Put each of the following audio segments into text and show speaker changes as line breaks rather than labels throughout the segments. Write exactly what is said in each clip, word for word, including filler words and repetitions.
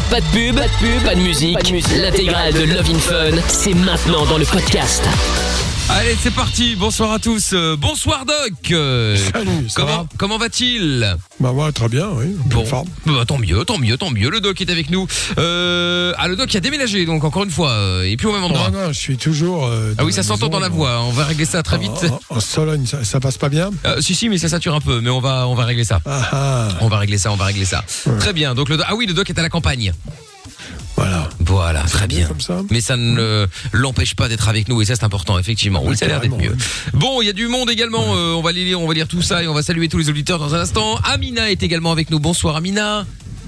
Pas de pub, pas de pub, pas de musique. Pas de musique. L'intégrale de Love in Fun, c'est maintenant dans le podcast.
Allez, c'est parti. Bonsoir à tous. Euh, bonsoir Doc. Euh,
Salut, ça
comment
va
comment va-t-il?
Bah ouais, très bien, oui.
Bon,
Forme.
bah, tant mieux, tant mieux, tant mieux. Le Doc est avec nous. Euh, ah, le Doc a déménagé, donc encore une fois, euh, et puis au même endroit.
Non, non, je suis toujours. Euh,
ah oui, ça s'entend dans la voix. On va régler ça très vite.
En, en Sologne, ça, ça passe pas bien.
Euh, si si, mais ça sature un peu. Mais on va on va régler ça.
Ah, ah.
On va régler ça, on va régler ça.
Ouais.
Très bien. Donc le Doc, ah oui, le Doc est à la campagne.
Voilà.
Voilà, très bien.
Comme ça.
Mais ça ne l'empêche pas d'être avec nous et ça c'est important effectivement. Oui, ça a l'air d'être mieux. Bon, il y a du monde également. Euh, on va les lire, on va lire tout ça et on va saluer tous les auditeurs dans un instant. Amina est également avec nous. Bonsoir Amina.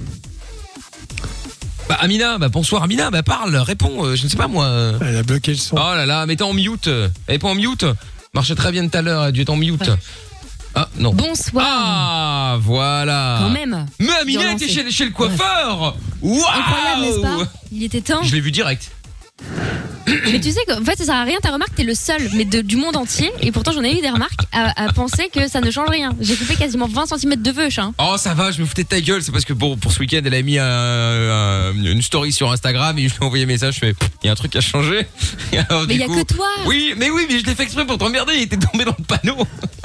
Bah Amina, bah bonsoir Amina. Bah parle, réponds. Euh, je ne sais pas moi.
Elle a bloqué le son.
Oh là là, mettez en mute. Elle est pas en mute. Marchait très bien tout à l'heure. Elle a dû être en mute. Ah non.
Bonsoir.
Ah voilà.
Quand même.
Mais Amina était chez, chez le coiffeur. Waouh.
Incroyable, n'est-ce pas? Il était temps.
Je l'ai vu direct.
Mais tu sais qu'en fait ça sert à rien ta remarque, t'es le seul mais de, du monde entier et pourtant j'en ai eu des remarques à, à penser que ça ne change rien. J'ai coupé quasiment vingt centimètres de veuche hein.
Oh ça va, je me foutais de ta gueule, c'est parce que bon, pour ce week-end elle a mis un, un, une story sur Instagram et je lui ai envoyé un message, je fais il y a un truc qui a changé. Alors,
mais il y a
coup,
que toi.
Oui mais oui mais je l'ai fait exprès pour t'emmerder, il était tombé dans le panneau.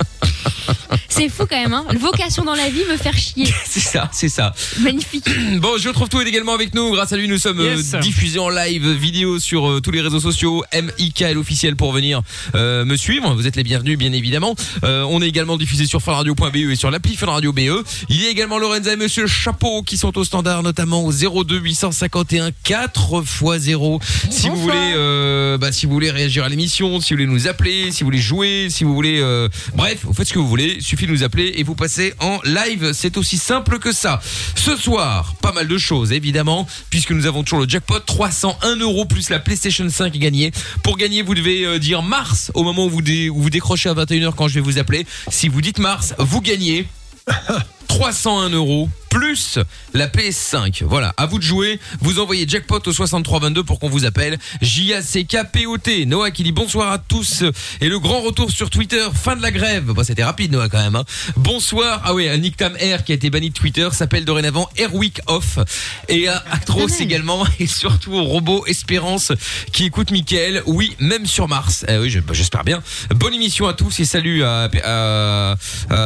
C'est fou quand même hein. Vocation dans la vie, me faire chier.
C'est ça, c'est ça.
Magnifique.
Bon, je retrouve tout également avec nous. Grâce à lui, nous sommes yes. euh, diffusés en live vidéo sur euh, tous les réseaux sociaux. M I K L officiel pour venir euh, me suivre. Vous êtes les bienvenus, bien évidemment. Euh, on est également diffusé sur funradio point b e et sur l'appli Funradio B E. Il y a également Lorenza et Monsieur Chapeau qui sont au standard, notamment au zéro deux huit cent cinquante et un quatre fois zéro. Si vous voulez, euh, bah, si vous voulez réagir à l'émission, si vous voulez nous appeler, si vous voulez jouer, si vous voulez, euh, bref, vous faites ce que vous voulez. Il suffit de nous appeler et vous passez en live. C'est aussi simple que ça. Ce soir, pas mal de choses évidemment, puisque nous avons toujours le jackpot, trois cent un euros plus la PlayStation cinq gagnée. Pour gagner, vous devez euh, dire Mars au moment où vous, dé- où vous décrochez à vingt et une heures quand je vais vous appeler. Si vous dites Mars, vous gagnez trois cent un euros plus la P S cinq. Voilà, à vous de jouer. Vous envoyez jackpot au soixante-trois vingt-deux pour qu'on vous appelle. J A C K P O T. Noah qui dit bonsoir à tous et le grand retour sur Twitter. Fin de la grève. Bon, c'était rapide Noah quand même. Hein. Bonsoir. Ah oui, Nick Tam Air qui a été banni de Twitter s'appelle dorénavant Air Week Off. Et à Actros également et surtout au robot Espérance qui écoute Mickaël. Oui, même sur Mars. Eh oui, je, bah, j'espère bien. Bonne émission à tous et salut à, à,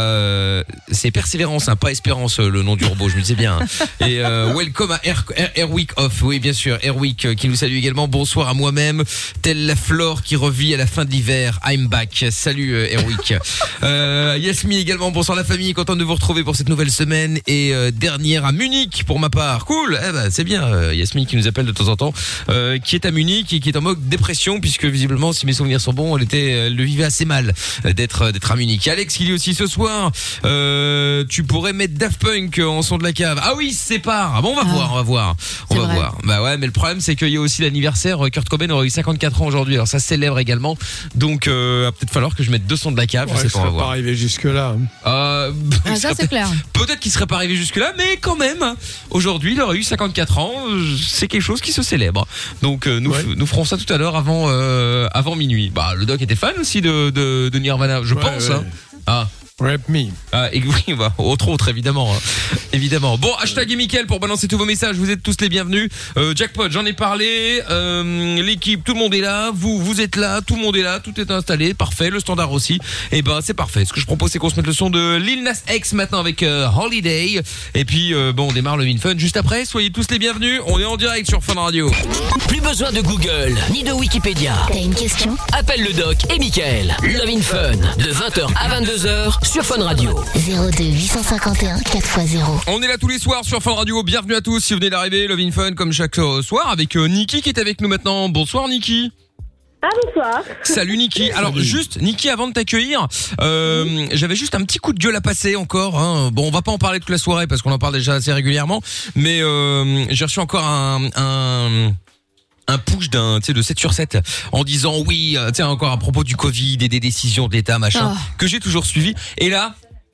à c'est Persévérance, hein, pas Espérance le nom du robot. Je me disais bien. Et euh, welcome à Air, Air, Air Week Off. Oui, bien sûr, Air Week euh, qui nous salue également. Bonsoir à moi-même, telle la flore qui revit à la fin de l'hiver. I'm back. Salut euh, Air Week. Euh, Yasmine également. Bonsoir la famille. Content de vous retrouver pour cette nouvelle semaine et euh, dernière à Munich pour ma part. Cool. Eh ben c'est bien. Euh, Yasmine qui nous appelle de temps en temps, euh, qui est à Munich et qui est en mode dépression puisque visiblement, si mes souvenirs sont bons, elle était, elle le vivait assez mal euh, d'être d'être à Munich. Alex qui dit aussi ce soir, euh, tu pourrais mettre Daft Punk en son de la cave. Ah oui, c'est pas. Ah bon, on va ah, voir, on va voir. On va vrai. voir. Bah ouais, mais le problème c'est qu'il y a aussi l'anniversaire. Kurt Cobain aurait eu cinquante-quatre ans aujourd'hui. Alors ça célèbre également. Donc euh, va peut-être falloir que je mette deux sons de la cave.
Ouais,
je sais
pas,
on va
voir.
Pas
arrivé jusque là.
Euh,
ah, ça c'est clair.
Peut-être qu'il serait pas arrivé jusque là, mais quand même. Aujourd'hui, il aurait eu cinquante-quatre ans. C'est quelque chose qui se célèbre. Donc euh, nous ouais. nous ferons ça tout à l'heure avant euh, avant minuit. Bah le doc était fan aussi de de, de Nirvana, je ouais, pense. Ouais. Hein. Ah.
Rap me.
Ah, et oui, bah, autre autre évidemment, hein. évidemment. Bon, hashtag et Mickaël pour balancer tous vos messages. Vous êtes tous les bienvenus. Euh, jackpot, j'en ai parlé. Euh, l'équipe, tout le monde est là. Vous, vous êtes là. Tout le monde est là. Tout est installé. Parfait. Le standard aussi. Et ben, c'est parfait. Ce que je propose, c'est qu'on se mette le son de Lil Nas X maintenant avec euh, Holiday. Et puis, euh, bon, on démarre le Vin Fun juste après. Soyez tous les bienvenus. On est en direct sur Fun Radio.
Plus besoin de Google ni de Wikipédia.
T'as une question?
Appelle le doc et Mickaël. Love in Fun de vingt heures à vingt-deux heures sur Fun Radio.
zéro deux huit cent cinquante et un quatre fois zéro.
On est là tous les soirs sur Fun Radio. Bienvenue à tous si vous venez d'arriver. Love in Fun comme chaque soir avec euh, Niki qui est avec nous maintenant. Bonsoir Niki.
Ah bonsoir.
Salut Niki. Alors Salut. juste Niki, avant de t'accueillir, euh, oui. j'avais juste un petit coup de gueule à passer encore. Hein. Bon, on va pas en parler toute la soirée parce qu'on en parle déjà assez régulièrement, mais euh, j'ai reçu encore un, un un push d'un, tu sais, de sept sur sept en disant oui, tu sais, encore à propos du Covid et des décisions d'État machin oh. que j'ai toujours suivi. Et là.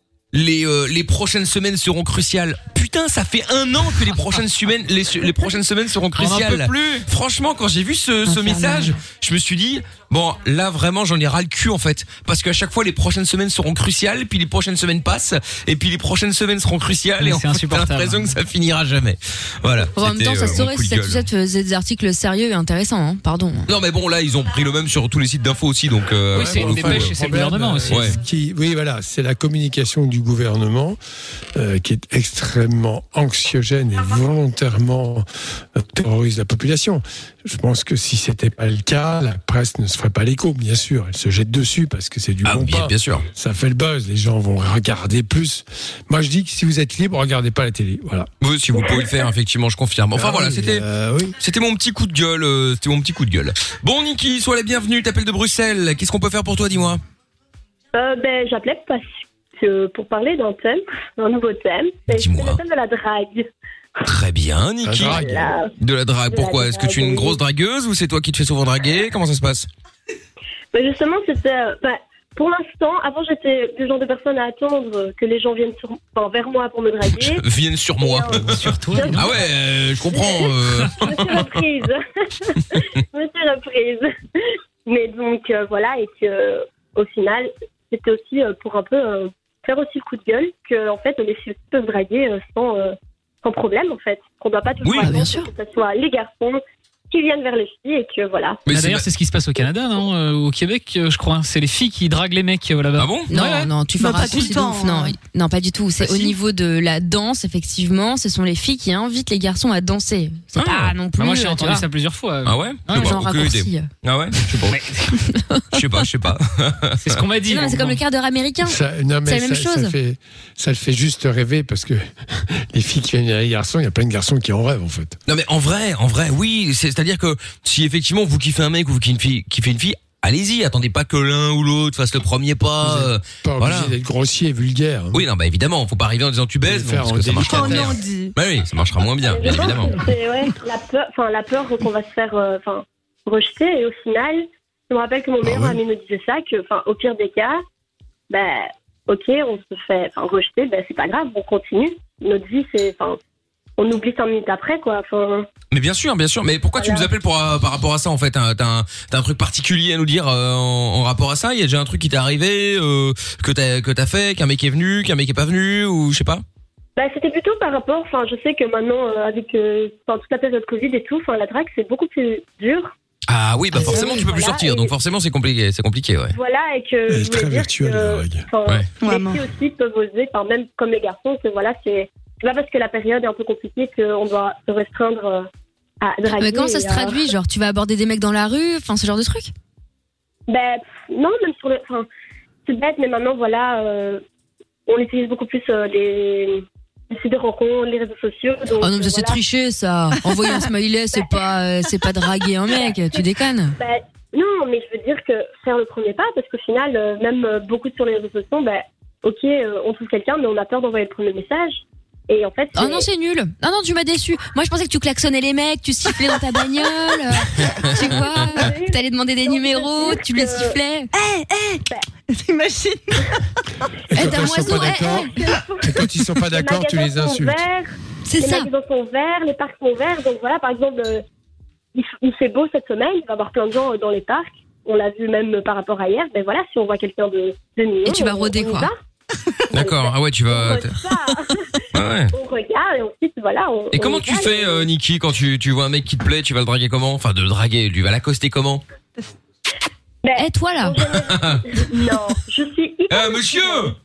Les euh, les prochaines semaines seront cruciales. Putain, ça fait un an que les prochaines semaines les les prochaines semaines seront cruciales.
On en peut plus.
Franchement, quand j'ai vu ce ce message, je me suis dit Bon, là vraiment, j'en ai ras le cul en fait, parce qu'à chaque fois les prochaines semaines seront cruciales, puis les prochaines semaines passent, et puis les prochaines semaines seront cruciales,
Mais
et en
c'est
fait, t'as l'impression que ça finira jamais. Voilà.
En même
C'était,
temps, ça
euh,
se
mon
saurait
coup
si
de
ça
gueule.
tout ça faisait des articles sérieux et intéressants, hein. Pardon.
Non mais bon, là ils ont pris le même sur tous les sites d'infos aussi, donc. Euh,
Oui, c'est
pour
une
le coup,
dépêche
euh,
et c'est le gouvernement aussi.
Ouais.
Ce qui, oui, voilà, c'est la communication du gouvernement euh, qui est extrêmement anxiogène et volontairement euh, terrorise la population. Je pense que si c'était pas le cas, la presse ne se ferait pas l'écho, bien sûr. Elle se jette dessus parce que c'est du
Ah
bon
bien,
pain.
bien sûr.
Ça fait le buzz, les gens vont regarder plus. Moi, je dis que si vous êtes libre, regardez pas la télé. Voilà.
Oui, si vous pouvez le faire, effectivement, je confirme. Enfin
Ah
voilà,
oui,
c'était.
euh, oui.
C'était mon petit coup de gueule, euh, c'était mon petit coup de gueule. Bon Niki, sois la bienvenue, t'appelles de Bruxelles. Qu'est-ce qu'on peut faire pour toi, dis-moi?
Euh, ben, j'appelais parce que pour parler d'un thème, d'un nouveau thème, c'est c'est
Dis-moi.
le thème de la drague.
Très bien, Niki.
La drague.
La-
De la drague,
De la
pourquoi? Est-ce que tu es une
drague.
grosse dragueuse ou c'est toi qui te fais souvent draguer? Comment ça se passe?
Ben, justement, c'était. euh, ben, pour l'instant, avant, j'étais le genre de personne à attendre que les gens viennent sur, enfin, vers moi pour me draguer.
Viennent sur moi.
Et, euh,
Sur toi.
Bien
Ah ouais, euh, je comprends. euh.
Je me suis reprise. Je me suis reprise. Mais donc, euh, voilà, et que au final, c'était aussi euh, pour un peu euh, faire aussi le coup de gueule que, en fait, les filles peuvent draguer euh, sans, euh, sans problème, en fait. Qu'on ne doit pas toujours
Oui,
attendre
bien sûr.
que ce soit les garçons qui viennent vers les filles et que voilà.
Mais
Bah,
c'est
D'ailleurs,
ma-
c'est ce qui se passe au Canada, non euh, Au Québec, euh, je crois. C'est les filles qui draguent les mecs euh, là-bas.
Ah bon?
Non,
Ouais, ouais.
non, tu fais
Bah,
un
pas tout
raccourci
le
de
temps,
ouf. Non,
hein.
non, pas du tout. C'est
Bah,
au
si.
niveau de la danse, effectivement. Ce sont les filles qui invitent les garçons à danser. C'est
Ah.
pas non plus.
Bah, moi, j'ai
euh, tu
entendu
vois,
ça plusieurs fois.
Ah ouais? Je sais pas,
genre
aucune
raccourci.
idée. Ah ouais? Je sais pas. Je sais pas, je sais pas.
C'est ce qu'on m'a dit.
Non, mais c'est comme le
Bon.
quart d'heure américain.
Ça, non, mais
C'est la même
ça,
chose.
Ça, fait, ça le fait juste rêver parce que les filles qui viennent vers les garçons, il y a plein de garçons qui en rêvent en fait.
Non mais en vrai, en vrai, oui. C'est- C'est-à-dire que si effectivement vous kiffez un mec ou vous kiffez une fille, kiffez une fille, allez-y. Attendez pas que l'un ou l'autre fasse le premier pas.
Vous
euh,
Pas
Voilà.
obligé d'être grossier et vulgaire. hein.
Oui, non, bah évidemment, faut pas arriver en disant tu baises,
Le
non,
faire
parce
en
que ça marchera
délicat.
Oh
moins.
non, dit.
Bah oui, ça marchera moins bien,
Je
bien
pense
évidemment.
que c'est ouais, la peur, enfin la peur qu'on va se faire, euh, enfin rejeter. Et au final, je me rappelle que mon meilleur
ouais.
ami me disait ça, que, enfin, au pire des cas, ben, ok, on se fait, enfin, rejeter, ben c'est pas grave, on continue. Notre vie, c'est, enfin, on oublie cinq minutes après, quoi. Enfin,
Mais bien sûr, bien sûr. Mais pourquoi tu
Voilà.
nous appelles pour, euh, par rapport à ça en fait? T'as t'as un, t'as un truc particulier à nous dire euh, en, en rapport à ça? Il y a déjà un truc qui t'est arrivé, euh, que t'as que t'as fait, qu'un mec est venu, qu'un mec est pas venu, ou je sais pas?
bah, c'était plutôt par rapport, enfin, je sais que maintenant, euh, avec, euh, enfin, toute la période Covid et tout, enfin, la drague, c'est beaucoup plus dur.
Ah oui, bah
Ah,
forcément
oui,
tu peux plus
voilà,
sortir,
et-
donc forcément c'est compliqué, c'est compliqué, ouais.
Voilà, et que
Elle est
je voulais
très
dire
virtuelle,
que,
la drague.
enfin,
Ouais.
les
Vraiment.
filles aussi peuvent oser, enfin, même comme les garçons, que voilà, c'est, c'est pas parce que la période est un peu compliquée qu'on doit se restreindre euh, à draguer.
Mais comment ça se
et à-
traduit? Genre, tu vas aborder des mecs dans la rue, enfin, ce genre de truc?
Ben, pff, non, même sur le. Enfin, c'est bête, mais maintenant, voilà, euh, on utilise beaucoup plus euh, les, les sites de rencontres, les réseaux sociaux. Donc,
Oh non, mais
euh,
c'est
voilà.
tricher, ça. Envoyer un smiley, c'est pas, euh, c'est pas draguer un mec. Tu déconnes.
Ben, non, mais je veux dire que faire le premier pas, parce qu'au final, euh, même euh, beaucoup sur les réseaux sociaux, ben, ok, euh, on trouve quelqu'un, mais on a peur d'envoyer le premier message. Et en fait.
Oh non, c'est nul. Non, non, tu m'as déçu. Moi, je pensais que tu klaxonnais les mecs, tu sifflais dans ta bagnole. euh, tu vois, que t'allais demander des
Non,
numéros,
c'est-à-dire
tu les
que-
sifflais.
T'imagines?
Et
Eh,
quand
t'as
ils
un
sont
oiseau,
pas
eh,
d'accord,
eh.
et quand ils sont pas d'accord, tu les
magasins sont
insultes.
verts,
C'est
les
ça.
magasins sont verts, les parcs sont verts. Donc voilà, par exemple, euh, il, f- il fait beau cette semaine, il va y avoir plein de gens euh, dans les parcs. On l'a vu même par rapport à hier. Ben voilà, si on voit quelqu'un de, de mignon,
Et tu vas
on-
rôder,
on y
quoi.
va.
D'accord. Ah ouais, tu
On
vas.
regarde,
Ah ouais.
on regarde et ensuite voilà. On,
Et
on
comment
y
tu
va,
fais,
et-
euh, Niki, quand tu, tu vois un mec qui te plaît, tu vas le draguer comment? Enfin, de le draguer, tu vas l'accoster comment?
Ben,
Eh, toi, là.
en général- non, je suis hyper.
Eh, monsieur!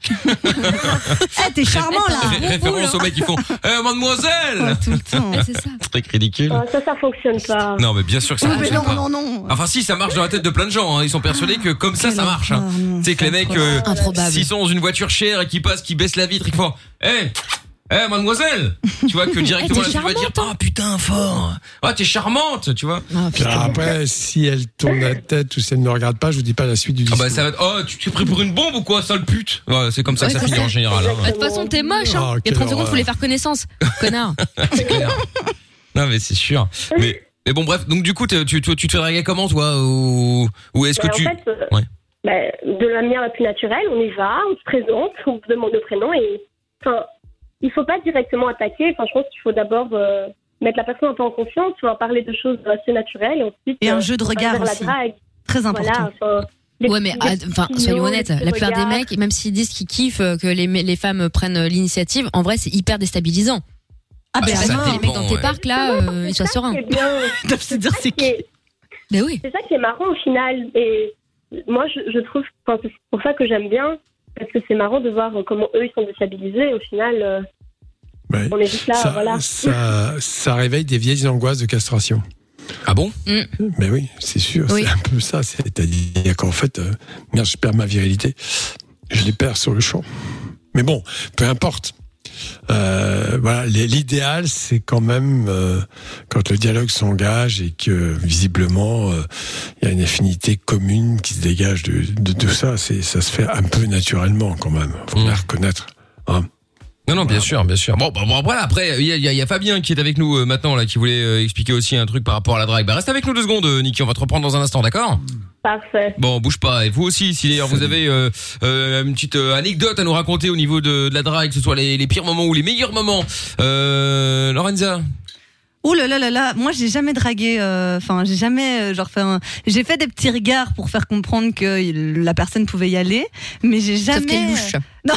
Eh, t'es charmant là.
Ré- Référence aux mecs qui font, eh,
Oh,
mademoiselle!
tout le temps.
Ouais, c'est ça.
Truc ridicule.
Ah, ça, ça fonctionne pas.
Non, mais bien sûr que ça
Oui, mais
fonctionne
non,
pas.
non, non.
Enfin si, ça marche dans la tête de plein de gens, hein. Ils sont persuadés que comme ça, ça marche, hein. Tu sais que les mecs, euh,
Improbable.
s'ils sont dans une voiture chère et qu'ils passent, qu'ils baissent la vitre, ils font, eh, eh, mademoiselle! Tu vois que directement,
Eh,
là,
t'es
tu vas dire,
charmante,
ah, putain, fort! Ah, t'es charmante, tu vois?
Ah,
Puis
putain.
après, si elle tourne la tête ou si elle ne regarde pas, je vous dis pas la suite du
Ah
discours.
bah ça va être, oh, tu t'es pris pour une bombe ou quoi, sale pute? Ouais, c'est comme ça
Ouais,
que ça
c'est
finit
ça.
en général, hein.
De toute façon, t'es moche, hein.
Oh,
Il y a
quelle
trente secondes,
horreur.
faut les faire connaissance. Connard.
C'est clair. Non, mais c'est sûr. Mais, mais bon, bref, donc du coup, t'es- tu, tu, tu te fais draguer comment, toi? Ou, ou est-ce que
Ben,
tu.
En fait, euh,
Ouais.
ben, de la manière la plus naturelle, on y va, on se présente, on se demande le prénom et. Enfin, il faut pas directement attaquer. Enfin, je pense qu'il faut d'abord euh, mettre la personne un peu en confiance, enfin, parler de choses assez naturelles et ensuite.
Et un
euh,
jeu de
aller
regard
vers la
aussi.
drague.
Très important.
Voilà, enfin, les-
Ouais, mais
les
ah, enfin,
petits
soyons
signaux,
honnêtes,
les petits
la plupart des
regards.
mecs, même s'ils disent qu'ils kiffent euh, que les, les femmes prennent l'initiative, en vrai, c'est hyper déstabilisant.
Ah, ben,
ça
vraiment.
Les mecs dans tes
ouais.
parcs, là, euh, ils soient
C'est ça
sereins.
qui est bien.
Ils doivent se dire c'est
C'est
qui.
Ben oui.
c'est ça qui est marrant au final. Et moi, je, je trouve, enfin, c'est pour ça que j'aime bien, parce que c'est marrant de voir comment eux ils sont déstabilisés. Au final, euh,
Ouais.
on est juste là,
ça,
voilà.
ça, ça réveille des vieilles angoisses de castration.
Ah bon?
Mais oui, c'est sûr,
Oui.
c'est un peu ça. C'est-à-dire qu'en fait, euh, merde, je perds ma virilité. Je les perds sur le champ. Mais bon, peu importe. Euh, voilà, les- l'idéal, c'est quand même euh, quand le dialogue s'engage et que visiblement euh, il y a une affinité commune qui se dégage de, de tout ça. C'est, ça se fait un peu naturellement quand même. Faut
Mmh.
bien reconnaître. Hein.
Non, non, bien sûr, bien sûr. Bon, bah, bon, voilà, après, il y a, il y a- il y a Fabien qui est avec nous euh, maintenant, là, qui voulait euh, expliquer aussi un truc par rapport à la drague. Bah, reste avec nous deux secondes, euh, Niki, on va te reprendre dans un instant, d'accord?
Parfait.
Bon, bouge pas. Et vous aussi, si d'ailleurs vous avez euh, euh, une petite euh, anecdote à nous raconter au niveau de, de la drague, que ce soit les, les pires moments ou les meilleurs moments, euh, Lorenza.
Ouh là là là là, moi j'ai jamais dragué, enfin j'ai jamais euh, genre fait un... j'ai fait des petits regards pour faire comprendre que il- la personne pouvait y aller, mais j'ai jamais.
Sauf qu'elle louche.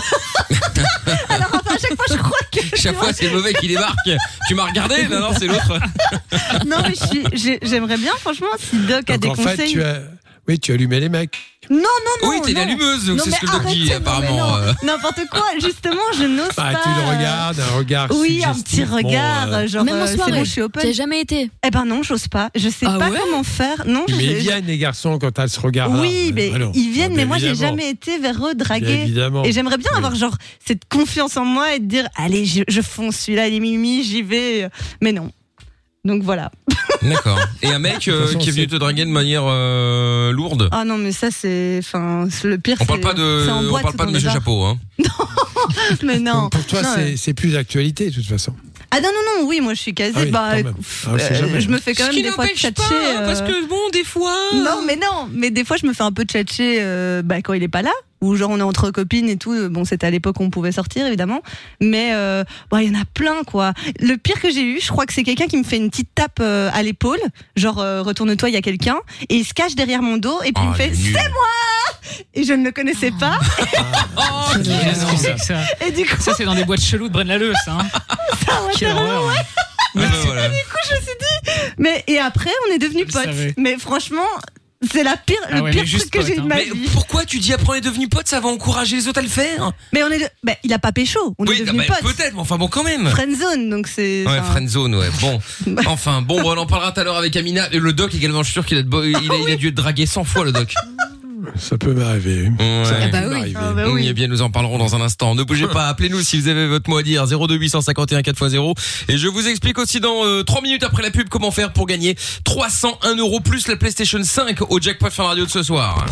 Alors enfin à chaque fois je crois que.
Chaque fois, c'est le mauvais qui débarque. Tu m'as regardé? Non, non, c'est l'autre.
Non mais je suis, j'ai- j'aimerais bien franchement si Doc a
Donc
des
en
conseils.
fait, tu as, oui, tu allumais les mecs.
Non non non.
Oui, t'es une
non.
allumeuse,
Non,
c'est
mais
ce que le doc dit,
arrêtez, non, mais
apparemment.
non.
euh.
N'importe quoi, justement, je n'ose
Ah,
pas.
tu le regardes, un regard.
Oui, un petit
suggestif. Bon,
regard,
euh,
genre
Même en
euh, c'est
soirée.
bon, je suis open.
T'as jamais été.
Eh ben non, j'ose pas. Je sais
Ah
pas
ouais
comment faire. Non,
Mais
je-
ils viennent les garçons quand t'as ce regard-là.
Oui, mais
Ah non.
ils viennent,
Ah,
mais
bien
moi j'ai
évidemment.
jamais été vers eux
Bien
draguer.
évidemment.
Et j'aimerais bien
Oui.
avoir genre cette confiance en moi et de dire allez, je, je fonce, celui-là il est mimi, j'y vais. Mais non. Donc voilà.
D'accord. Et un mec euh,
De toute façon,
qui est venu
c'est-
te draguer de manière euh, lourde.
Ah non, mais ça c'est, enfin, c'est le pire.
On parle
c'est-
pas de,
c'est en
on
boîte
parle
ou
pas de
dans
Monsieur
les bars.
Chapeau, hein.
Mais non.
Donc pour toi,
Non,
c'est,
euh,
c'est plus d'actualité, de toute façon.
Ah non non non, oui, moi je suis casée.
Ah oui,
bah,
quand même.
pff,
Ah, on sait
euh,
jamais.
je me fais quand même des fois tchatcher. euh,
que bon, des fois.
Non, mais non, mais des fois je me fais un peu tchatcher euh, bah, quand il est pas là, ou genre on est entre copines et tout. Bon, c'était à l'époque où on pouvait sortir évidemment, mais euh, bah, il y en a plein quoi. Le pire que j'ai eu, je crois que c'est quelqu'un qui me fait une petite tape euh, à l'épaule, genre euh, retourne-toi, il y a quelqu'un, et il se cache derrière mon dos et puis il me
Ah,
fait
il est nul.
c'est moi, et je ne le connaissais pas,
Oh,
Qu'est-ce que c'est que ça?
et du coup
Ça, c'est dans des boîtes cheloues de Braine-l'Alleud, ça. Hein.
ça, ouais,
Quelle
t'as raison.
horreur. hein.
Ah, bah, voilà.
Mais et après on est devenus
Je
potes,
le savais.
mais franchement c'est la pire,
Ah
le
ouais,
pire
mais juste
truc que j'ai eu de
potes,
ma
Mais
vie.
pourquoi tu dis après on est devenu potes, ça va encourager les autres à le faire?
Mais on est, de... bah, il a pas pécho, on
Oui,
est
non,
devenus
bah,
potes.
peut-être, mais enfin bon quand même.
Friendzone, donc c'est.
Ouais,
enfin,
friendzone, ouais. Bon, enfin, bon, bon, on en parlera tout à l'heure avec Amina. Et le doc également, je suis sûr qu'il a, de bo- il a, il a dû être dragué cent fois, le doc.
Ça peut m'arriver.
Ouais.
Ça
Ah
peut
bah oui.
m'arriver.
Ah bah oui.
Eh bien, nous en parlerons dans un instant. Ne bougez pas, appelez-nous si vous avez votre mot à dire. zéro deux huit cent cinquante et un quatre fois zéro. Et je vous explique aussi dans euh, trois minutes après la pub comment faire pour gagner trois cent un euros plus la PlayStation cinq au jackpot Fun Radio de ce soir.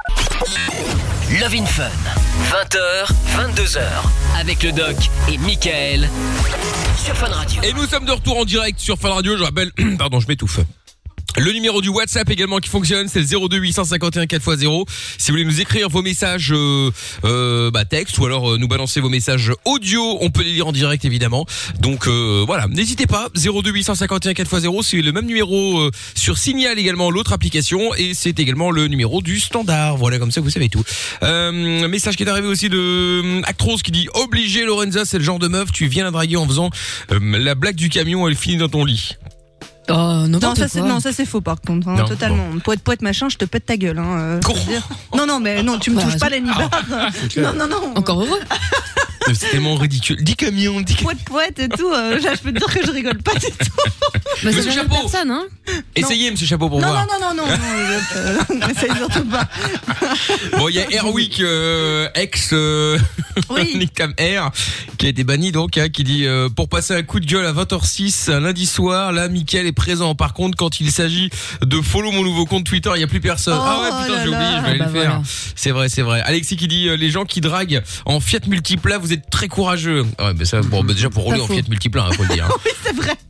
Love in Fun, vingt heures, vingt-deux heures, avec le doc et Michael sur Fun Radio.
Et nous sommes de retour en direct sur Fun Radio. Je rappelle, pardon, je m'étouffe. Le numéro du WhatsApp également qui fonctionne, c'est le zéro deux huit cent cinquante et un quatre fois zéro. Si vous voulez nous écrire vos messages euh, euh, bah, texte ou alors euh, nous balancer vos messages audio, on peut les lire en direct évidemment. Donc euh, voilà, n'hésitez pas, zéro deux huit cent cinquante et un quatre fois zéro, c'est le même numéro euh, sur Signal également, l'autre application, et c'est également le numéro du standard. Voilà, comme ça vous savez tout. Euh, un message qui est arrivé aussi de euh, Actros qui dit obligé Lorenza, c'est le genre de meuf, tu viens la draguer en faisant euh, la blague du camion, elle finit dans ton lit.
Oh,
Non,
n'importe
ça c'est
quoi.
non, ça c'est faux par contre, hein,
Non,
totalement. Poète poète machin, je te pète ta gueule. Hein, euh, je veux dire. Non non mais non, tu me
Bah,
touches pas la nibarre.
clair.
Non non non.
Encore heureux.
C'est tellement ridicule. Dis camion, dis camion.
Poète poète et tout. euh, là, je peux te dire que je rigole pas du tout.
Bah, ça
Monsieur
vient de
Chapeau.
personne, hein.
Essayez, monsieur Chapeau, pour
Non
voir.
non non non non. non euh, Essaye surtout pas.
Bon, il y a Airwick, euh, ex euh,
Oui.
Nickam Air, qui a été banni donc, hein, qui dit euh, pour passer un coup de gueule à vingt heures six un lundi soir, là, Mickaël est présent. Par contre, quand il s'agit de follow mon nouveau compte Twitter, il y a plus personne.
Oh
ah ouais, putain,
là
j'ai
là.
oublié, je vais aller
Ah
le
bah
faire.
voilà.
C'est vrai, c'est vrai. Alexis qui dit euh, les gens qui draguent en Fiat Multipla, vous êtes très courageux. Ouais, mais ça, bon, bah, déjà pour rouler
Pas
en
faux.
Fiat Multipla, hein, faut le dire.
Oui c'est vrai.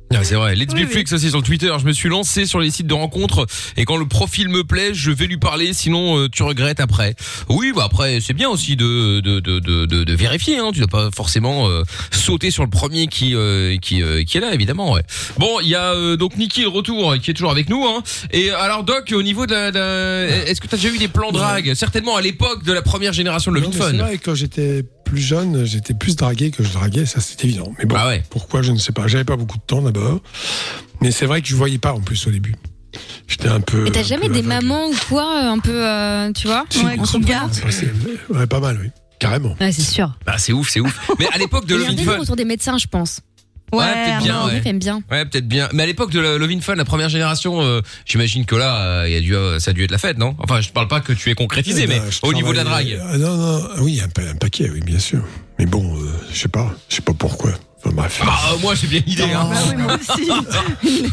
Ah, c'est vrai. Let's
Oui,
be
oui.
freaks aussi sur Twitter. Je me suis lancé sur les sites de rencontres et quand le profil me plaît, je vais lui parler. Sinon, euh, tu regrettes après. Oui, bah après, c'est bien aussi de de de de de, de vérifier. Hein. Tu dois pas forcément euh, sauter sur le premier qui euh, qui euh, qui est là, évidemment. Ouais. Bon, il y a euh, donc Niki le retour qui est toujours avec nous. Hein. Et alors Doc, au niveau de, la, de la- est-ce que t'as déjà eu des plans drague? Certainement à l'époque de la première génération de
Non,
Love
mais
in
c'est
Fun.
vrai, quand j'étais plus jeune, j'étais plus dragué que je draguais, ça c'est évident. Mais bon,
Ah ouais.
pourquoi, je ne sais pas. J'avais pas beaucoup de temps d'abord. Mais c'est vrai que je voyais pas en plus au début. J'étais un peu.
Et t'as
un
jamais
peu
des
aveugle.
mamans ou quoi, un peu, euh, tu vois,
Si,
Ouais,
en
qui
son
regardent.
c'est possible. Ouais, pas mal, oui. Carrément.
Ouais, c'est sûr.
Bah c'est ouf, c'est ouf. Mais à l'époque de
Il y a
Love
un
in
délire
Fun.
autour des médecins, je pense.
Ouais, peut-être bien,
Non,
ouais.
Les meufs aiment bien.
Ouais, peut-être bien. Mais à l'époque de la Love in Fun, la première génération, euh, j'imagine que là, euh, il y a dû, euh, ça a dû être la fête, non? Enfin, je parle pas que tu aies concrétisé,
Eh ben,
mais
je
au niveau de la
travaillais-
drague.
Ah, non, non, oui, un, pa- un paquet, oui, bien sûr. Mais bon, euh, je sais pas, je sais pas pourquoi. Enfin bref.
Ah, moi, j'ai bien l'idée, hein.
Bah oui, moi aussi.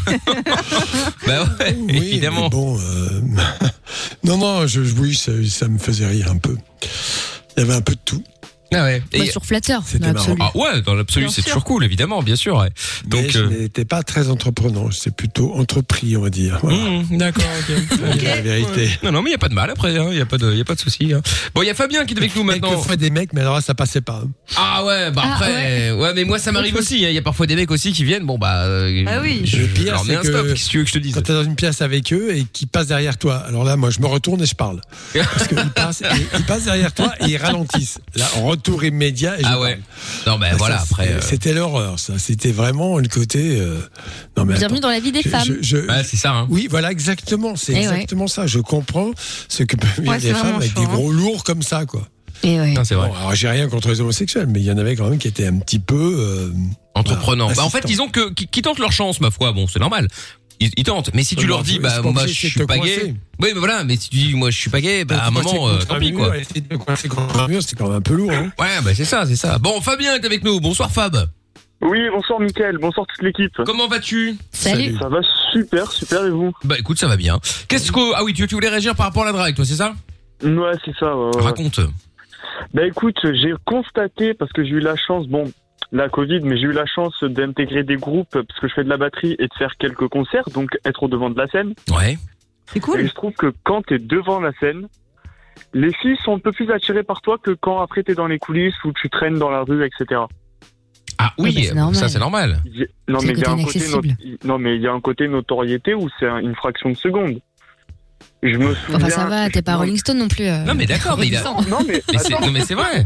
Bah ouais,
Oui,
évidemment.
mais bon, euh, non, non, je, je- oui, ça, ça me faisait rire un peu. Il y avait un peu de tout.
Ah ouais.
Bah,
Et-
sur Flatteur,
C'était
dans
marrant.
l'absolu.
Ah ouais, dans l'absolu,
Bien
c'est
sûr.
toujours cool, évidemment, bien sûr. Ouais.
Donc,
Donc,
je
euh,
n'étais pas très entreprenant, c'est plutôt entrepris, on va dire. Voilà.
mmh, d'accord, ok.
C'est la vérité.
Non, non, mais il y a pas de mal après, il hein, y a pas de, y a pas de souci. Hein. Bon, il y a Fabien qui est avec nous
Et
maintenant.
que feraient des mecs, mais alors là, ça passait pas. hein.
Ah ouais, bah
Ah,
après, ouais. mais moi ça m'arrive aussi. Il y a parfois des mecs aussi qui viennent. Bon bah, euh,
Ah oui.
je,
Le
je
pire,
leur mets
c'est
un
que-
stop. Qu'est-ce que tu veux que je te dise?
Quand t'es dans une pièce avec eux et qu'ils passent derrière toi, alors là, moi, je me retourne et je parle. Parce qu'ils passent, ils passent derrière toi et ils ralentissent. Là, en retour immédiat. Et je
Ah ouais.
parle.
Non, ben
Ah,
voilà.
ça,
Après,
c'était-
euh,
C'était l'horreur, ça. C'était vraiment le côté. euh, Non, mais
Bienvenue
attends.
dans la vie des
Je-
femmes.
je- je-
ouais, c'est ça. Hein.
Oui, voilà, exactement. C'est
Eh ouais.
exactement ça. Je comprends ce que peuvent vivre
Ouais, c'est
les femmes
vraiment
avec
chaud,
des
hein.
gros lourds comme ça, quoi.
Et ouais.
Non, c'est vrai.
Bon, alors, j'ai rien contre les homosexuels, mais il y en avait quand même qui étaient un petit peu. euh,
Entreprenant.
voilà,
Bah en fait,
assistants.
disons que qui, qui tentent leur chance, ma foi. Bon, c'est normal. Ils, ils tentent. Mais si tu
Ouais,
leur
bah,
dis,
faut-
bah
c'est pas
moi je
obligé de
suis
te
pas gay.
coincer.
Oui, mais voilà. Mais si tu dis, moi je suis pas gay, bah à un
Coincer
moment, euh,
contre
tant
un
pis
mur,
quoi.
essayer de coincer contre un mur, c'est quand même un peu lourd. Hein.
Ouais, bah c'est ça, c'est ça. Bon, Fabien est avec nous. Bonsoir Fab.
Oui, bonsoir Mickaël, bonsoir toute l'équipe.
Comment vas-tu?
Salut.
Ça va super, super et vous?
Bah écoute, ça va bien. Qu'est-ce que ah oui, tu, tu voulais réagir par rapport à la drague, toi, c'est ça?
Ouais, c'est ça. ouais, ouais.
Raconte.
Bah écoute, j'ai constaté, parce que j'ai eu la chance, bon, la Covid, mais j'ai eu la chance d'intégrer des groupes, parce que je fais de la batterie, et de faire quelques concerts, donc être au devant de la scène.
Ouais.
C'est
Et
cool.
il se trouve que quand t'es devant la scène, les filles sont un peu plus attirées par toi que quand après t'es dans les coulisses, ou tu traînes dans la rue, et cetera.
Ah oui,
bah, c'est normal.
ça c'est normal.
Il y a- Non,
C'est
mais
le
il y a
côté
un côté
inaccessible.
not- non, mais il y a un côté notoriété où c'est un- une fraction de seconde. Je me souviens.
Enfin, ça va, t'es pas
non,
Rolling Stone non plus. euh,
Non mais d'accord, mais il a.
redescends.
Non, mais,
Mais c'est,
attends,
non mais c'est vrai.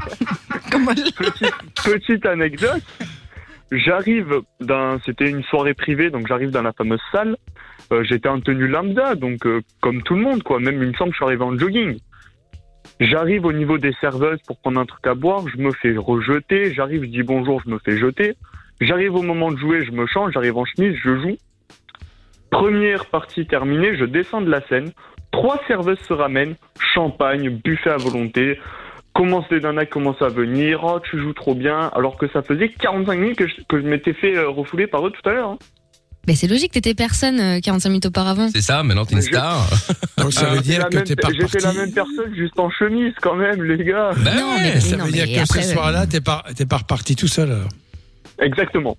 petite, petite anecdote. J'arrive dans, c'était une soirée privée, donc j'arrive dans la fameuse salle. Euh, j'étais en tenue lambda, donc euh, comme tout le monde, quoi. Même il me semble que je suis arrivé en jogging. J'arrive au niveau des serveuses pour prendre un truc à boire, je me fais rejeter. J'arrive, je dis bonjour, je me fais jeter. J'arrive au moment de jouer, je me change, j'arrive en chemise, je joue. Première partie terminée, je descends de la scène. Trois serveuses se ramènent, champagne, buffet à volonté. Commence les nanas commencent à venir, oh tu joues trop bien, alors que ça faisait quarante-cinq minutes que je, que je m'étais fait euh, refouler par eux tout à l'heure. Hein.
Mais c'est logique, t'étais personne euh, quarante-cinq minutes auparavant.
C'est ça, maintenant t'es une
Je-
star.
Donc ça veut
J'étais
dire
la
que
même-
t'es pas
J'étais
reparti.
la même personne juste en chemise quand même, les gars.
Bah
Non,
ouais.
mais-
Ça
non,
veut dire
mais
que
après,
ce soir-là, t'es pas, t'es pas reparti tout seul. Alors.
Exactement.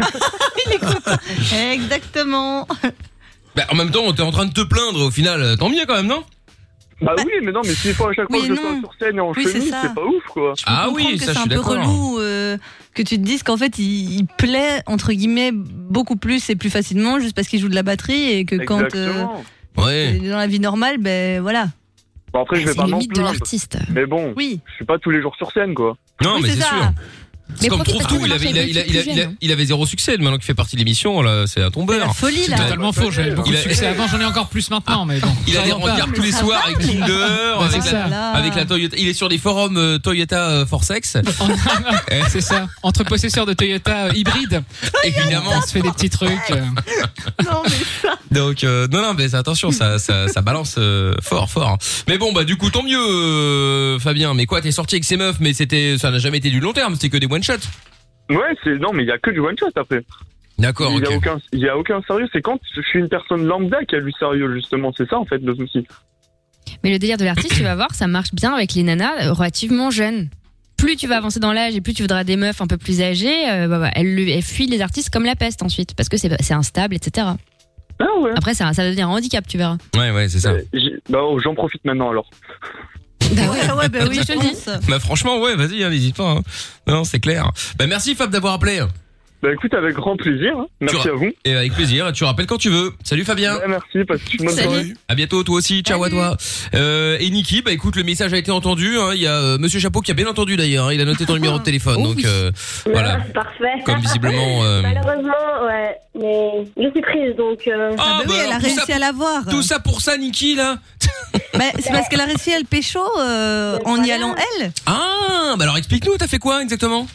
Exactement.
Bah, en même temps, t'es en train de te plaindre au final. Tant mieux quand même, non?
Bah oui, mais non, mais s'il faut à chaque fois
Oui,
que je
non.
sois sur scène et en
Oui, c'est
chemise,
ça.
c'est pas ouf quoi.
Je peux
Ah
comprendre
oui,
que
ça,
c'est
je
un
suis
peu
d'accord.
relou euh, que tu te dises qu'en fait il, il plaît entre guillemets beaucoup plus et plus facilement juste parce qu'il joue de la batterie et que quand euh,
Exactement.
Ouais.
dans la vie normale, ben voilà.
Bon après, je vais
C'est
pas
le
m'en
mythe de
plaindre.
l'artiste.
Mais bon,
Oui.
je suis pas tous les jours sur scène quoi.
Non,
Oui,
mais
c'est
c'est
ça.
sûr. C'est
Mais
comme
profite
trouve
parce
tout.
que
Il
ça
avait, il, a-
marche
il, a-
avec
il, a-
les
il, a-
plus jeunes.
il avait zéro succès. Maintenant qu'il fait partie de l'émission, là, c'est un
C'est
tombeur.
la folie
C'est
là.
totalement faux. J'avais beaucoup
Il
de
a-
succès avant, j'en ai encore plus maintenant, mais bon.
Il a des
Soyons pas-
rencarts tous les
ça
soirs
va,
avec
mais-
Tinder,
Bah,
avec
c'est
la,
ça.
Là.
avec la Toyota. Il est sur des forums euh, Toyota euh, for Sex.
C'est ça. Entre possesseurs de Toyota euh, hybrides,
Évidemment.
on se fait des petits trucs. euh.
Non mais ça.
Donc euh, non non mais attention, ça ça, ça balance euh, fort fort. Mais bon bah du coup tant mieux euh, Fabien. Mais quoi, t'es sorti avec ces meufs, mais c'était ça n'a jamais été du long terme, c'était que des one shots.
Ouais, c'est non, mais il y a que du one shot après.
D'accord.
Il y a
Ok.
aucun, il y a aucun sérieux. C'est quand je suis une personne lambda qui a du sérieux justement. C'est ça en fait le souci.
Mais le délire de l'artiste, tu vas voir, ça marche bien avec les nanas euh, relativement jeunes. plus tu vas avancer dans l'âge et plus tu voudras des meufs un peu plus âgées, euh, bah, bah, elles, elles fuient les artistes comme la peste ensuite, parce que c'est, c'est instable, et cetera.
Ah ouais.
Après, ça, ça va devenir un handicap, tu verras.
Ouais, ouais, c'est ça.
Euh, j'ai- bah, oh, j'en profite maintenant alors.
Bah
ouais, ouais, bah oui,
je te le dis.
Bah franchement, ouais, vas-y, hein, n'hésite pas. Hein. Non, c'est clair. Bah merci Fab d'avoir appelé.
Bah écoute, avec grand plaisir. Hein. Merci
Tu-
à vous.
Et avec plaisir, tu rappelles quand tu veux. Salut Fabien.
Ouais, merci, passe une bonne
Salut.
soirée.
À bientôt, toi aussi. Ciao à toi. Euh, et Niki, bah écoute, le message a été entendu. Hein. Il y a euh, Monsieur Chapeau qui a bien entendu d'ailleurs. Hein. Il a noté ton numéro de téléphone.
Oh
donc
oui.
euh, voilà.
Ah, parfait.
Comme visiblement. euh,
Malheureusement, ouais, mais je suis prise, donc... euh,
Ah,
Ah bah oui,
bah
elle a
alors, tout
réussi
ça-
à l'avoir.
Tout ça pour ça, Niki là.
Bah, c'est parce qu'elle a réussi à le pécho euh, en y allant elle.
Ah, bah alors explique-nous. T'as fait quoi exactement?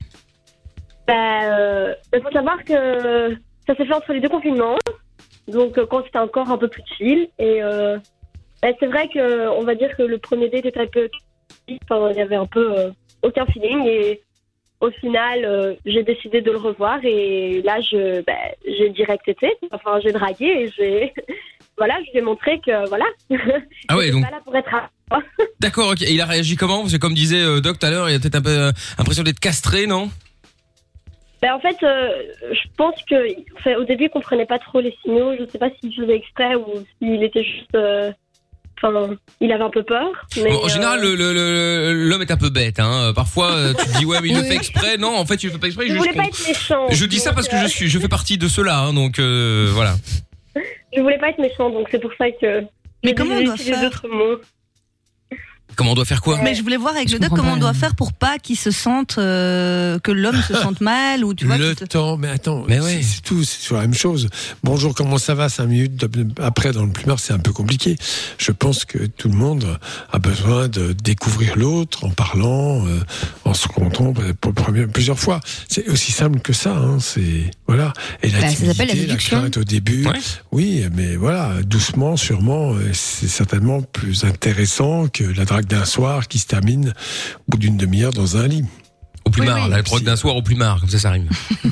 bah, euh, il faut savoir que ça s'est fait entre les deux confinements, donc euh, quand c'était encore un peu plus chill, et euh, bah, c'est vrai que on va dire que le premier date était un peu... Enfin, il y avait un peu euh, aucun feeling, et au final, euh, j'ai décidé de le revoir, et là, je, bah, j'ai direct été, enfin, j'ai dragué, et j'ai... Voilà, je lui ai montré que, voilà,
Ah ouais,
j'étais
donc
pas là pour être à...
d'accord. Ok. Et il a réagi comment? Parce que comme disait euh, Doc tout à l'heure, il a peut-être un peu euh, l'impression d'être castré, non?
Ben, en fait, euh, je pense que, enfin, au début, il comprenait pas trop les signaux. Je sais pas s'il faisait exprès ou s'il était juste, euh, enfin, il avait un peu peur. Mais,
Bon, en général,
euh,
le, le, le- l'homme est un peu bête. Hein. Parfois, euh, tu te dis ouais, mais il le fait exprès. Non, en fait, il le fait pas exprès.
je
il
voulais
juste
pas être méchant.
Je dis ça
donc,
parce que
euh,
je suis, je fais partie de ceux-là, hein, donc euh, voilà.
je voulais pas être méchant, donc c'est pour ça que.
Mais
j'ai
comment on doit
utilisé
faire
d'autres mots.
Comment on doit faire quoi?
Mais je voulais voir avec
Je
le doc
comprends
comment
pas,
on doit
là.
faire pour pas qu'il se sente euh, que l'homme se sente mal ou tu vois.
Le
qu'il se-
temps, mais attends,
Mais
c'est,
ouais.
c'est tout, c'est sur la même chose. Bonjour, comment ça va? Cinq minutes de- après, dans le plumard, c'est un peu compliqué. Je pense que tout le monde a besoin de découvrir l'autre en parlant, euh, en se rencontrant pour première, plusieurs fois. C'est aussi simple que ça. Hein, c'est voilà. Et la
Bah, ça s'appelle la
timidité, la
séduction.
crainte au début.
Ouais.
Oui, mais voilà, doucement, sûrement, euh, c'est certainement plus intéressant que la drague d'un soir qui se termine au bout d'une demi-heure dans un lit.
Au plumard,
Oui, oui.
la drogue d'un soir au plumard, comme ça, ça rime.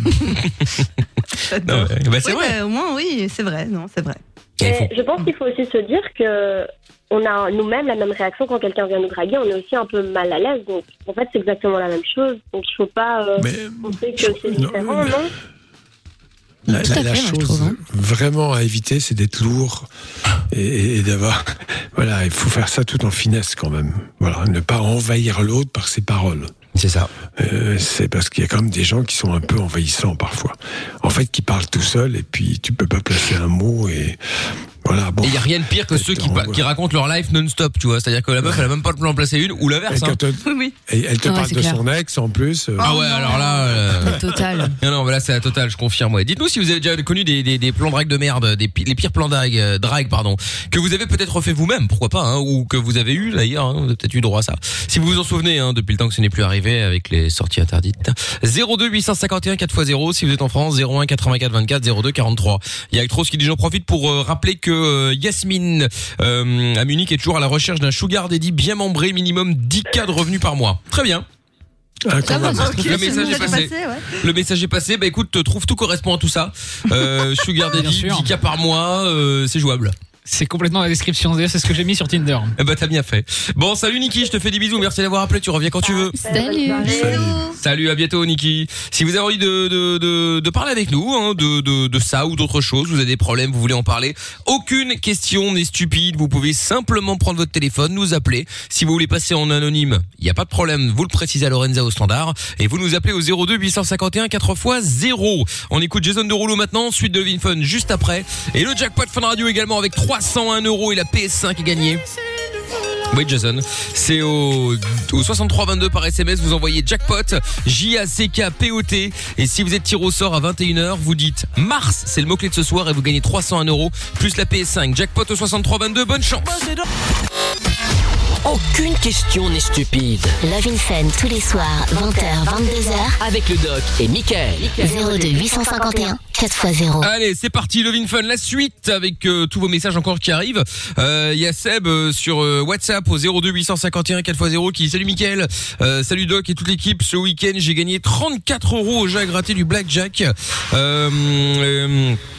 Non, ouais, bah, c'est
Oui,
vrai.
bah, au moins, oui, c'est vrai, non, c'est vrai.
Il
Mais
faut-
je pense qu'il faut aussi se dire que on a nous-mêmes la même réaction quand quelqu'un vient nous draguer. On est aussi un peu mal à l'aise. Donc, en fait, c'est exactement la même chose. Donc, il faut pas euh,
Mais
penser que
je-
c'est
non,
différent,
mais-
non?
La,
Tout à
la- la
fait, moi, je
chose
trouve, hein.
vraiment à éviter, c'est d'être lourd et, et d'avoir. Voilà, il faut faire ça tout en finesse quand même. Voilà, ne pas envahir l'autre par ses paroles.
C'est ça.
Euh, c'est parce qu'il y a quand même des gens qui sont un peu envahissants parfois. En fait, qui parlent tout seuls et puis tu peux pas placer un mot et voilà. Bon.
Et il y a rien de pire que
Peut-être
ceux qui,
en-
pa- qui racontent leur life non-stop, tu vois. C'est-à-dire que la meuf, elle a même pas le plan de placer une, ou
Et
l'inverse. Hein.
quand te-
Oui, oui.
et elle te
Ouais,
parle
c'est
de
clair.
son ex en plus. euh,
Ah ouais, alors là. euh,
Total.
Non, non, mais là c'est la totale, je confirme. Ouais. Dites-nous si vous avez déjà connu des, des, des plans drague de merde, des, pi- les pires plans drague, euh, drague, pardon, que vous avez peut-être refait vous-même, pourquoi pas, hein, ou que vous avez eu d'ailleurs, hein, vous avez peut-être eu droit à ça. Si vous vous en souvenez, hein, depuis le temps que ce n'est plus arrivé avec les sorties interdites. zéro deux huit cent cinquante et un quatre fois zéro si vous êtes en France, zéro un quatre-vingt-quatre vingt-quatre zéro deux quarante-trois. Il y a Actros qui dit j'en profite pour euh, rappeler que euh, Yasmine euh, à Munich est toujours à la recherche d'un sugar daddy bien membré, minimum dix cas de revenus par mois. Très bien.
ah, quand
Ça va,
même.
ça
Ok,
Le
c'est
message
bon,
est
ça
passé.
ouais.
Le message est passé. Bah écoute, trouve tout correspond à tout ça. Euh, sugar daddy,
Bien sûr.
dix cas par mois, euh, c'est jouable.
C'est complètement la description. D'ailleurs, c'est ce que j'ai mis sur Tinder.
Eh bah t'as bien fait. Bon, salut Niki, je te fais des bisous. Merci d'avoir appelé. Tu reviens quand tu veux.
Salut.
Salut.
Salut, à bientôt Niki. Si vous avez envie de de de, de parler avec nous, hein, de de de ça ou d'autre chose, vous avez des problèmes, vous voulez en parler, aucune question n'est stupide. Vous pouvez simplement prendre votre téléphone, nous appeler. Si vous voulez passer en anonyme, il y a pas de problème. Vous le précisez à Lorenza au standard et vous nous appelez au zéro deux huit cent cinquante et un quatre fois zéro. On écoute Jason Derulo maintenant, suite de Levin Fun juste après et le jackpot Fun Radio également avec trois cent un euros et la P S cinq est gagnée. Oui Jason, c'est au, au soixante-trois vingt-deux par S M S, vous envoyez jackpot, J A C K P O T et si vous êtes tiré au sort à vingt et une heures, vous dites Mars, c'est le mot-clé de ce soir et vous gagnez trois cent un euros plus la P S cinq. Jackpot au soixante-trois vingt-deux, bonne chance.
Aucune question n'est stupide.
Love in Fun tous les soirs, vingt heures vingt-deux heures,
Avec le doc et Mickaël.
zéro deux huit cent cinquante et un quatre fois zéro.
Allez, c'est parti, Love in Fun, la suite avec euh, tous vos messages encore qui arrivent. Il euh, y a Seb euh, sur euh, WhatsApp au zéro deux huit cent cinquante et un quatre fois zéro qui dit salut Mickaël, euh, salut Doc et toute l'équipe. Ce week-end, j'ai gagné trente-quatre euros au jeu à gratter du blackjack. Euh, euh,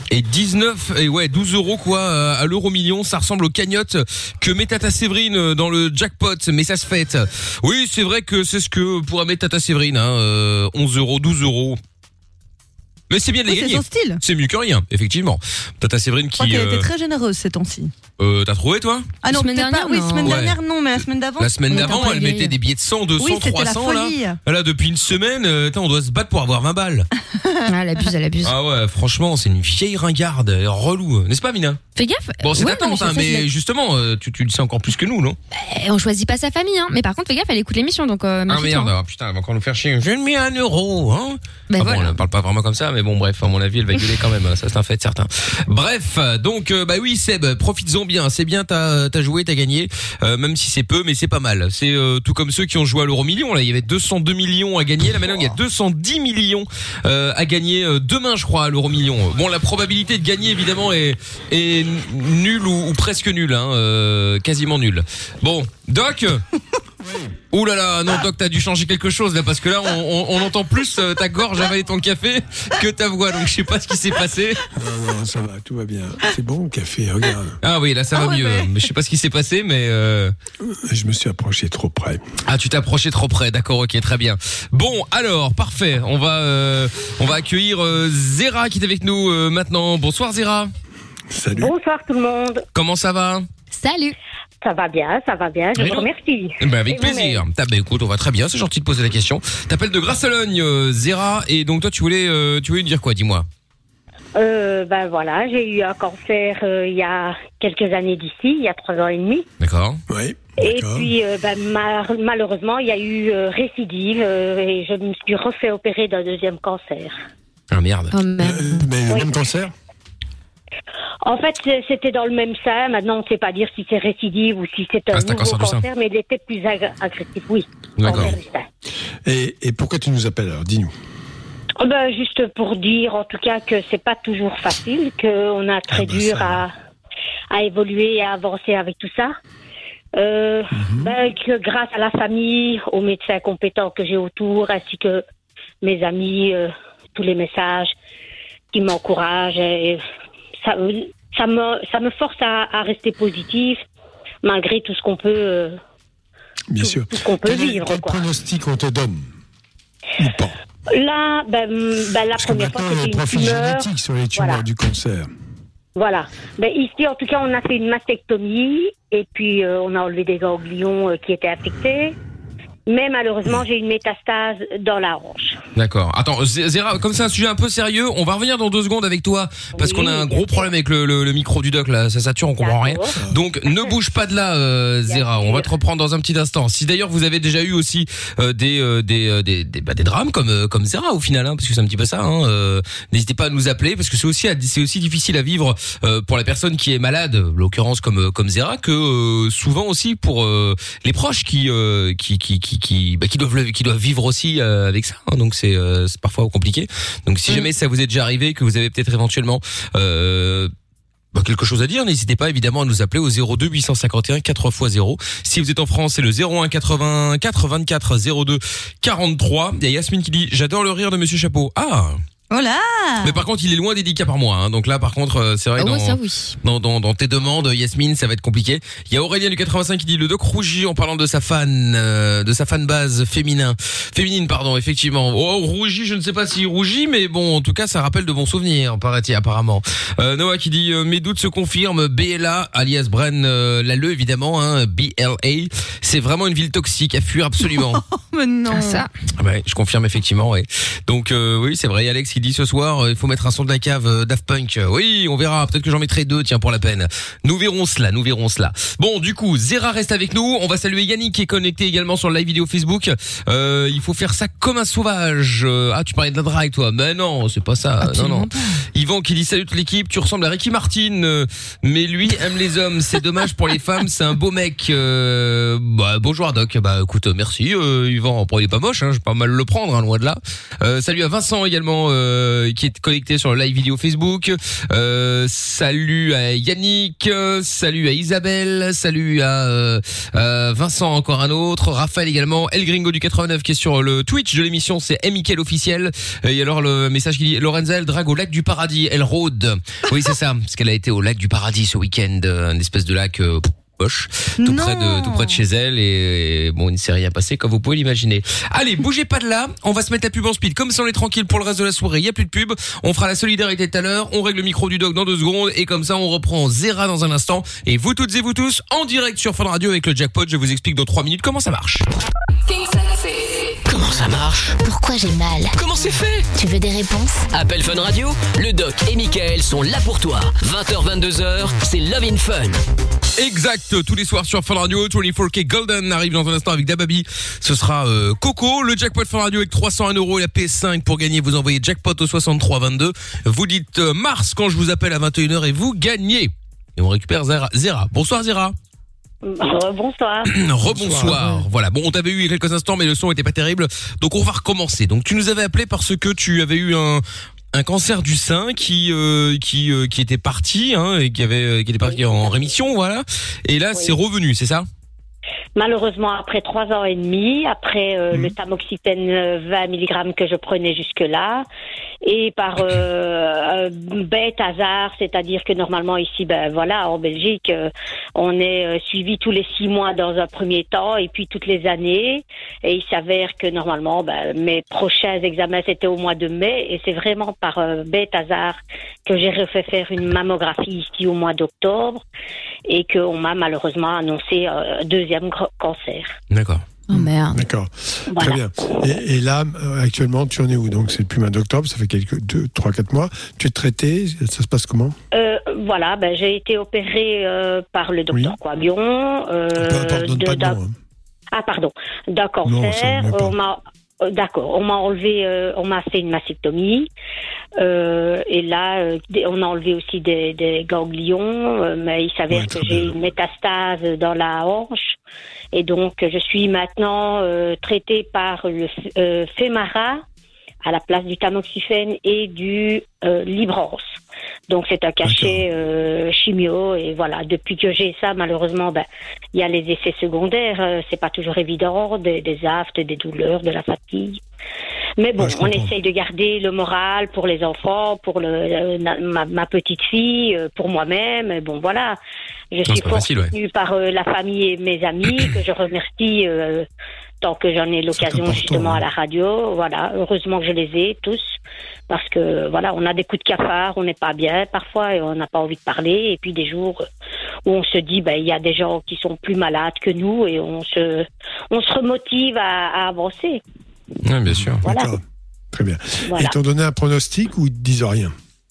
Et dix-neuf, et ouais, douze euros quoi, à l'euro million, ça ressemble aux cagnottes que met Tata Séverine dans le jackpot, mais ça se fête. Oui, c'est vrai que c'est ce que pourrait mettre Tata Séverine, hein, euh, onze euros, douze euros. Mais c'est bien de les
Oui,
gagner.
c'est son style.
C'est mieux que rien, effectivement. Tata Séverine
Je crois
qui...
qu'elle
euh,
était très généreuse ces temps-ci.
Euh, t'as trouvé toi?
Ah non,
Semaine
peut-être pas.
dernière,
Oui,
non.
semaine
Ouais.
dernière, non, mais la semaine d'avant.
La semaine
On
d'avant,
était en
elle
folie.
mettait des billets de cent, deux cents,
Oui, c'était
trois
la
cents là.
folie.
Là, depuis une semaine, euh, attends, on doit se battre pour avoir vingt balles.
Ah, elle abuse, elle abuse.
Ah ouais, franchement, c'est une vieille ringarde, elle est relou, n'est-ce pas Mina?
Fais gaffe.
Bon, c'est
Ouais,
ta
non,
tante,
ça,
hein,
ça, je
mais
l'ai-
justement, euh, tu, tu le sais encore plus que nous, non?
Eh, on choisit pas sa famille, hein. Mais par contre, fais gaffe, elle écoute l'émission, donc. Euh,
Ah
méfie-toi,
merde,
hein.
ah, putain, elle va encore nous faire chier. Je mis un euro, hein.
Ben
Ah
voilà.
bon, elle ne parle pas vraiment comme ça, mais bon, bref, à mon avis, elle va gueuler quand même, hein, ça c'est un fait certain. Bref, donc, euh, bah oui, Seb, profites-en bien, c'est bien, t'as, t'as joué, t'as gagné, euh, même si c'est peu, mais c'est pas mal. C'est euh, tout comme ceux qui ont joué à l'euro million, là, il y avait deux cent deux millions à gagner, là maintenant il y a deux cent dix millions euh, à gagner euh, demain, je crois, à l'euro million. Bon, la probabilité de gagner, évidemment, est, est nulle ou, ou presque nulle, hein, euh, quasiment nulle. Bon, Doc. Ouh là là, non Doc, t'as dû changer quelque chose là parce que là on, on, on entend plus euh, ta gorge avaler ton café que ta voix, donc je sais pas ce qui s'est passé.
Non, non, ça va, tout va bien. C'est bon le café, regarde.
Ah oui, là ça va
Ah ouais,
mieux,
mais-
mais je sais pas ce qui s'est passé, mais euh...
Je me suis approché trop près.
ah tu t'es approché trop près, d'accord, ok, très bien. Bon alors parfait, on va euh, on va accueillir euh, Zera qui est avec nous euh, maintenant. Bonsoir Zera.
Salut.
Bonsoir tout le monde.
Comment ça va?
Salut.
Ça va bien, ça va bien, je
Oui.
vous remercie.
Eh ben avec
Et vous-même?
plaisir. T'as, bah écoute, on va très bien, c'est gentil de poser la question. T'appelles de Grasse-Sologne, euh, Zera, et donc toi tu voulais euh, tu voulais nous dire quoi, dis-moi.
Euh, ben voilà, j'ai eu un cancer euh, il y a quelques années d'ici, il y a trois ans et demi.
D'accord.
Oui.
Et
D'accord.
puis, euh, ben, ma- malheureusement, il y a eu euh, récidive euh, et je me suis refait opérer d'un deuxième cancer.
Ah merde.
Oh merde.
Euh, mais le
Oui.
même cancer?
En fait, c'est- c'était dans le même sein. Maintenant, on ne sait pas dire si c'est récidive ou si c'est un
Ah, c'est un
nouveau
cancer du sein.
cancer, mais il était plus ag- agressif, oui.
D'accord.
Cancer du sein.
Et, et pourquoi tu nous appelles alors? Dis-nous.
Oh ben, juste pour dire, en tout cas, que c'est pas toujours facile, qu'on a très
Ah bah
dur
ça.
à, à évoluer et à avancer avec tout ça. Euh,
Mhm.
ben, que grâce à la famille, aux médecins compétents que j'ai autour, ainsi que mes amis, euh, tous les messages qui m'encouragent, et ça, ça, me, ça me force à, à rester positif, malgré tout ce qu'on peut, euh,
Bien
tout,
sûr.
tout ce qu'on peut
Quel, est-
vivre.
quel
Quoi.
pronostic on te donne? Ou pas?
Là, ben, ben, la
Parce que
première fois,
maintenant, il y a
c'était
un
une
profil
tumeur.
génétique sur les tumeurs
Voilà.
du cancer.
Voilà. Ben, ici, en tout cas, on a fait une mastectomie et puis euh, on a enlevé des ganglions euh, qui étaient affectés. Mais malheureusement, j'ai une métastase dans la hanche.
D'accord. Attends, Z- Zera, comme c'est un sujet un peu sérieux, on va revenir dans deux secondes avec toi parce
Oui,
qu'on a un
bien
gros
sûr.
problème avec le, le, le micro du doc là, ça sature, on comprend rien.
D'accord.
Donc ne bouge pas de là, euh,
Bien
Zera. On va
sûr.
te reprendre dans un petit instant. Si d'ailleurs vous avez déjà eu aussi euh, des euh, des, euh, des des bah, des drames comme euh, comme Zera au final, hein, parce que c'est un petit peu ça. Hein, euh, n'hésitez pas à nous appeler parce que c'est aussi à- c'est aussi difficile à vivre euh, pour la personne qui est malade, l'occurrence comme euh, comme Zera, que euh, souvent aussi pour euh, les proches qui euh, qui qui qui qui, bah, qui doivent le- qui doivent vivre aussi euh, avec ça. Hein, donc c'est euh, c'est parfois compliqué. Donc si jamais ça vous est déjà arrivé, que vous avez peut-être éventuellement euh, bah, quelque chose à dire, n'hésitez pas évidemment à nous appeler au zéro deux huit cent cinquante et un quatre fois zéro. Si vous êtes en France, c'est le zéro un quatre-vingt-quatre vingt-quatre zéro deux quarante-trois. Il y a Yasmine qui dit j'adore le rire de Monsieur Chapeau. Ah.
Oh là!
Mais par contre, il est loin des dix cas par mois. Hein. Donc là, par contre, euh, c'est vrai
Ah
dans,
ouais, ça oui.
dans, dans, dans tes demandes, Yasmine, ça va être compliqué. Il y a Aurélien du quatre-vingt-cinq qui dit le doc rougit en parlant de sa fan, euh, de sa fan base féminin, féminine, pardon, effectivement. Oh, rougit, je ne sais pas s'il rougit, mais bon, en tout cas, ça rappelle de bons souvenirs, paraît-il apparemment. Euh, Noah qui dit euh, mes doutes se confirment. B L A, alias Bren euh, Lalleux, évidemment, hein, B L A, c'est vraiment une ville toxique à fuir absolument.
Mais non.
Ah, ça.
Ouais, je confirme effectivement, ouais. Donc euh, oui, c'est vrai, il y a Alex qui dit ce soir, euh, il faut mettre un son de la cave euh, Daft Punk. Oui, on verra, peut-être que j'en mettrai deux, tiens, pour la peine. Nous verrons cela, nous verrons cela. Bon, du coup, Zera reste avec nous, on va saluer Yannick qui est connecté également sur le live vidéo Facebook. Euh, il faut faire ça comme un sauvage. Euh, ah, tu parlais de la drague toi. Mais non, c'est pas ça.
Absolument
non non.
pas.
Yvan qui dit salut toute l'équipe, tu ressembles à Ricky Martin, euh, mais lui aime les hommes, c'est dommage pour les femmes, c'est un beau mec. Euh, bah bonjour Doc, bah écoute, merci euh, Yvan, bon, il est pas moche, hein, je vais pas mal le prendre, hein, loin de là. Euh, salut à Vincent également euh, qui est connecté sur le live vidéo Facebook. Euh, salut à Yannick, euh, salut à Isabelle, salut à euh, euh, Vincent encore un autre, Raphaël également, El Gringo du quatre-vingt-neuf qui est sur le Twitch de l'émission, c'est Mickaël officiel. Et alors le message qui dit Lorenza elle drague au lac du paradis. paradis, elle rôde. Oui, c'est ça, parce qu'elle a été au lac du paradis ce week-end, une espèce de lac euh, poche, tout
Non.
près de tout près de chez elle, et, et bon, il ne s'est rien passé comme vous pouvez l'imaginer. Allez, bougez pas de là, on va se mettre la pub en speed, comme ça on est tranquille pour le reste de la soirée. Il y a plus de pub, on fera la solidarité tout à l'heure, on règle le micro du doc dans deux secondes, et comme ça on reprend Zera dans un instant. Et vous toutes et vous tous en direct sur Fun Radio avec le jackpot. Je vous explique dans trois minutes comment ça marche.
Comment ça marche?
Pourquoi j'ai mal?
Comment c'est fait?
Tu veux des réponses?
Appel Fun Radio, le doc et Mickaël sont là pour toi. vingt heures vingt-deux heures, c'est Love in Fun.
Exact, tous les soirs sur Fun Radio. vingt-quatre K Golden arrive dans un instant avec Dababy. Ce sera euh, Coco, le jackpot Fun Radio avec trois cent un euros et la P S cinq pour gagner. Vous envoyez jackpot au soixante-trois vingt-deux. Vous dites euh, Mars quand je vous appelle à vingt et une heures et vous gagnez. Et on récupère Zera. Zera. Bonsoir Zera.
Rebonsoir.
Rebonsoir. Voilà. Bon, on t'avait eu il y a quelques instants, mais le son était pas terrible. Donc on va recommencer. Donc tu nous avais appelé parce que tu avais eu un un cancer du sein qui euh, qui euh, qui était parti, hein, et qui avait qui était parti en rémission, voilà. Et là,
Oui.
c'est revenu, c'est ça?
Malheureusement, après trois ans et demi, après euh,
Mmh.
le tamoxifène euh, vingt milligrammes que je prenais jusque-là, et par euh, un bête hasard, c'est-à-dire que normalement ici, ben voilà, en Belgique, euh, on est euh, suivi tous les six mois dans un premier temps, et puis toutes les années. Et il s'avère que normalement, ben, mes prochains examens c'était au mois de mai, et c'est vraiment par euh, bête hasard que j'ai refait faire une mammographie ici au mois d'octobre, et qu'on m'a malheureusement annoncé un deuxième gro- cancer.
D'accord.
Oh merde.
D'accord.
Voilà.
Très bien. Et, et là, euh, actuellement, tu en es où? Donc, c'est depuis le mois d'octobre, ça fait quelques deux, trois, quatre mois. Tu es traité, ça se passe comment?
Euh, voilà, ben, j'ai été opérée euh, par le docteur
Oui.
Quabion. Euh,
Peu importe, donne
de-
pas de
d'un-
nom. hein.
Ah, pardon, d'un
Non, ça
cancer.
ne l'est pas.
On m'a, euh, d'accord, on m'a enlevé, euh, on m'a fait une mastectomie. Euh, et là, euh, des- on a enlevé aussi des, des ganglions, euh, mais il s'avère
Ouais,
que
très
j'ai
bien.
une métastase dans la hanche. Et donc, je suis maintenant euh, traitée par le euh, Femara à la place du tamoxifène et du euh, Librance. Donc c'est un cachet euh, chimio, et voilà. Depuis que j'ai ça, malheureusement, ben il y a les effets secondaires. Euh, c'est pas toujours évident, des, des aftes, des douleurs, de la fatigue. Mais bon,
Ouais, je
on
comprends.
essaye de garder le moral pour les enfants, pour le, euh, na- ma, ma petite fille, euh, pour moi-même. Et bon, voilà. Je suis
c'est pas
fort
facile, ouais.
soutenue par euh, la famille et mes amis que je remercie euh, tant que j'en ai l'occasion
important,
justement
hein.
à la radio. Voilà, heureusement que je les ai tous, parce que voilà, on a des coups de cafard, on n'est pas bien parfois et on n'a pas envie de parler. Et puis des jours où on se dit, ben il y a des gens qui sont plus malades que nous, et on se on se remotive à, à avancer.
Ouais, bien sûr.
Voilà.
D'accord. Très bien.
Voilà.
Ils t'ont donné un pronostic ou ils te disent rien?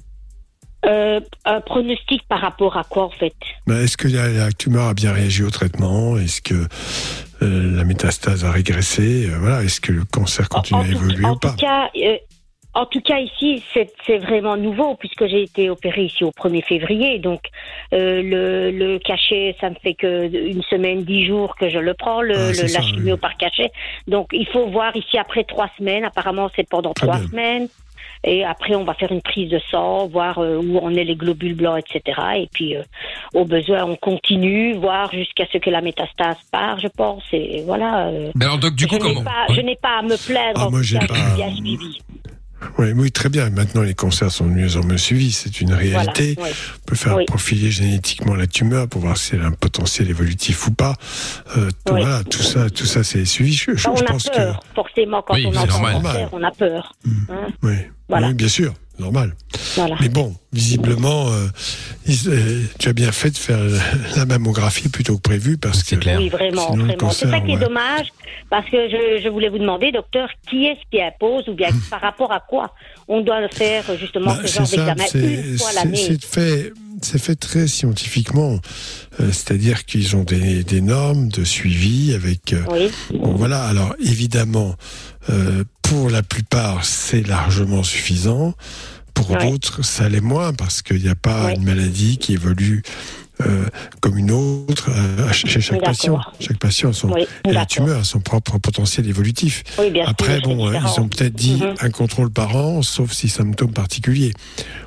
Euh, un pronostic par rapport à quoi en fait?
Ben, est-ce que la, la tumeur a bien réagi au traitement? Est-ce que euh, la métastase a régressé? Euh, Voilà. Est-ce que le cancer continue
En
à
tout-
évoluer
en
ou pas?
tout cas, euh, en tout cas ici, c'est c'est vraiment nouveau puisque j'ai été opérée ici au premier février. Donc euh, le, le cachet, ça ne fait que une semaine, dix jours que je le prends, le,
Ah,
le-
c'est
la
ça,
chimio
oui.
par cachet. Donc il faut voir ici après trois semaines. Apparemment, c'est pendant
Très
trois
bien.
semaines. Et après, on va faire une prise de sang, voir euh, où en est les globules blancs, et cetera. Et puis, euh, au besoin, on continue, voir jusqu'à ce que la métastase part, je pense. Et voilà. euh,
Ben alors, Doc, du coup,
je n'ai
comment?
pas,
Ouais.
je n'ai pas à me plaindre.
Ah,
en
moi,
tout
j'ai
cas,
pas-
je suis bien suivie.
Oui, oui, très bien. Maintenant, les cancers sont de mieux en mieux suivis. C'est une réalité.
Voilà, ouais.
On peut faire
Oui.
profiler génétiquement la tumeur pour voir si elle a un potentiel évolutif ou pas. Euh, tout-
Oui.
Voilà, tout ça, tout ça, c'est suivi. Je, je-
Bah,
je
on a
pense
peur, forcément, quand
Oui,
on
c'est
entend
normal.
cancer, on a peur. Hein,
que, oui,
Voilà.
oui, bien sûr, normal.
voilà.
Mais bon, visiblement, euh, ils- euh, tu as bien fait de faire la mammographie plutôt que prévu parce
C'est
que
clair.
Oui, vraiment,
Sinon, le
vraiment. C'est ça
cancer,
qui est
ouais.
dommage, parce que je, je voulais vous demander, docteur, qui est-ce qui impose, ou bien par rapport à quoi on doit faire justement
Bah,
ce
c'est
genre
ça,
d'examen
c'est-
une fois
c'est-
l'année?
c'est fait, c'est fait très scientifiquement, euh, c'est-à-dire qu'ils ont des, des normes de suivi avec. euh,
Oui,
Bon, voilà. Alors évidemment, euh, pour la plupart, c'est largement suffisant. Pour
Ouais.
d'autres, ça l'est moins parce qu'il n'y a pas
Ouais.
une maladie qui évolue euh, comme une autre euh, chez chaque
D'accord.
patient. Chaque patient a son,
Oui,
et la
d'accord.
tumeur a son propre potentiel évolutif.
oui, bien
Après,
sûr. c'est
bon, euh,
différent.
ils ont peut-être dit
Mhm.
un contrôle par an, sauf si symptômes particuliers.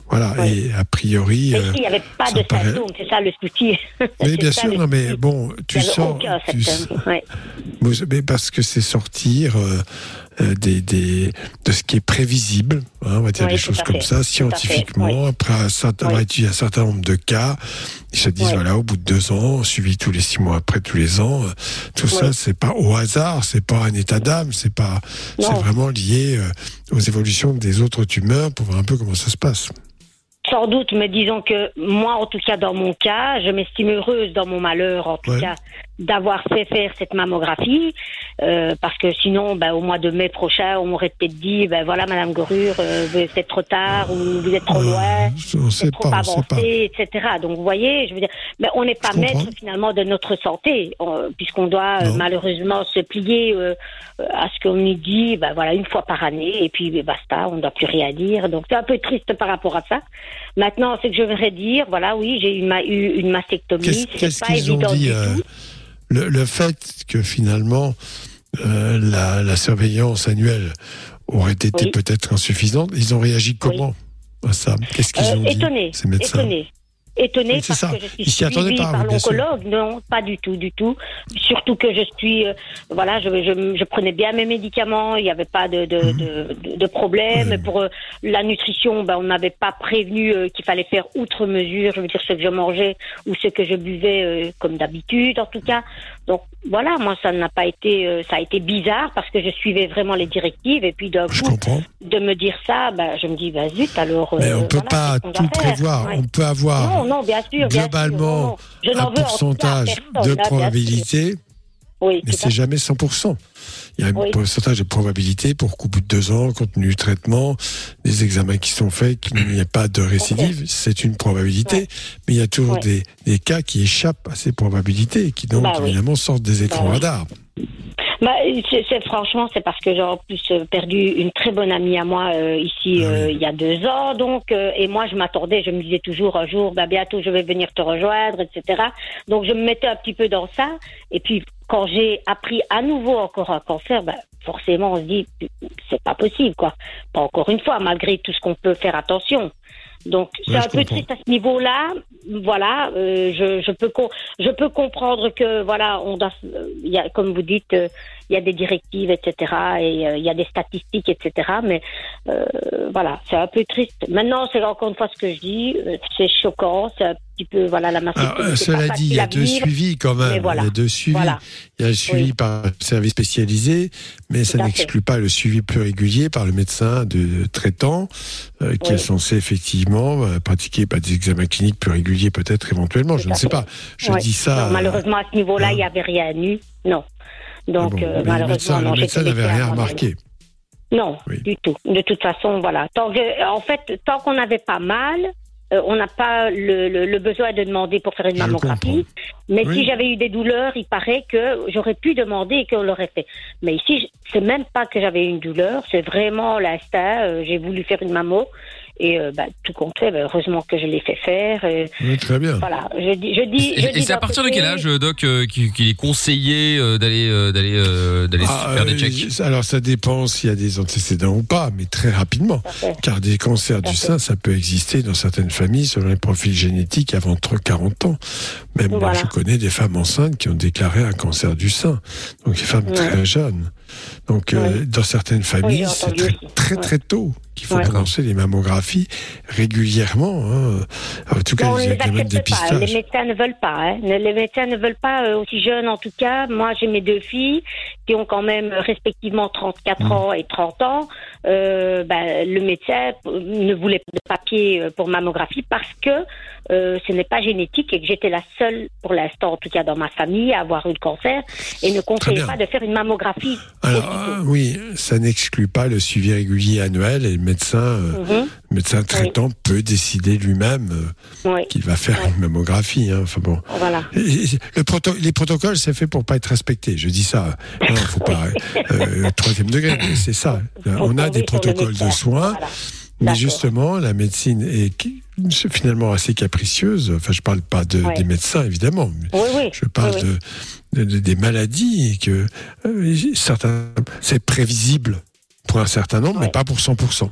Voilà,
Oui.
et a priori...
Mais
euh,
il n'y avait pas
ça
de
paraît-
symptômes, c'est ça le souci.
Oui,
C'est
bien
ça,
sûr,
le
non, mais
souci.
bon, tu
Il n'y avait
sors...
aucun
tu-
symptôme. Ouais.
Vous- mais parce que c'est sortir euh, euh, des, des, de ce qui est prévisible, hein, on va dire
Oui,
des
tout
choses
à
comme
fait,
ça,
tout à
scientifiquement,
fait, oui.
après un certain- avoir
Oui.
étudié un certain nombre de cas, ils se disent,
Oui.
voilà, au bout de deux ans, suivi tous les six mois après, tous les ans, euh, tout ça,
Oui.
c'est pas au hasard, c'est pas un état d'âme, c'est pas, c'est
Non.
vraiment lié euh, aux évolutions des autres tumeurs pour voir un peu comment ça se passe.
Sans doute, mais disons que moi, en tout cas, dans mon cas, je m'estime heureuse dans mon malheur, en tout
Ouais.
cas, d'avoir fait faire cette mammographie, euh, parce que sinon, ben, au mois de mai prochain, on m'aurait peut-être dit, ben voilà, Madame Gorure, euh, vous êtes trop tard ou vous êtes trop loin,
Euh, on
vous
sait
êtes trop
pas, on sait pas.
avancé, et cetera. Donc, vous voyez, je veux dire, mais on n'est pas
Je comprends.
maître finalement de notre santé, euh, puisqu'on doit euh,
Non.
malheureusement se plier euh, à ce qu'on nous dit, ben voilà, une fois par année, et puis ben, basta, on ne doit plus rien dire. Donc, c'est un peu triste par rapport à ça. Maintenant, c'est que je voudrais dire, voilà, oui, j'ai eu, ma- eu une mastectomie,
Qu'est-ce,
c'était
qu'est-ce
pas
qu'ils ont
évident
dit
du
euh,
tout.
le, le fait que finalement euh, la, la surveillance annuelle aurait été
Oui.
peut-être insuffisante, ils ont réagi comment à ça? Qu'est-ce qu'ils
Euh,
ont dit,
étonné,
ces médecins?
étonné. Étonné
Oui, c'est
parce
ça.
que je suis
Ils s'y attendaient
suivie
pas,
par
oui, bien sûr.
l'oncologue. Non, pas du tout, du tout. Surtout que je suis, euh, voilà, je, je, je prenais bien mes médicaments, il n'y avait pas de, de,
Mhm.
de, de, de problème.
Mhm.
Pour euh, la nutrition, ben, on n'avait pas prévenu euh, qu'il fallait faire outre mesure, je veux dire ce que je mangeais ou ce que je buvais euh, comme d'habitude, en tout cas. Donc voilà, moi ça n'a pas été, euh, ça a été bizarre parce que je suivais vraiment les directives et puis d'un
Je
coup
comprends.
de me dire ça, ben, je me dis, bah zut, alors.
Mais
euh,
on peut
voilà,
pas
qu'est-ce qu'on
tout
doit faire
prévoir.
Ouais.
On peut avoir
Non, non, bien sûr, bien sûr,
globalement
non, non. Je n'en
un
veux en tout cas à
pourcentage
personne,
de
hein, bien sûr.
probabilité,
Oui,
mais
tout à
c'est
fait.
jamais cent pour cent. Il y a un
Oui.
pourcentage de probabilité pour qu'au bout de deux ans, compte tenu du traitement, des examens qui sont faits, qu'il n'y ait pas de récidive, c'est une probabilité.
Ouais.
Mais il y a toujours
Ouais.
des, des cas qui échappent à ces probabilités et qui donc
Bah oui.
évidemment sortent des écrans
oui.
radars.
Bah, c'est, c'est- franchement, c'est parce que j'ai en plus euh, perdu une très bonne amie à moi euh, ici
Ah
euh,
oui.
il y a deux ans, donc euh, et moi je m'attendais, je me disais toujours un jour, bah bientôt je vais venir te rejoindre, et cetera. Donc je me mettais un petit peu dans ça, et puis quand j'ai appris à nouveau encore un cancer, bah forcément on se dit c'est pas possible quoi, pas encore une fois malgré tout ce qu'on peut faire attention. Donc c'est
Ouais,
un
je
peu
comprends.
triste à ce niveau-là. Voilà, euh, je, je peux com- je peux comprendre que voilà, on doit, euh, il y a, comme vous dites, euh, il y a des directives, et cetera. Et euh, il y a des statistiques, et cetera. Mais euh, voilà, c'est un peu triste. Maintenant, c'est encore une fois ce que je dis, euh, c'est choquant, c'est un petit peu voilà la mastectomie.
Alors, euh,
c'est pas
cela dit, il y
facile
a
à
deux
vivre.
suivis quand
mais
même.
voilà.
Il y a deux suivis.
Voilà.
Il y a le suivi
Oui.
par service spécialisé, mais ça
Tout à
n'exclut pas le suivi plus régulier par le médecin de traitant, euh, qui
Oui.
est censé effectivement euh, pratiquer pas des examens cliniques plus réguliers, peut-être éventuellement.
Tout
Je
à
ne sais
fait.
pas. Je
Ouais.
dis ça.
Non, malheureusement, à ce niveau-là,
hein.
il n'y avait rien eu. Non. Donc,
Ah bon,
euh,
mais le
malheureusement,
médecin,
non,
le médecin
j'étais
n'avait
laissée à
rien
moi-même.
remarqué.
Non,
Oui.
du tout. De toute façon, voilà. Tant que, en fait, tant qu'on n'avait pas mal, euh, on n'a pas le, le, le besoin de demander pour faire une
Je
mammographie. Mais
Oui.
si j'avais eu des douleurs, il paraît que j'aurais pu demander et qu'on l'aurait fait. Mais ici, je- c'est même pas que j'avais une douleur, c'est vraiment l'instinct. Euh, j'ai voulu faire une mammo et euh, bah, tout compte fait, bah, heureusement que je l'ai fait faire. euh,
Oui, très bien.
voilà. Je dis, je dis. je
Et,
dis
et c'est à
d'un
partir de
côté-
quel âge, Doc, euh, qu'il qu'il est conseillé euh, d'aller euh, d'aller euh, d'aller
Ah,
faire des
euh,
checks?
alors ça dépend s'il y a des antécédents ou pas, mais très rapidement.
Tout à fait.
Car des cancers du
à fait.
sein, ça peut exister dans certaines familles selon les profils génétiques avant quarante ans. Même moi,
Voilà.
je connais des femmes enceintes qui ont déclaré un cancer du sein. Donc des femmes
Ouais.
très jeunes. Donc euh,
Ouais.
dans certaines familles,
j'ai
c'est
entendu
très,
aussi.
très
Ouais.
très tôt qu'il faut
Ouais.
commencer les mammographies régulièrement. Hein. En tout cas,
Non, on
les
ne les
examens de
accepte pas. Les
dépistage.
médecins ne veulent pas. Hein. Les médecins ne veulent pas, euh, aussi jeunes en tout cas. Moi, j'ai mes deux filles qui ont quand même euh, respectivement trente-quatre
Mmh.
ans et trente ans. Euh, ben, le médecin euh, ne voulait pas de papier euh, pour mammographie parce que euh, ce n'est pas génétique et que j'étais la seule, pour l'instant en tout cas dans ma famille, à avoir eu le cancer et ne conseillait
bien.
pas de faire une mammographie.
Alors,
aussitôt.
euh, oui, ça n'exclut pas le suivi régulier annuel et le médecin, euh,
Mhm.
le médecin traitant peut décider lui-même euh,
Oui,
qu'il va faire
Ouais.
une mammographie. Hein. Enfin bon.
voilà.
Et- et- Le proto- les protocoles, c'est fait pour pas être respecté. Je dis ça. Non, faut pas. Euh, troisième degré, mais c'est ça. On a
tomber
des
sur le
protocoles
médecin.
de soins,
Voilà.
mais
D'accord.
justement, la médecine est qui- c'est finalement assez capricieuse. Enfin, je parle pas de,
Ouais.
des médecins, évidemment. mais
Oui, oui.
Je parle
oui, oui.
De, de- de- des maladies et que euh, certains, c'est prévisible pour un certain nombre,
Ouais.
mais pas pour cent pour cent.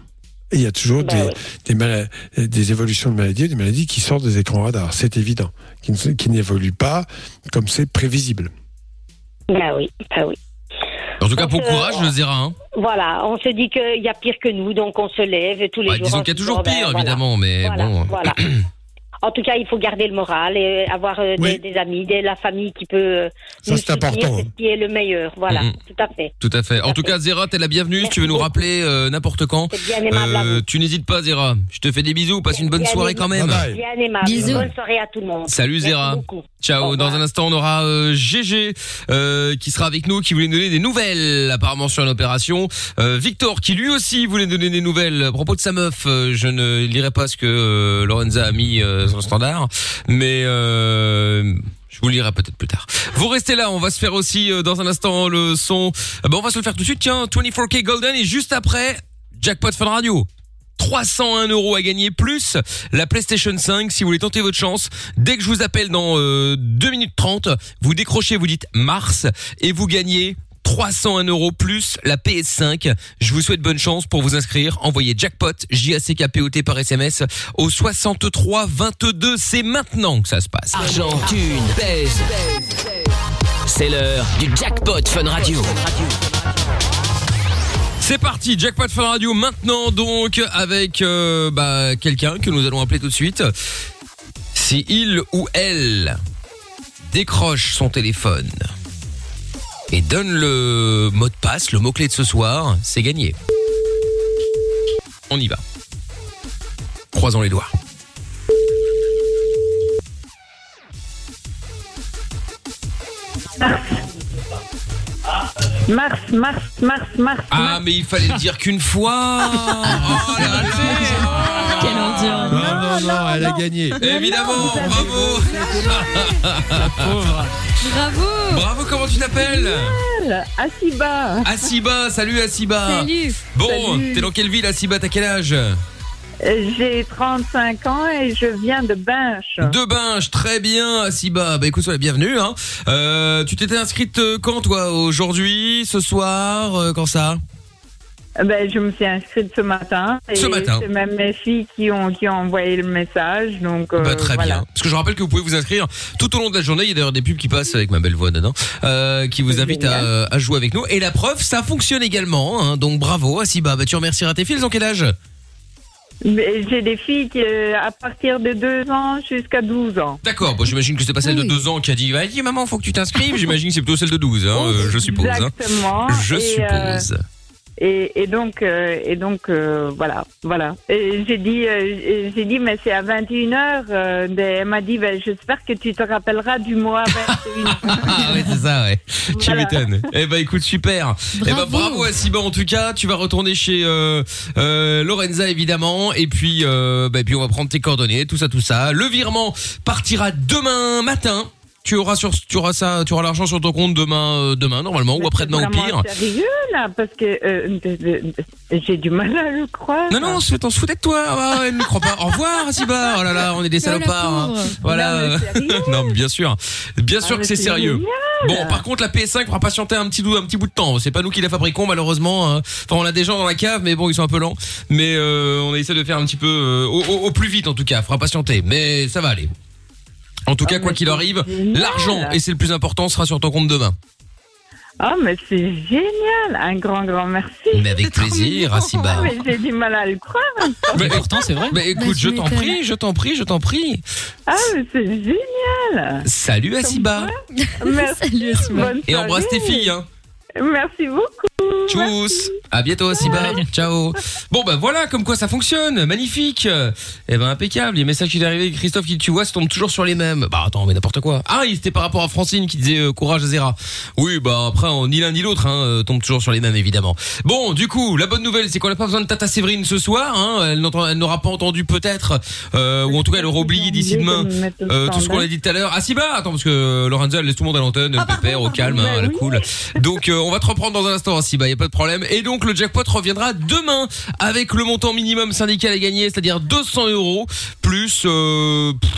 Et il y a toujours
Bah
des,
ouais.
des, mala- des évolutions de maladies, des maladies qui sortent des écrans radars, c'est évident, qui, ne- qui n'évoluent pas comme c'est prévisible.
Bah oui, bah oui.
En tout cas, bon
Donc, euh,
courage, le Zéra. Hein.
Voilà, on se dit qu'il y a pire que nous, donc on se lève tous les
Ouais,
jours.
disons
on
qu'il y a
se dit,
toujours
oh, ben,
pire,
voilà.
évidemment, mais
Voilà,
bon.
voilà. En tout cas, il faut garder le moral et avoir euh,
Oui.
des, des amis, de la famille qui peut euh,
Ça,
nous
c'est
soutenir,
important,
c'est
hein.
ce qui est le meilleur. Voilà,
Mhm.
tout à fait.
Tout à fait. En
à
tout
fait.
cas, Zéra, t'es la bienvenue. Si
Merci
tu veux nous
beaucoup.
rappeler euh, n'importe quand,
C'est bien aimable à vous.
tu n'hésites pas, Zéra. Je te fais des bisous. Passe une bonne
Bien
soirée
aimable.
quand même.
Bye bye.
Bien aimable.
Bisous.
Bonne soirée à tout le monde.
Salut,
Merci
Zéra.
beaucoup.
Ciao.
Au
Dans
revoir.
un instant, on aura euh, G G euh, qui sera avec nous, qui voulait nous donner des nouvelles apparemment sur l'opération. Euh, Victor qui lui aussi voulait donner des nouvelles à propos de sa meuf. Euh, je ne lirai pas ce que euh, Lorenza a mis euh, sur le standard, mais euh, je vous le lirai peut-être plus tard. Vous restez là, on va se faire aussi euh, dans un instant le son. Ah ben, on va se le faire tout de suite. Tiens, vingt-quatre K Golden et juste après Jackpot Fun Radio. trois cent un euros à gagner plus la PlayStation cinq si vous voulez tenter votre chance. Dès que je vous appelle dans euh, deux minutes trente, vous décrochez, vous dites Mars et vous gagnez trois cent un euros plus la P S cinq. Je vous souhaite bonne chance pour vous inscrire. Envoyez Jackpot, J A C K P O T par S M S au soixante-trois vingt-deux. C'est maintenant que ça se passe.
Argent, thune, pèse. C'est l'heure du Jackpot Fun Radio.
C'est parti, Jackpot Fun Radio maintenant donc avec euh, bah, quelqu'un que nous allons appeler tout de suite. Si il ou elle décroche son téléphone et donne le mot de passe, le mot-clé de ce soir, c'est gagné. On y va. Croisons les doigts.
Mars, Mars, Mars, Mars.
Ah, mais il fallait le dire qu'une fois. Oh là là.
Quelle ordure.
Non, non, non, elle a gagné.
Évidemment, bravo.
Pauvre.
Bravo.
Bravo, comment tu t'appelles?
Asiba.
Asiba, salut Asiba.
Salut.
Bon,
Salut.
t'es dans quelle ville Asiba? T'as quel âge?
Euh, J'ai trente-cinq ans et je viens de Binche.
De Binche, très bien Asiba. Bah écoute, sois la bienvenue. Hein. Euh, tu t'étais inscrite euh, quand toi? Aujourd'hui, ce soir, euh, quand ça?
Euh, Ben, je me suis inscrite ce matin. Et
Ce matin.
c'est même mes filles qui ont, qui ont envoyé le message. Donc, euh,
Bah, très
voilà.
bien. Parce que je rappelle que vous pouvez vous inscrire tout au long de la journée. Il y a d'ailleurs des pubs qui passent avec ma belle voix dedans, euh, qui vous
C'est
invitent à,
génial.
à jouer avec nous. Et la preuve, ça fonctionne également. Hein. Donc bravo Asiba. Bah tu remercieras tes filles. Elles ont quel âge?
Mais J'ai des filles qui, euh, à partir de deux ans jusqu'à douze ans.
D'accord. Bon, j'imagine que c'est pas celle de
Oui.
deux ans qui a dit vas-y maman, faut que tu t'inscrives. J'imagine que c'est plutôt celle de douze. Hein, euh, je suppose. Hein.
Exactement.
Je
Et, euh,
suppose.
Et, et donc, euh, et donc euh, voilà, voilà. Et j'ai dit, euh, j'ai dit, mais c'est à vingt et une heures. Euh, elle m'a dit, ben, j'espère que tu te rappelleras du mot à vingt et une heures.
Ah ouais, c'est ça, ouais. Tu
Voilà.
m'étonnes. Eh ben écoute, super. Eh ben
Bravo.
bravo Asiba en tout cas. Tu vas retourner chez euh, euh, Lorenza évidemment. Et puis, euh, bah, et puis on va prendre tes coordonnées, tout ça, tout ça. Le virement partira demain matin. Tu auras sur, tu auras ça, tu auras l'argent sur ton compte demain, euh, demain normalement ou après-demain au
C'est
pire.
vraiment sérieux là, parce que euh, de- de- de- j'ai du mal à le croire.
Non non, on se foutait de toi. Ah, elle ne croit pas. Au revoir Asiba. Oh là là, on est des
Oh, la
salopards. hein.
pauvre.
Voilà.
Non, mais sérieux
Non, mais bien sûr, bien sûr
Ah,
que
mais
c'est
c'est
sérieux.
génial.
Bon, par contre, la P S cinq fera patienter un petit, un petit bout de temps. C'est pas nous qui la fabriquons, malheureusement. hein. Enfin, on a des gens dans la cave, mais bon, ils sont un peu lents. Mais euh, on essaie de faire un petit peu euh, au, au- au plus vite, en tout cas. Fera patienter, mais ça va aller. En tout cas,
Ah,
quoi
mais
qu'il
c'est
arrive,
génial.
l'argent, et c'est le plus important, sera sur ton compte demain.
Ah, mais c'est génial. Un grand, grand merci.
Mais avec plaisir, Asiba.
Ah, mais j'ai du mal à le croire.
Mais,
Pourtant, c'est vrai.
mais écoute,
Bah,
je
tu
t'en
m'étonnes.
prie, je t'en prie, je t'en prie.
Ah, mais c'est génial.
Salut, Asiba.
Merci.
Salut Asiba.
Bonne
Et embrasse tes
soirée.
filles, hein.
Merci beaucoup.
Tchuss. À bientôt, Asiba.
Bye.
Ciao. Bon, bah voilà, comme quoi ça fonctionne. Magnifique. Eh ben, impeccable. Les messages qui sont arrivés, Christophe, qui tu vois, ça tombe toujours sur les mêmes. Bah, attends, mais n'importe quoi. Ah, c'était par rapport à Francine qui disait euh, courage à Zéra. Oui, bah, après, on, ni l'un ni l'autre, hein, euh, tombe toujours sur les mêmes, évidemment. Bon, du coup, la bonne nouvelle, c'est qu'on n'a pas besoin de Tata Séverine ce soir, hein. Elle n'entend- elle n'aura pas entendu peut-être, euh, ou en tout cas, elle aura oublié d'ici demain, euh, tout ce qu'on a dit tout à l'heure. Ah, si, bah, attends, parce que Lorenza, elle laisse tout le monde à l'antenne, pépère, au calme, hein, à la cool. Donc, euh, on va te reprendre dans un instant, si, bah, y a pas de problème. Et donc, le jackpot reviendra demain avec le montant minimum syndical à gagner, c'est-à-dire deux cents euros, plus, euh, pff,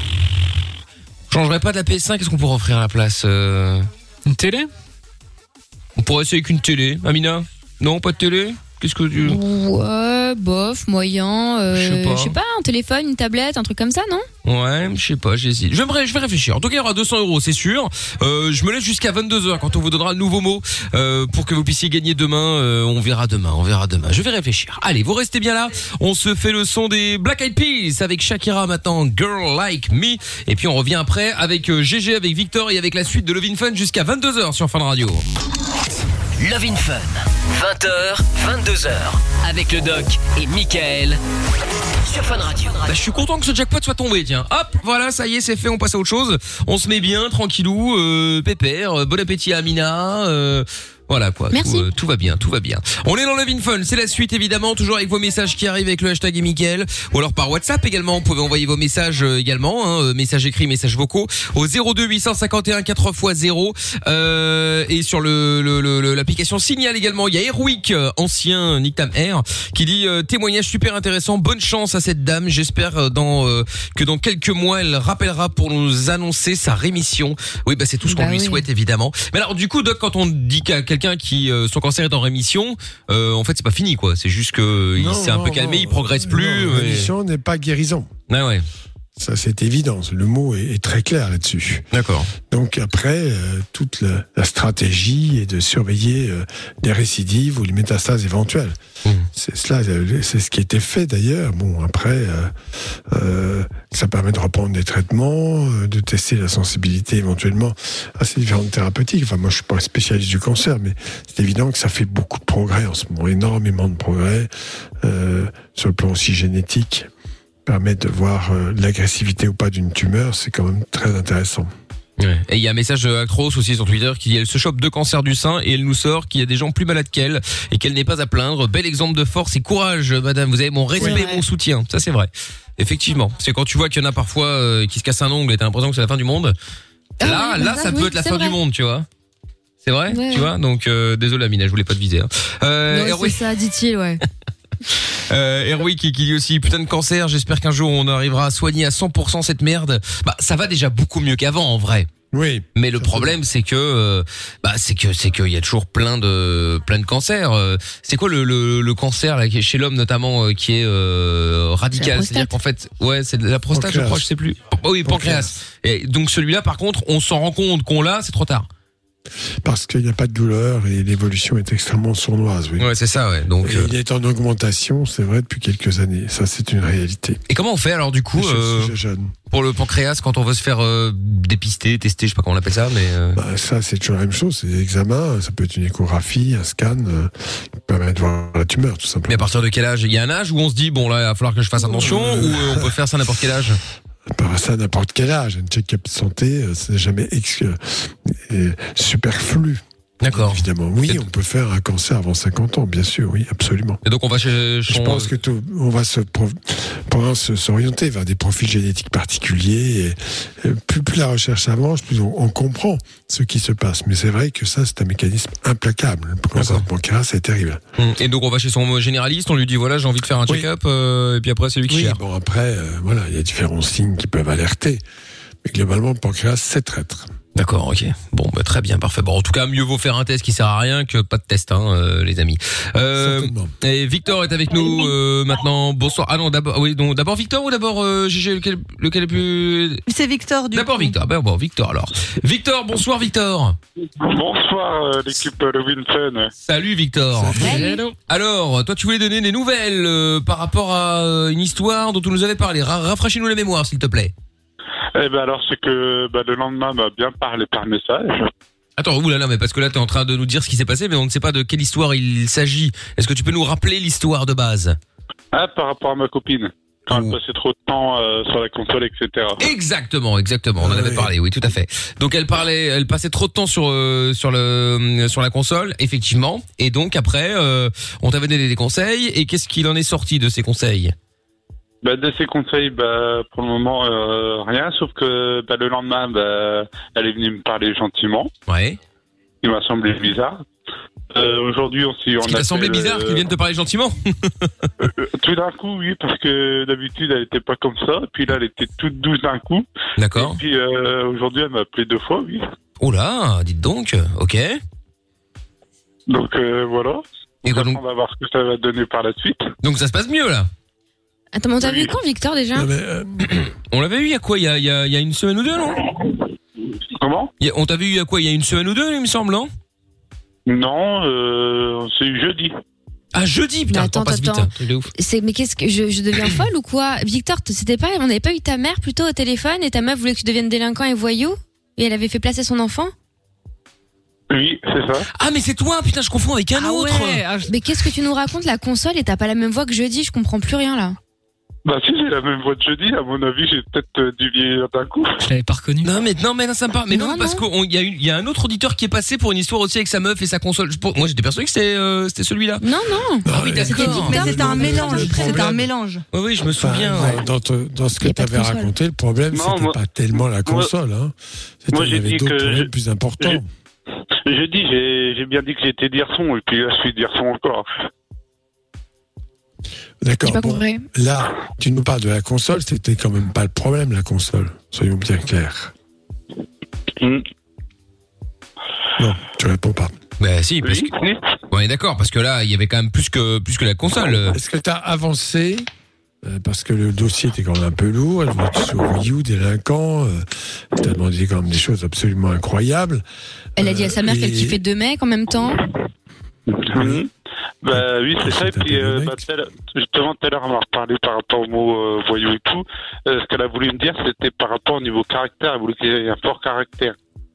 changerait pas de la P S cinq, qu'est-ce qu'on pourrait offrir à la place, euh,
Une télé?
on pourrait essayer avec une télé, Amina? Non, pas de télé? Qu'est-ce que tu...
Ouais, bof, moyen. Euh,
Je sais pas.
Je sais pas, un téléphone, une tablette, un truc comme ça, non?
Ouais, je sais pas, j'hésite. Je vais, je vais réfléchir. En tout cas, il y aura deux cents euros, c'est sûr. Euh, je me lève jusqu'à vingt-deux heures quand on vous donnera le nouveau mot euh, pour que vous puissiez gagner demain. Euh, on verra demain, on verra demain. Je vais réfléchir. Allez, vous restez bien là. On se fait le son des Black Eyed Peas avec Shakira maintenant, Girl Like Me. Et puis on revient après avec euh, G G, avec Victor et avec la suite de Love in Fun jusqu'à vingt-deux heures sur Fun Radio.
Love in Fun, vingt heures, vingt-deux heures, avec le doc et Mickaël sur Fun Radio.
Bah, je suis content que ce jackpot soit tombé, tiens. Hop, voilà, ça y est, c'est fait, on passe à autre chose. On se met bien, tranquillou, euh, pépère, euh, bon appétit à Amina, euh... Voilà quoi,
Merci.
tout, euh, tout va bien, tout va bien. On est dans Love in Fun, c'est la suite évidemment, toujours avec vos messages qui arrivent avec le hashtag et Mickaël, ou alors par WhatsApp également, vous pouvez envoyer vos messages euh, également, hein, euh, messages écrits, messages vocaux, au zéro deux huit cent cinquante et un quatre fois zéro, euh, et sur le, le, le l'application Signal également, il y a Erwick, euh, ancien Nick Tam Air, qui dit euh, témoignage super intéressant, bonne chance à cette dame, j'espère euh, dans euh, que dans quelques mois elle rappellera pour nous annoncer sa rémission. Oui, bah c'est tout ce qu'on
Bah
lui
oui.
souhaite évidemment. Mais alors du coup, Doc, quand on dit qu'à quelqu'un qui euh, son cancer est en rémission, euh, en fait c'est pas fini quoi, c'est juste que il
Non,
s'est un
non,
peu calmé,
non.
il progresse plus.
Non,
mais-
rémission n'est pas guérison.
Ah ouais.
Ça, c'est évident. Le mot est, est très clair là-dessus.
D'accord.
Donc après, euh, toute la, la stratégie est de surveiller euh, les récidives ou les métastases éventuelles.
Mmh.
C'est cela, euh, c'est ce qui était fait d'ailleurs. Bon, après, euh, euh, ça permet de reprendre des traitements, euh, de tester la sensibilité éventuellement à ces différentes thérapeutiques. Enfin, moi, je suis pas un spécialiste du cancer, mais c'est évident que ça fait beaucoup de progrès en ce moment, énormément de progrès euh, sur le plan aussi génétique. Permet de voir euh, l'agressivité ou pas d'une tumeur, c'est quand même très intéressant.
Ouais. Et il y a un message de Actros aussi sur Twitter qui dit elle se chope deux cancers du sein et elle nous sort qu'il y a des gens plus malades qu'elle et qu'elle n'est pas à plaindre. Bel exemple de force et courage, madame. Vous avez mon respect,
Ouais.
mon soutien. Ça c'est vrai. Effectivement. C'est quand tu vois qu'il y en a parfois euh, qui se cassent un ongle et t'as l'impression que c'est la fin du monde.
Ah
là,
oui,
là,
bah
ça
oui,
peut être la
c'est
fin
vrai.
du monde, tu vois. C'est vrai,
Ouais,
tu
ouais.
vois. Donc euh, désolé Amina, je voulais pas te viser. Hein. Euh,
Non,
Erwick-
c'est ça, dit-il, ouais.
Euh, Erwick qui, qui dit aussi putain de cancer, j'espère qu'un jour on arrivera à soigner à cent pour cent cette merde. Bah ça va déjà beaucoup mieux qu'avant en vrai.
Oui.
Mais le problème c'est que euh, bah c'est que c'est qu'il y a toujours plein de plein de cancers. Euh, C'est quoi le, le le cancer là qui est chez l'homme notamment euh, qui est euh, radical,
C'est la
c'est-à-dire qu'en fait ouais, c'est de la prostate
Pancréas.
je crois, je sais plus. Oh, oui, pancréas. Et donc celui-là par contre, on s'en rend compte qu'on l'a, c'est trop tard.
Parce qu'il n'y a pas de douleur et l'évolution est extrêmement sournoise. Oui.
Ouais, c'est ça ouais. Donc
Et
euh,
il est en augmentation, c'est vrai, depuis quelques années. Ça, c'est une réalité.
et comment on fait alors du coup
Chez
euh,
le sujet jeune.
pour le pancréas quand on veut se faire euh, dépister, tester, je sais pas comment on appelle ça mais euh,
Bah, ça, c'est toujours la même chose. C'est des examens. Ça peut être une échographie, un scan, euh, qui permet de voir la tumeur, tout
mais à
simplement.
partir de quel âge? Il y a un âge où on se dit bon là il va falloir que je fasse attention
Euh,
ou euh, on peut faire ça à n'importe quel âge?
Pas ça à n'importe quel âge. Un check-up de santé, euh, c'est jamais ex- euh, superflu.
D'accord.
Évidemment, oui,
Et-
on peut faire un cancer avant cinquante ans, bien sûr, oui, absolument.
Et donc on va chez
Je
son-
pense que tout, on va se, pro- probablement se- s'orienter vers des profils génétiques particuliers. Et, euh, plus, plus la recherche avance, plus on, on comprend ce qui se passe. Mais c'est vrai que ça, c'est un mécanisme implacable. Le cancer du pancréas, c'est terrible.
Hum, Et donc on va chez son généraliste, on lui dit voilà j'ai envie de faire un
Oui.
check-up euh, et puis après c'est lui qui
Oui,
gère.
bon après, euh, voilà, il y a différents signes qui peuvent alerter. Mais globalement, le pancréas, c'est traître.
D'accord, ok. Bon, bah, très bien, parfait. Bon, en tout cas, mieux vaut faire un test qui sert à rien que pas de test, hein, euh, les amis. Euh,
Certainement.
et Victor est avec nous euh, maintenant. Bonsoir. Ah non, d'abord, oui, donc d'abord Victor ou d'abord euh, G G, lequel, lequel est plus.
C'est Victor du
D'abord
coup.
Victor. Ben bon, Victor alors. Victor, bonsoir Victor.
Bonsoir euh, l'équipe euh, Love in Fun.
Salut Victor.
Salut.
Alors, toi, tu voulais donner des nouvelles euh, par rapport à euh, une histoire dont tu nous avais parlé. Ra- Rafraîchis-nous la mémoire, s'il te plaît.
Eh ben alors c'est que bah, le lendemain m'a bien parlé par message.
Attends, oulala, mais parce que là, t'es en train de nous dire ce qui s'est passé, mais on ne sait pas de quelle histoire il s'agit. Est-ce que tu peux nous rappeler l'histoire de base?
Ah, par rapport à ma copine. Quand
Oh.
elle passait trop de temps euh, sur la console, et cetera.
Exactement, exactement. On en
Ah
avait
oui.
parlé, oui, tout à fait. Donc elle parlait, elle passait trop de temps sur euh, sur le sur la console, effectivement. Et donc après, euh, on t'avait donné des conseils. Et qu'est-ce qu'il en est sorti de ces conseils?
Bah, de ses conseils, bah, pour le moment, euh, rien, sauf que bah, le lendemain, bah, elle est venue me parler gentiment.
Ouais.
Il m'a semblé bizarre. Euh, aujourd'hui, on s'y...
Ce qui t'a semblé bizarre qu'ils viennent te parler gentiment?
euh, Tout d'un coup, oui, parce que d'habitude, elle était pas comme ça. Puis là, elle était toute douce d'un coup.
D'accord.
Et puis euh, aujourd'hui, elle m'a appelé deux fois, oui.
Oh là, dites donc. Ok.
Donc euh, voilà.
Et quoi, donc
On va voir ce que ça va donner par la suite.
Donc ça se passe mieux là.
Attends, mais on t'a vu quand, Victor, déjà?
Non, mais, euh,
On l'avait eu il y a quoi, il y a, il y a, il y a une semaine ou deux, non?
Comment?
Il y a- On t'avait eu il y a quoi, il y a une semaine ou deux, il me semble, non?
Non, euh, c'est eu jeudi.
Ah, jeudi, putain,
Mais
le temps
attends,
passe vite.
attends.
hein, truc de ouf.
C'est, mais qu'est-ce que, je, je deviens folle ou quoi? Victor, t- c'était pas, on n'avait pas eu ta mère plutôt au téléphone et ta meuf voulait que tu deviennes délinquant et voyou? Et elle avait fait placer son enfant?
Oui, c'est ça.
Ah, mais c'est toi, putain, je confonds avec un
Ah
autre.
ouais, ah, je-
Mais qu'est-ce que tu nous racontes, la console, et t'as pas la même voix que jeudi, je comprends plus rien là.
Bah si, j'ai la même voix de jeudi. À mon avis, j'ai peut-être euh, dû vieillir d'un coup.
je l'avais pas reconnu.
Non mais non mais non, ça me parle. Mais non,
Non,
parce
non.
qu'il y a eu- il y a un autre auditeur qui est passé pour une histoire aussi avec sa meuf et sa console. Je- pour- Moi j'étais persuadé que c'était euh, c'était celui-là.
Non, non.
Ah oui,
C'était
d'accord.
Victor.
Mais c'était un
le
mélange.
problème-
C'était un mélange.
Oui oui, je me
enfin,
souviens.
dans, dans te- dans ce
Il
que
y a
tu
pas de
avais
console.
raconté, le problème,
Non,
c'était
moi-
pas tellement la console. Hein. C'était
moi,
il y
j'ai
avait
dit
d'autres
que
problèmes
je-
plus importants.
Jeudi, j'ai j'ai bien dit que j'étais garçon, et puis là, je suis garçon encore.
D'accord.
J'ai pas
bon,
compris.
là, tu nous parles de la console, c'était quand même pas le problème, la console. Soyons bien clairs.
Hmm.
Non, tu réponds pas.
Bah si, parce
Oui,
que
oui.
ouais d'accord, parce que là il y avait quand même plus que plus que la console. euh.
Est-ce que tu as avancé euh, parce que le dossier était quand même un peu lourd, elle voulait que tu sois Wii U, délinquant, euh, elle t'a demandé quand même des choses absolument incroyables.
Elle a dit à sa mère
Euh,
qu'elle
et-
kiffait deux mecs en même temps.
Mhm. Bah oui, c'est
Ah,
ça. Et
c'est
puis,
un peu
euh,
le
bah,
mec.
tout à l'heure- justement, tout à l'heure, on m'a reparlé par rapport au mot euh, voyou et tout. Euh, ce qu'elle a voulu me dire, c'était par rapport au niveau caractère. Elle voulait qu'il y ait un fort caractère.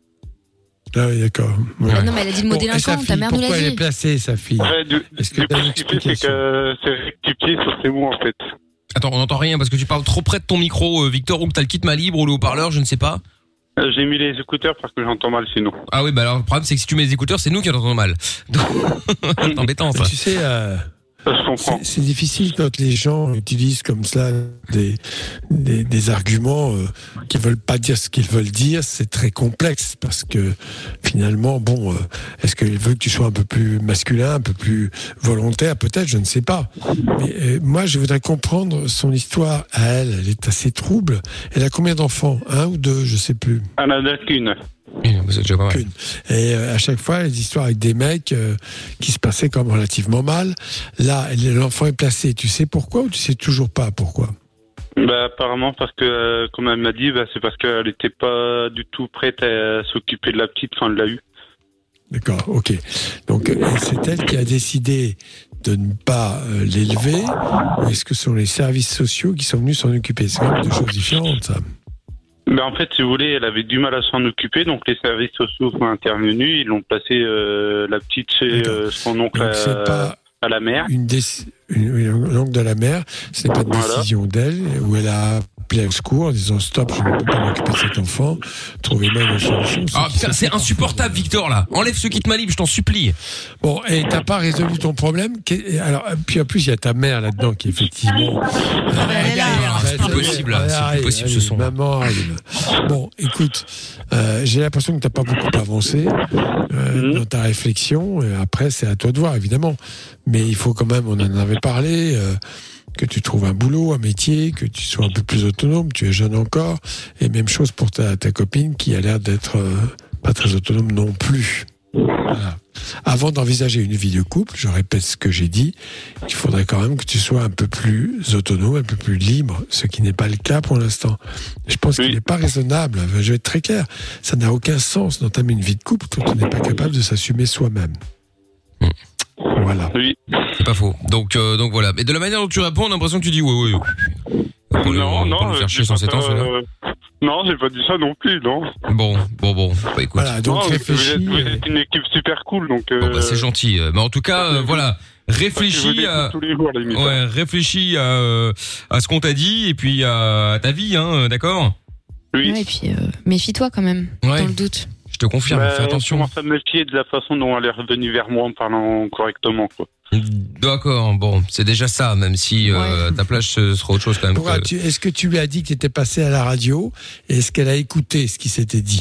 Ah oui, d'accord. Ouais.
Ah non, mais elle a dit le mot
Bon, et sa
délinquant,
fille,
ta mère nous
pourquoi
l'a
elle est
dit.
placée, sa fille
Ouais, du,
Est-ce que
du
t'as
coup,
une
ce qui fait, c'est
explication
que c'est rectifié sur ces mots, en fait.
Attends, on n'entend rien parce que tu parles trop près de ton micro, euh, Victor, ou que t'as le kit main libre ou le haut-parleur, je ne sais pas.
Euh, J'ai mis les écouteurs parce que j'entends mal sinon.
Ah oui, bah alors le problème c'est que si tu mets les écouteurs, c'est nous qui entendons mal. Donc, c'est embêtant ça.
Tu sais, euh,
Ça, je comprends.
c'est c'est difficile quand les gens utilisent comme ça des, des, des arguments euh, qui veulent pas dire ce qu'ils veulent dire. C'est très complexe parce que finalement, bon, euh, est-ce qu'il veut que tu sois un peu plus masculin, un peu plus volontaire, peut-être, je ne sais pas. Mais euh, moi, je voudrais comprendre son histoire à elle. Elle est assez trouble. Elle a combien d'enfants? Un ou deux, je sais plus.
Elle en a qu'une.
Oui, c'est déjà pas mal.
Qu'une. Et euh, à chaque fois, les histoires avec des mecs euh, qui se passaient comme relativement mal. Là, elle- l'enfant est placé. Tu sais pourquoi ou tu sais toujours pas pourquoi?
Bah, apparemment, parce que, euh, comme elle m'a dit, bah, c'est parce qu'elle n'était pas du tout prête à s'occuper de la petite quand elle l'a eu.
D'accord, ok. Donc, euh, c'est elle qui a décidé de ne pas euh, l'élever, ou est-ce que ce sont les services sociaux qui sont venus s'en occuper? C'est quand même deux choses différentes, ça.
Mais en fait, si vous voulez, elle avait du mal à s'en occuper, donc les services sociaux sont intervenus, ils l'ont placé euh, la petite chez euh, son oncle
Donc,
à,
c'est pas
à la mère.
une déci- une, une langue de la mère, ce n'est pas de
Voilà.
décision d'elle, où elle a appelé au secours en disant stop, je ne peux pas m'occuper de cet enfant, trouvez-moi une solution.
Ah putain, c'est insupportable, Victor là. Enlève ce kit main libre, je t'en supplie.
Bon, et t'as pas résolu ton problème. Qu'est- Alors, puis en plus, il y a ta mère là-dedans qui effectivement.
Elle est là.
Ah, c'est plus possible, là. C'est plus
Arrive,
possible, ce
allez,
son.
Maman arrive. Bon, écoute, euh, j'ai l'impression que t'as pas beaucoup avancé euh,
Mhm.
dans ta réflexion. Et après, c'est à toi de voir, évidemment. Mais il faut quand même, on en avait parlé, euh, que tu trouves un boulot, un métier, que tu sois un peu plus autonome. Tu es jeune encore. Et même chose pour ta, ta copine qui a l'air d'être euh, pas très autonome non plus. Voilà. Avant d'envisager une vie de couple, je répète ce que j'ai dit, il faudrait quand même que tu sois un peu plus autonome, un peu plus libre, ce qui n'est pas le cas pour l'instant. Je pense
Oui.
qu'il n'est pas raisonnable, je vais être très clair, ça n'a aucun sens d'entamer une vie de couple quand on n'est pas capable de s'assumer soi-même.
Hmm.
Voilà.
Oui.
C'est pas faux. Donc euh, donc voilà. Mais de la manière dont tu réponds, on a l'impression que tu dis ouais ouais. Pour le,
Non,
pour
non,
le
euh,
faire
j'ai
chier sans
pas
ses temps,
ça,
celui-là.
euh, non, j'ai pas dit ça non plus, non.
Bon, bon, bon. Bah écoute.
Voilà, donc
non, vous êtes,
réfléchis.
vous
euh,
êtes une équipe super cool, donc. Euh,
Bon, bah, c'est gentil. Mais en tout cas, euh, voilà.
parce que je vous
Réfléchis
écoute
à.
tous les jours, la limite.
Ouais, réfléchis à, euh, à ce qu'on t'a dit et puis à ta vie, hein, d'accord?
Oui.
Ouais, et puis euh, méfie-toi quand même,
Ouais.
dans le doute.
Je te confirme,
Bah,
fais
Je
attention.
commence à me méfier de la façon dont elle est revenue vers moi en parlant correctement, quoi.
D'accord, bon, c'est déjà ça, même si euh, ta plage ce sera autre chose quand même.
pourquoi
que-
tu- Est-ce que tu lui as dit que tu étais passé à la radio et est-ce qu'elle a écouté ce qui s'était dit?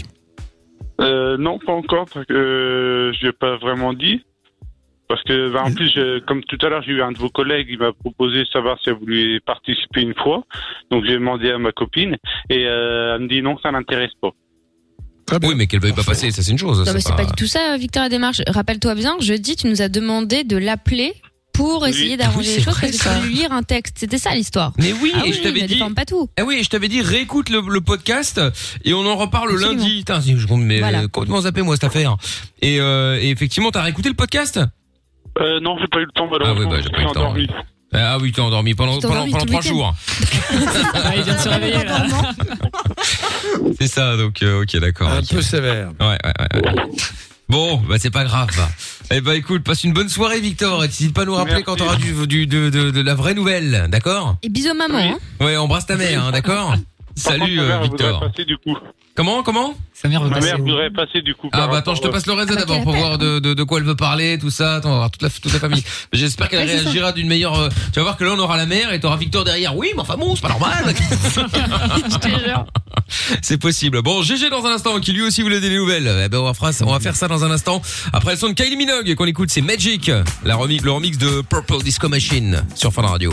Euh, non, pas encore, parce que euh, je lui ai pas vraiment dit. Parce que, bah, en plus, je- comme tout à l'heure, j'ai eu un de vos collègues, il m'a proposé de savoir si elle voulait participer une fois. Donc, j'ai demandé à ma copine, et euh, elle me dit non, ça l'intéresse pas.
Oui, mais qu'elle veuille pas passer, ça c'est une chose.
Non,
c'est
mais c'est pas du tout ça, Victor, la démarche. Rappelle-toi bien, jeudi, tu nous as demandé de l'appeler pour essayer d'arranger
Oui, c'est
les choses
vrai,
parce que
ça.
tu voulais lui lire un texte. C'était ça l'histoire.
Mais oui,
Ah
et je t'avais
mais
dit.
déforme pas tout.
Ah oui, et je t'avais dit réécoute le, le podcast et on en reparle le
Absolument.
lundi. Putain, je mais
Voilà.
euh, complètement zappé moi cette affaire. Et, euh, et effectivement, t'as réécouté le podcast?
Euh, non, j'ai pas eu le temps,
Ah oui,
malheureusement.
bah j'ai pas eu le
suis
temps.
endormi.
Ah oui, t'es endormi pendant
Tu t'es
pendant
endormi
pendant
tout le
trois jours.
Ah, il vient de se réveiller là.
C'est ça, donc euh, ok, d'accord.
Un
ok.
peu sévère.
Ouais, ouais, ouais. ouais. Bon, bah c'est pas grave. Eh bah écoute, passe une bonne soirée, Victor. Et n'hésite pas à nous rappeler
Merci.
quand t'auras du, du de, de, de la vraie nouvelle, d'accord?
Et bisous maman. Hein.
Ouais, embrasse ta mère, hein, d'accord?
Par
Salut
contre, ma
euh,
mère
Victor.
voudrait passer du coup.
Comment, comment?
Sa mère veut
Ma
passer
mère
où
voudrait passer du coup.
Ah
par
bah attends, je te
rapport,
passe Lorenza
Ah bah,
d'abord
tu
pour
l'appelles.
voir de, de, de quoi elle veut parler, tout ça. Attends, on va voir toute la, toute la famille. J'espère qu'elle
Ouais, c'est ça.
réagira d'une meilleure... euh, Tu vas voir que là on aura la mère et t'auras Victor derrière. Oui, mais enfin bon, c'est pas normal.
Je te jure.
C'est possible. Bon, G G dans un instant, qui lui aussi voulait des nouvelles. Eh ben on va, faire ça, on va faire ça dans un instant. Après le son de Kylie Minogue qu'on écoute, c'est Magic, la remix, le remix de Purple Disco Machine sur Fun Radio.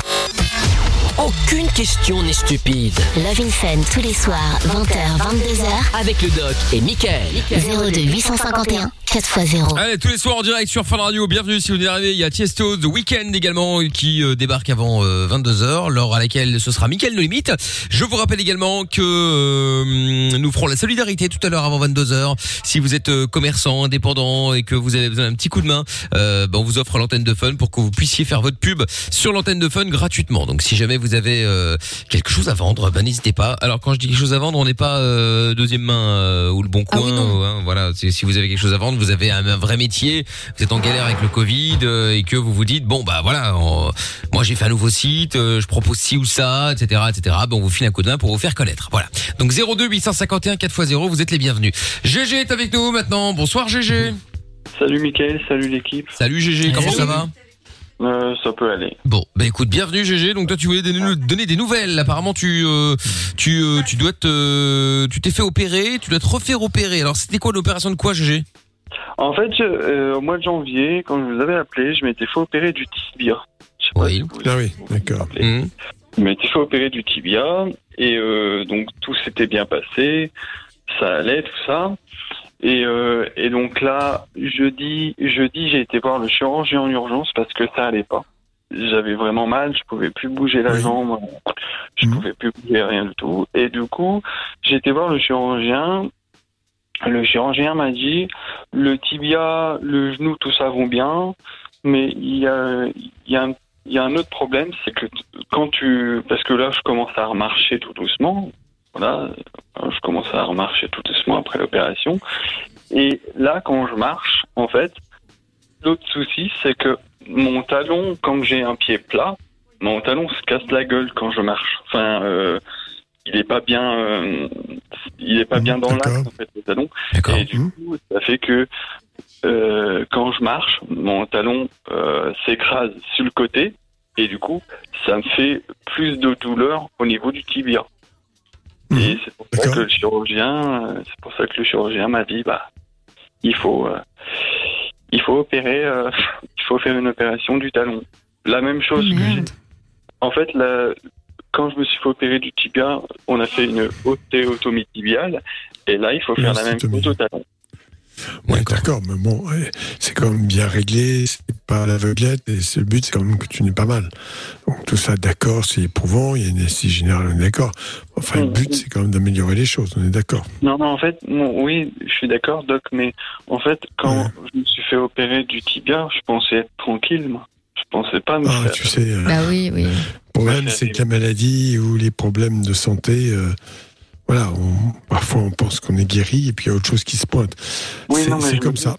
Aucune question n'est stupide.
Love in Fun tous les soirs, vingt heures, vingt-deux heures,
Avec le doc et Mickaël.
zéro deux huit cent cinquante et un quatre fois zéro.
Allez, tous les soirs en direct sur Fun Radio. Bienvenue si vous venez d'arriver. Il y a Tiesto The Weeknd également qui euh, débarque avant euh, vingt-deux heures, l'heure à laquelle ce sera Mickaël No Limite. Je vous rappelle également que euh, nous ferons la solidarité tout à l'heure avant vingt-deux heures. Si vous êtes euh, commerçant, indépendant et que vous avez besoin d'un petit coup de main, euh, ben, on vous offre l'antenne de Fun pour que vous puissiez faire votre pub sur l'antenne de Fun gratuitement. Donc si jamais vous avez euh, quelque chose à vendre, ben n'hésitez pas. Alors quand je dis quelque chose à vendre, on n'est pas euh, deuxième main euh, ou le bon coin.
Ah oui, non.
ou, hein, voilà, c'est- si vous avez quelque chose à vendre, vous avez un, un vrai métier, vous êtes en galère avec le Covid euh, et que vous vous dites bon bah voilà, on- moi j'ai fait un nouveau site, euh, je propose ci ou ça, et cetera, et cetera. Ben on vous file un coup de main pour vous faire connaître. Voilà. Donc zéro deux huit cent cinquante et un quatre fois zéro, vous êtes les bienvenus. G G est avec nous maintenant. Bonsoir G G.
Salut Mickaël, salut l'équipe.
Salut G G, comment ça va?
Euh, ça peut aller.
Bon, bah écoute, bienvenue G G. Donc toi tu voulais donner, donner des nouvelles. Apparemment tu euh, tu euh, tu dois te tu t'es fait opérer, tu dois te refaire opérer. Alors c'était quoi l'opération de quoi G G?
En fait, je- euh, au mois de janvier, quand je vous avais appelé, je m'étais fait opérer du tibia. Je sais pas
Oui.
si vous
Ah oui, d'accord.
Mmh.
Je m'étais fait opérer du tibia et euh, donc tout s'était bien passé, ça allait, tout ça. Et, euh, et donc là, jeudi, jeudi, j'ai été voir le chirurgien en urgence parce que ça allait pas. J'avais vraiment mal, je pouvais plus bouger la
Oui.
jambe, je
Mhm.
pouvais plus bouger rien du tout. Et du coup, j'ai été voir le chirurgien. Le chirurgien m'a dit, le tibia, le genou, tout ça vont bien, mais il y a, il y a un il y a un autre problème, c'est que t- quand tu... Parce que là, je commence à remarcher tout doucement. Voilà, je commence à remarcher tout doucement après l'opération. Et là, quand je marche, en fait, l'autre souci, c'est que mon talon, quand j'ai un pied plat, mon talon se casse la gueule quand je marche. Enfin, euh, il est pas bien... euh, il est pas bien dans
D'accord.
l'axe, en fait, le talon.
D'accord.
Et du coup, ça fait que euh, quand je marche, mon talon euh, s'écrase sur le côté et du coup, ça me fait plus de douleur au niveau du tibia.
Mhm.
Et c'est pour ça
D'accord.
que le chirurgien, euh, c'est pour ça que le chirurgien m'a dit, bah, il faut, euh, il faut opérer, euh, il faut faire une opération du talon. La même chose que j'ai. En fait, la, quand je me suis fait opérer du tibia, on a fait une ostéotomie tibiale, et là, il faut faire la même
Ostéotomie.
chose au talon.
Ouais, d'accord, mais bon, ouais, c'est quand même bien réglé, c'est pas à l'aveuglette, et c'est- le but, c'est quand même que tu n'aies pas mal. Donc tout ça, d'accord, c'est éprouvant, il y a une anesthésie générale, on est d'accord. Enfin, le but, c'est quand même d'améliorer les choses, on est d'accord.
Non, non, en fait, non, oui, je suis d'accord, Doc, mais en fait, quand je me suis fait opérer du tibia, je pensais être tranquille, moi. Je pensais pas me
Ah,
faire...
tu sais, euh,
Bah oui, oui.
le problème, c'est que la maladie ou les problèmes de santé, euh, voilà, on- parfois on pense qu'on est guéri, et puis il y a autre chose qui se pointe.
Oui,
c'est
non, mais
c'est
je-
comme ça,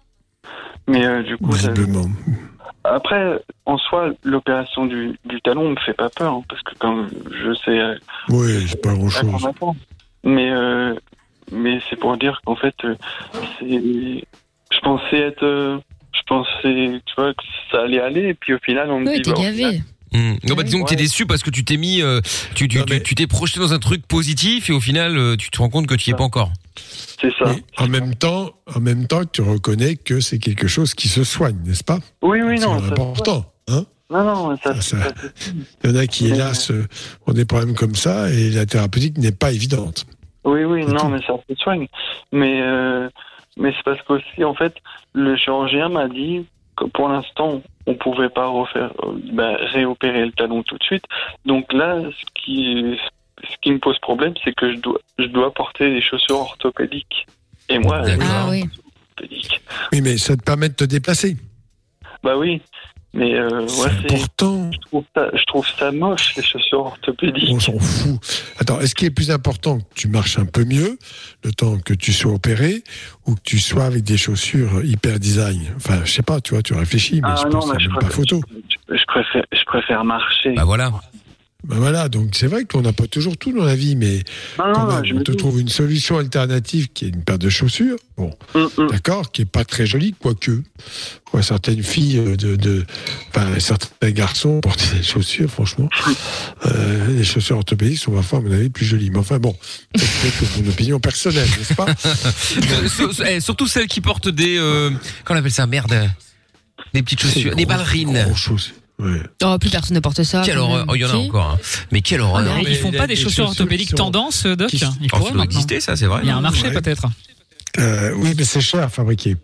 Mais euh, du coup, ça-
visiblement.
après, en soi, l'opération du, du talon me fait pas peur, hein, parce que comme je sais... euh,
Oui, c'est pas
à
grand-chose.
quoi m'attendre. Mais, euh, mais c'est pour dire qu'en fait, euh, c'est... je pensais être... euh, je pensais, tu vois, que ça allait aller, et puis au final, on me
Oui,
dit...
t'es
bah, au
gavé.
final,
Mmh. Non, bah disons que t'es
Ouais.
déçu parce que tu t'es mis, euh, tu tu
Non,
tu
mais-
tu t'es projeté dans un truc positif et au final euh, tu te rends compte que tu y es pas encore.
c'est ça.
Mais en même temps, en même temps, tu reconnais que c'est quelque chose qui se soigne, n'est-ce pas?
Oui, oui, non.
C'est
ça-
important, hein?
Non, non, ça...
Ça- ça-
ça-
Il y en a qui, hélas, euh, ont des problèmes comme ça et la thérapeutique n'est pas évidente.
Oui, oui, non, mais ça se soigne. Mais, euh, mais c'est parce qu'aussi, en fait, le chirurgien m'a dit que pour l'instant, on pouvait pas refaire, euh, ben, réopérer le talon tout de suite. Donc là, ce qui, ce qui me pose problème, c'est que je dois, je dois porter des chaussures orthopédiques. Et moi,
Ah oui.
orthopédiques.
Oui, mais ça te permet de te déplacer.
Bah oui. Mais euh, ouais, c'est
important.
Je trouve, ça, je trouve ça moche, les chaussures orthopédiques.
On s'en fout. Attends, est-ce qu'il est plus important que tu marches un peu mieux, le temps que tu sois opéré, ou que tu sois avec des chaussures hyper design? Enfin, je sais pas, tu vois, tu réfléchis, mais
Ah
je
non,
pense
mais
que
je
c'est même
préfère,
pas photo.
je, je préfère, je préfère marcher.
Bah voilà.
Ben voilà, donc c'est vrai qu'on n'a pas toujours tout dans la vie, mais
Non,
quand
non,
même,
je
on
me
te
dis.
trouve une solution alternative qui est une paire de chaussures, bon,
Mm,
d'accord, qui est pas très jolie, quoique. Quoi, certaines filles, euh, de, de, enfin, certains garçons portent des chaussures, franchement. Euh, les chaussures orthopédiques sont parfois, à mon avis, plus jolies. Mais enfin bon, c'est peut-être mon opinion personnelle, n'est-ce pas?
Euh, sur- eh, surtout celles qui portent des, euh, comment on appelle ça, merde, des petites chaussures, des ballerines.
Ouais.
Oh, plus personne ne porte ça.
Quelle
quand
horreur.
même.
Oh, il y en a
Si.
encore. Hein. Mais quelle horreur.
Ah, mais ils font pas des chaussures orthopédiques tendance, Doc?
qui-
Ils
Oh, ça
pourraient
doit
maintenant.
exister, ça, c'est vrai.
Il y a un marché
Ouais.
peut-être.
Euh, oui, mais c'est cher à fabriquer.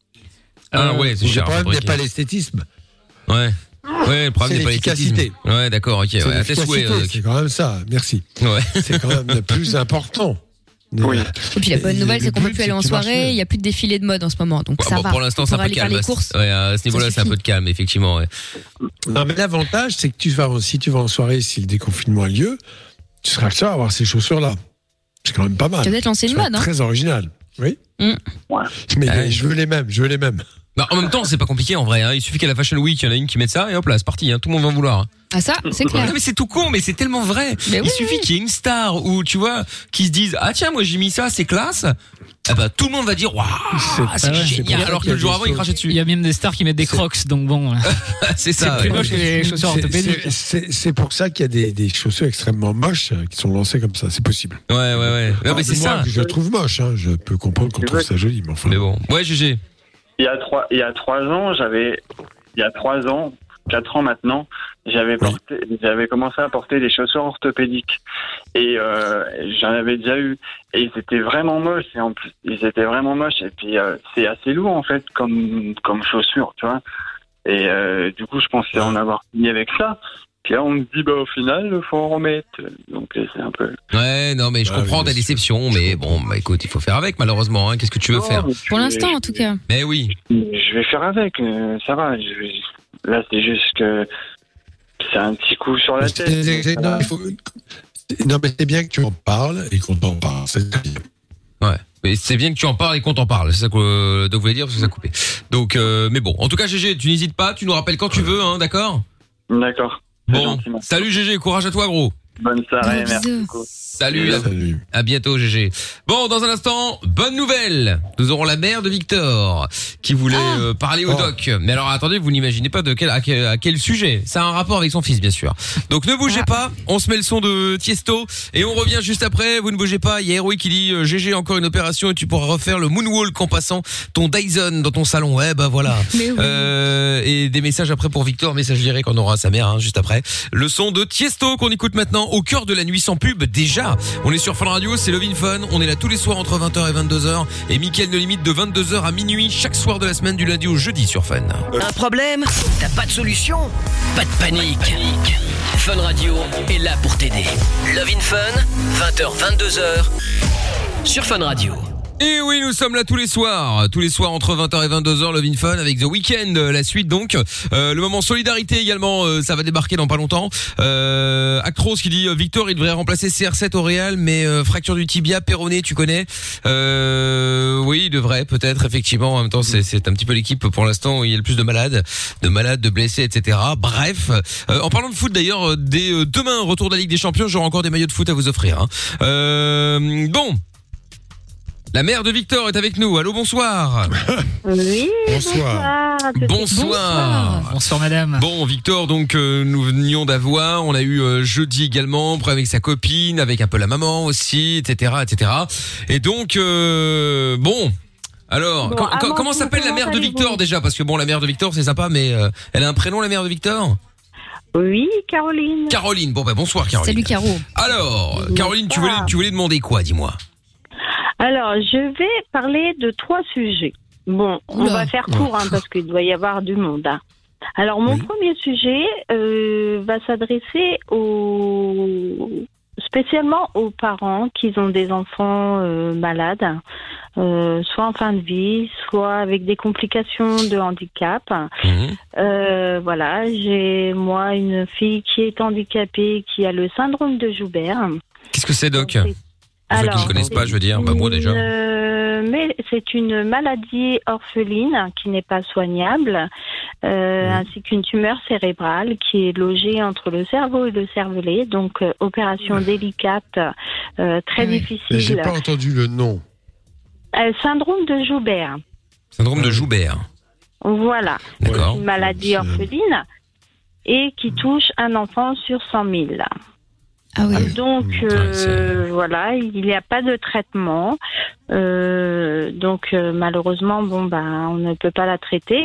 Ah ouais, c'est
Le
cher. à
problème n'est
fabriquer.
pas l'esthétisme.
Ouais. Ouais, le problème
C'est
n'est pas
l'efficacité.
l'efficacité. Ouais, d'accord, ok.
C'est
Ouais, à tes souhaits,
l'efficacité,
euh,
c'est quand même ça. Merci.
Ouais.
C'est quand même le plus important.
Oui.
Et puis la bonne
Et
nouvelle,
le
c'est qu'on peut
but,
plus aller
c'est
en
que tu marches
soirée,
mieux.
il y a plus de défilé de mode en ce moment, donc
Ouais,
ça
bon,
va.
pour l'instant,
On
c'est un
pourra
peu
aller faire
calme.
les courses.
Ouais, à ce niveau-là, c'est un
suffit.
peu de calme, effectivement. Ouais.
Non, mais l'avantage, c'est que tu vas, si tu vas en soirée, si le déconfinement a lieu, tu seras le seul à avoir ces chaussures-là. C'est quand même pas mal.
Tu vas peut-être lancer une
Ça va
mode,
être
hein.
Très original. Oui.
Mm.
Mais
Ah ouais.
je veux les mêmes, je veux les mêmes.
Bah, en même temps, c'est pas compliqué en vrai. Hein. Il suffit qu'à la Fashion Week, il y en a une qui mette ça et hop là, c'est parti. Hein. Tout le monde va en vouloir. Hein.
Ah ça, c'est clair.
Non, mais c'est tout con, mais c'est tellement vrai.
Mais
il
oui,
suffit qu'il y ait une star ou tu vois, qui se dise ah tiens moi j'ai mis ça, c'est classe. Eh ben tout le monde va dire waouh, c'est
Ah ouais,
génial. Alors que le jour avant il crachait
Il
dessus.
y a même des stars qui mettent des crocs, donc bon.
C'est
C'est
ça.
plus
ouais.
moche que les chaussures
C'est-
orthopédiques.
c'est- C'est c'est pour ça qu'il y a des, des chaussures extrêmement moches euh, qui sont lancées comme ça. C'est possible.
Ouais ouais ouais. Non mais c'est
Moi,
ça.
je le trouve moche. Hein. Je peux comprendre qu'on trouve ça joli, mais enfin.
Mais bon. Ouais G G.
Il y a trois, il y a trois ans, j'avais, il y a trois ans, quatre ans maintenant, j'avais porté, j'avais commencé à porter des chaussures orthopédiques et euh, j'en avais déjà eu et ils étaient vraiment moches et en plus ils étaient vraiment moches et puis euh, c'est assez lourd en fait comme comme chaussures, tu vois. Et euh, du coup, je pensais en avoir fini avec ça. Puis là, on me dit bah au final, il faut en remettre. Donc c'est un peu.
Ouais non mais je
Ah,
comprends
oui,
ta
bien sûr.
déception, mais bon bah écoute il faut faire avec malheureusement. Hein. Qu'est-ce que tu veux
Non,
faire?
mais
Pour
je
l'instant,
vais-
en tout cas.
Mais oui.
Je vais faire avec, euh, ça va. Je vais- Là, c'est juste que c'est un petit coup sur la
C'est-
tête.
c'est- c'est- non, il faut- non, mais c'est bien que tu en parles et qu'on t'en parle. C'est très bien.
Ouais. Mais c'est bien que tu en parles et qu'on t'en parle. C'est ça que euh, Doc voulait dire parce que ça a coupé. Donc euh, mais bon. En tout cas G G, tu n'hésites pas, tu nous rappelles quand tu veux, hein, d'accord?
D'accord. C'est
Bon.
gentil, merci.
Salut G G, courage à toi gros.
Bonne soirée,
Gros
merci
bisous.
beaucoup.
Salut. À,
Salut.
à bientôt G G. Bon, dans un instant, bonne nouvelle. Nous aurons la mère de Victor qui voulait
Ah.
euh, parler au
Oh.
doc. Mais alors attendez, vous n'imaginez pas de quel à, quel à quel sujet. Ça a un rapport avec son fils bien sûr. Donc ne bougez pas, on se met le son de Tiesto et on revient juste après. Vous ne bougez pas. Il y a Héroï qui dit euh, G G encore une opération et tu pourras refaire le moonwalk en passant ton Dyson dans ton salon. Ouais bah voilà.
Mais oui.
Euh, et des messages après pour Victor, message direct qu'on aura à sa mère hein, juste après. Le son de Tiesto qu'on écoute maintenant au cœur de la nuit sans pub déjà. On est sur Fun Radio, c'est Love in Fun. On est là tous les soirs entre vingt heures et vingt-deux heures et Mickaël ne limite de vingt-deux heures à minuit chaque soir de la semaine du lundi au jeudi sur Fun.
Un problème? T'as pas de solution? Pas de panique. Fun Radio est là pour t'aider. Love in Fun, vingt heures vingt-deux heures sur Fun Radio.
Et oui, nous sommes là tous les soirs, tous les soirs entre vingt heures et vingt-deux heures, Love in Fun avec The Weeknd, euh, la suite donc. Euh, le moment solidarité également, euh, ça va débarquer dans pas longtemps. Euh, Actros qui dit euh, Victor, il devrait remplacer C R sept au Real, mais euh, fracture du tibia, péroné, tu connais. Euh, oui, il devrait peut-être effectivement. En même temps, c'est, c'est un petit peu l'équipe pour l'instant où il y a le plus de malades, de malades, de blessés, et cetera. Bref, euh, en parlant de foot d'ailleurs, dès euh, demain retour de la Ligue des Champions, j'aurai encore des maillots de foot à vous offrir. Hein. Euh, bon. La mère de Victor est avec nous. Allô, bonsoir.
Oui,
Bonsoir.
bonsoir. à toutes et
Bonsoir.
Bonsoir madame.
Bon, Victor, donc euh, nous venions d'avoir, on a eu euh, jeudi également, problème avec sa copine, avec un peu la maman aussi, et cetera, et cetera. Et donc, euh, bon. Alors,
Bon,
com-
avant
comment
tout,
s'appelle la
comment
mère de
allez-vous
Victor déjà? Parce que bon, la mère de Victor, c'est sympa, mais euh, elle a un prénom, la mère de Victor?
Oui, Caroline.
Caroline. Bon, bah bonsoir, Caroline.
Salut Caro.
Alors, Caroline, tu voulais, tu voulais demander quoi, dis-moi?
Alors, je vais parler de trois sujets. Bon, on
Oula.
va faire court hein, parce qu'il doit y avoir du monde. Hein. Alors, mon
Oui.
premier sujet euh, va s'adresser aux... spécialement aux parents qui ont des enfants euh, malades, euh, soit en fin de vie, soit avec des complications de handicap.
Mhm.
Euh, voilà, j'ai moi une fille qui est handicapée, qui a le syndrome de Joubert.
Qu'est-ce que c'est, Doc?
C'est-
Pour ceux qui ne connaissent pas, je veux dire, bah moi déjà.
Euh, mais c'est une maladie orpheline qui n'est pas soignable, euh, ainsi qu'une tumeur cérébrale qui est logée entre le cerveau et le cervelet. Donc euh, opération délicate, euh, très
Mais
difficile.
j'ai pas entendu le nom.
Euh, syndrome de Joubert.
Syndrome de Joubert.
Voilà.
D'accord.
C'est une maladie orpheline et qui touche un enfant sur cent mille.
Ah oui.
Donc
Ouais,
euh,
c'est-
voilà, il n'y a pas de traitement. Euh, donc euh, malheureusement, bon ben, on ne peut pas la traiter.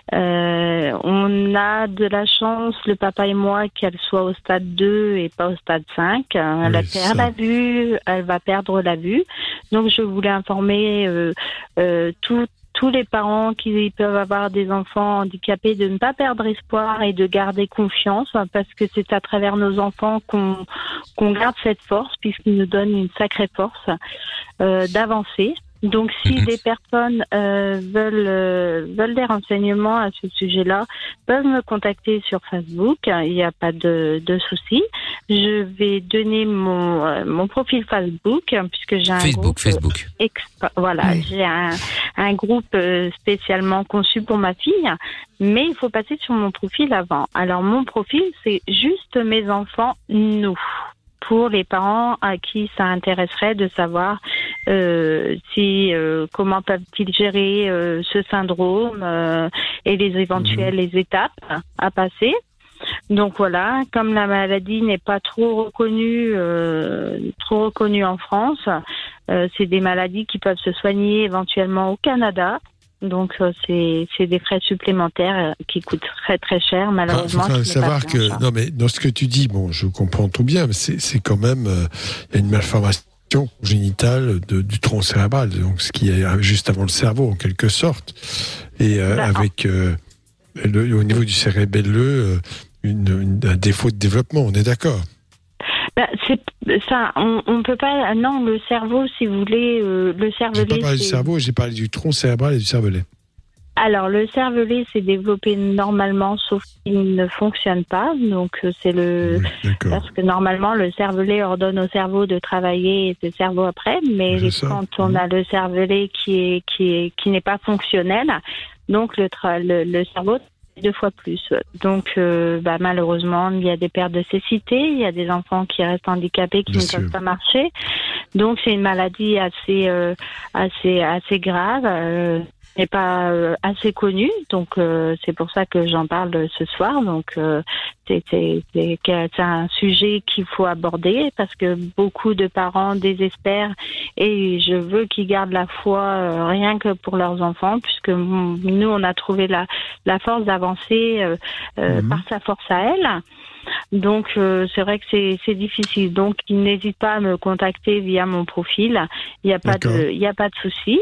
Euh, on a de la chance, le papa et moi, qu'elle soit au stade deux et pas au stade cinq. Euh, Elle
Oui,
a
c'est
perd
ça.
la vue, elle va perdre la vue. Donc je voulais informer euh, euh, tout tous les parents qui peuvent avoir des enfants handicapés de ne pas perdre espoir et de garder confiance, parce que c'est à travers nos enfants qu'on qu'on garde cette force, puisqu'ils nous donnent une sacrée force euh, d'avancer. Donc, si
Mhm.
des personnes euh, veulent euh, veulent des renseignements à ce sujet-là, peuvent me contacter sur Facebook. Il n'y a pas de, de souci. Je vais donner mon euh, mon profil Facebook, puisque j'ai un
Facebook,
groupe,
Facebook.
expa- voilà,
Oui.
j'ai un, un groupe euh, spécialement conçu pour ma fille, mais il faut passer sur mon profil avant. Alors, mon profil, c'est juste mes enfants, nous. Pour les parents à qui ça intéresserait de savoir euh, si euh, comment peuvent-ils gérer euh, ce syndrome euh, et les éventuelles les étapes à passer. Donc voilà, comme la maladie n'est pas trop reconnue, euh, trop reconnue en France, euh, c'est des maladies qui peuvent se soigner éventuellement au Canada. Donc euh, c'est c'est des frais supplémentaires euh, qui coûtent très très cher,
Il
malheureusement.
faut quand même
qui n'est pas
savoir
pris en
que
charge.
non mais dans ce que tu dis, bon, je comprends tout bien, mais c'est c'est quand même euh, il y a une malformation congénitale de, du tronc cérébral, donc ce qui est juste avant le cerveau en quelque sorte, et euh,
D'accord.
avec euh, le, au niveau du cérébelleux euh, une, une- un défaut de développement. On est d'accord.
Bah, c'est ça, on, on peut pas. Non, le cerveau, si vous voulez, euh, le
J'ai
cervelet.
pas parlé du
c'est-
cerveau, j'ai parlé du tronc cérébral et du cervelet.
Alors, le cervelet s'est développé normalement, sauf qu'il ne fonctionne pas. Donc, euh, c'est le.
Oui, d'accord.
Parce que normalement, le cervelet ordonne au cerveau de travailler et c'est le cerveau après. Mais
C'est ça.
quand on
Mhm.
a le cervelet qui est qui est qui n'est pas fonctionnel, donc le tra- le, le cerveau deux fois plus. Donc, euh, bah, malheureusement, il y a des pertes de cécité, il y a des enfants qui restent handicapés, qui
Bien
ne
sûr.
peuvent pas marcher. Donc, c'est une maladie assez, euh, assez, assez grave, euh, n'est pas euh, assez connue. Donc, euh, c'est pour ça que j'en parle ce soir. Donc, euh, c'est, c'est, c'est, c'est un sujet qu'il faut aborder parce que beaucoup de parents désespèrent et je veux qu'ils gardent la foi euh, rien que pour leurs enfants, puisque mm, nous, on a trouvé la, la force d'avancer euh, euh,
Mhm.
par sa force à elle. Donc, euh, c'est vrai que c'est, c'est difficile. Donc, ils n'hésitent pas à me contacter via mon profil. Il n'y a pas
D'accord.
de, il y a pas de souci.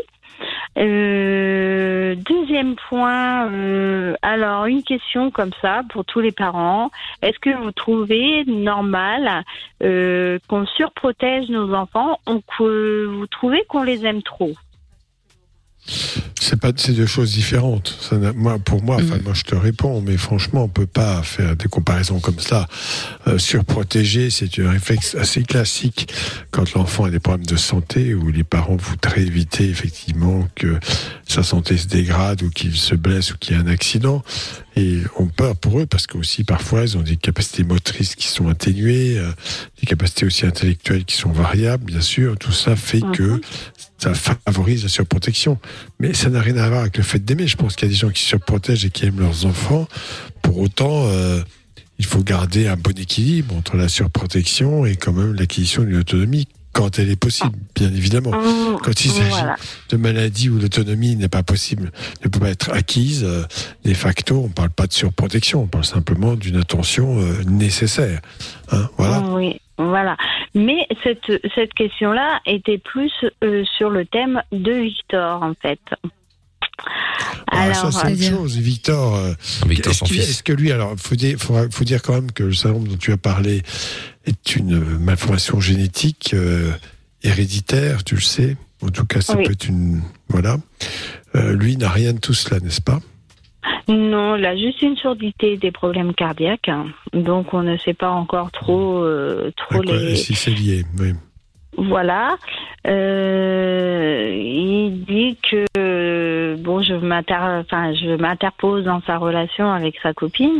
Euh, deuxième point, euh, alors une question comme ça pour tous les parents. Est-ce que vous trouvez normal euh, qu'on surprotège nos enfants ou que vous trouvez qu'on les aime trop?
C'est pas, c'est deux choses différentes. Ça n'a- moi, pour moi, enfin, moi, je te réponds, mais franchement, on peut pas faire des comparaisons comme ça. Euh, surprotéger, c'est un réflexe assez classique quand l'enfant a des problèmes de santé où les parents voudraient éviter effectivement que sa santé se dégrade ou qu'il se blesse ou qu'il y ait un accident. Et on peur pour eux parce que aussi parfois ils ont des capacités motrices qui sont atténuées, euh, des capacités aussi intellectuelles qui sont variables, bien sûr. Tout ça fait
Mhm.
que ça favorise la surprotection. Mais ça n'a rien à voir avec le fait d'aimer. Je pense qu'il y a des gens qui surprotègent et qui aiment leurs enfants. Pour autant, euh, il faut garder un bon équilibre entre la surprotection et quand même l'acquisition d'une autonomie quand elle est possible, bien évidemment.
Mmh,
Quand il s'agit
voilà.
de maladies où l'autonomie n'est pas possible, ne peut pas être acquise, euh, de facto, on ne parle pas de surprotection, on parle simplement d'une attention euh, nécessaire. Hein, voilà.
Oui, Voilà. Mais cette, cette question-là était plus euh, sur le thème de Victor, en fait.
Ah,
Alors,
ça, c'est autre chose. Victor, euh,
Victor,
est-ce,
son
qu'il-
fils.
est-ce que lui, alors, faut dire, faut, faut dire quand même que le syndrome dont tu as parlé est une malformation génétique euh, héréditaire, tu le sais. En tout cas, ça
Oui.
peut être une, voilà. Euh, lui n'a rien de tout cela, n'est-ce pas?
non, il a juste une surdité et des problèmes cardiaques. hein. Donc, on ne sait pas encore trop, euh, trop
D'accord,
les...
et si c'est lié, oui.
Voilà. Euh, il dit que bon, je m'inter, enfin, je m'interpose dans sa relation avec sa copine.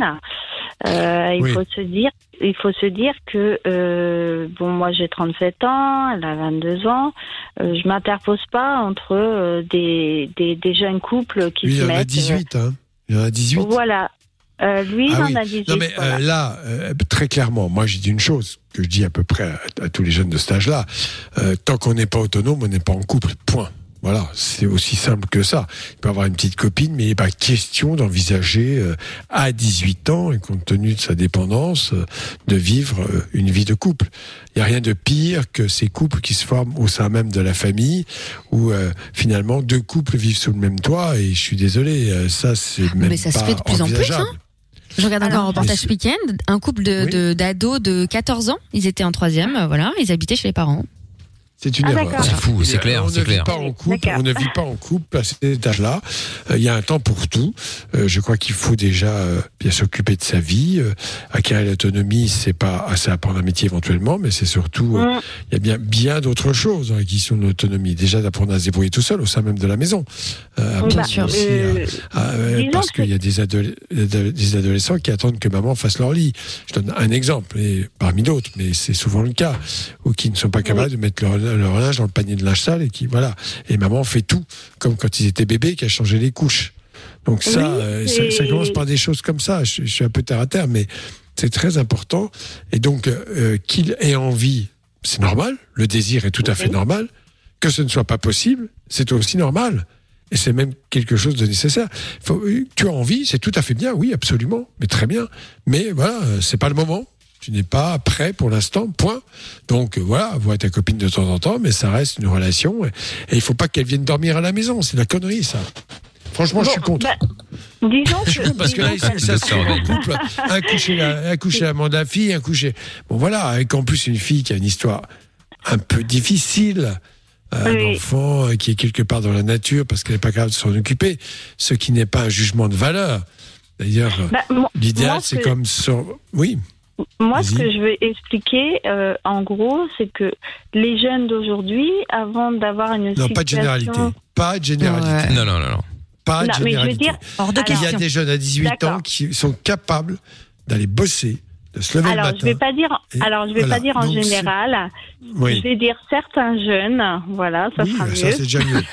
Euh, il
Oui.
faut se dire, il faut se dire que euh, bon, moi j'ai trente-sept ans, elle a vingt-deux ans. Euh, je m'interpose pas entre euh, des, des des jeunes couples qui
Lui, il
se
en a
mettent.
dix-huit, hein. Il en a dix-huit.
Voilà. Euh, lui,
Ah
il
oui.
en a dix-huit.
Non mais
voilà.
euh, là, euh, très clairement, moi j'ai dit une chose que je dis à peu près à, à tous les jeunes de cet âge-là. Euh, tant qu'on n'est pas autonome, on n'est pas en couple. Point. Voilà, c'est aussi simple que ça. Il peut avoir une petite copine, mais il n'est pas question d'envisager euh, à dix-huit ans, et compte tenu de sa dépendance, euh, de vivre euh, une vie de couple. Il n'y a rien de pire que ces couples qui se forment au sein même de la famille, où euh, finalement deux couples vivent sous le même toit, et je suis désolé, euh, ça c'est même
Mais ça se
pas
fait de plus en plus,
envisageable.
hein. Je regarde encore un reportage ce week-end, un couple de,
Oui.
de- d'ados de quatorze ans, ils étaient en troisième, euh, voilà, ils habitaient chez les parents.
C'est une
Ah,
erreur.
d'accord.
C'est fou, c'est clair,
On
c'est
ne
clair.
vit pas en couple.
D'accord.
On ne vit pas en couple à cet âge-là. Euh, Il y a un temps pour tout. Euh, je crois qu'il faut déjà euh, bien s'occuper de sa vie, euh, acquérir l'autonomie. C'est pas assez apprendre un métier éventuellement, mais c'est surtout euh,
Mm.
il y a bien bien d'autres choses dans l'acquisition de l'autonomie. Déjà d'apprendre à se débrouiller tout seul au sein même de la maison. Euh,
Bah,
apprendre aussi
euh,
à- à- euh,
disons
parce
que-
qu'il y a des, adole- des adolescents qui attendent que maman fasse leur lit. Je donne un exemple, et parmi d'autres, mais c'est souvent le cas, ou qui ne sont pas capables de mettre leur, leur linge dans le panier de linge sale, et qui, voilà. Et maman fait tout, comme quand ils étaient bébés, qui a changé les couches. Donc ça,
Oui,
euh, ça, ça
c'est-
commence par des choses comme ça. Je, je suis un peu terre à terre, mais c'est très important. Et donc, euh, qu'il ait envie, c'est normal. Le désir est tout à fait normal. Que ce ne soit pas possible, c'est aussi normal. Et c'est même quelque chose de nécessaire. Faut, tu as envie, c'est tout à fait bien, oui, absolument, mais très bien. Mais voilà, euh, c'est pas le moment. Tu n'es pas prêt pour l'instant, point. Donc euh, voilà, vois ta copine de temps en temps, mais ça reste une relation. Et, et il faut pas qu'elle vienne dormir à la maison, c'est de la connerie, ça. Franchement, je suis contre.
bah, disons
Je suis
que,
contre parce que là,
disons
ils s'inscrivent en couple, un coucher la, un coucher l'amant de la fille, un coucher. Bon voilà, avec en plus une fille qui a une histoire un peu difficile. Euh,
Oui.
Un enfant euh, qui est quelque part dans la nature parce qu'elle n'est pas capable de s'en occuper, ce qui n'est pas un jugement de valeur. D'ailleurs, euh,
Bah, moi-
l'idéal,
moi,
c'est
que-
comme sur... Oui,
Moi, ce
Vas-y.
que je veux expliquer, euh, en gros, c'est que les jeunes d'aujourd'hui, avant d'avoir une
non,
situation...
pas de généralité. Pas de généralité.
Non, non, non, non.
Pas de
Non, mais je veux
généralité.
dire-
Hors de
Alors,
Il y a
question.
des jeunes à dix-huit ans
D'accord.
qui sont capables d'aller bosser, de se lever
Alors,
le matin.
je vais pas dire,
Et
alors je vais
voilà.
pas dire en
Donc, c'est-
général.
Oui,
Je vais dire certains jeunes. Voilà, ça
oui
sera
bah,
mieux.
ça c'est déjà mieux.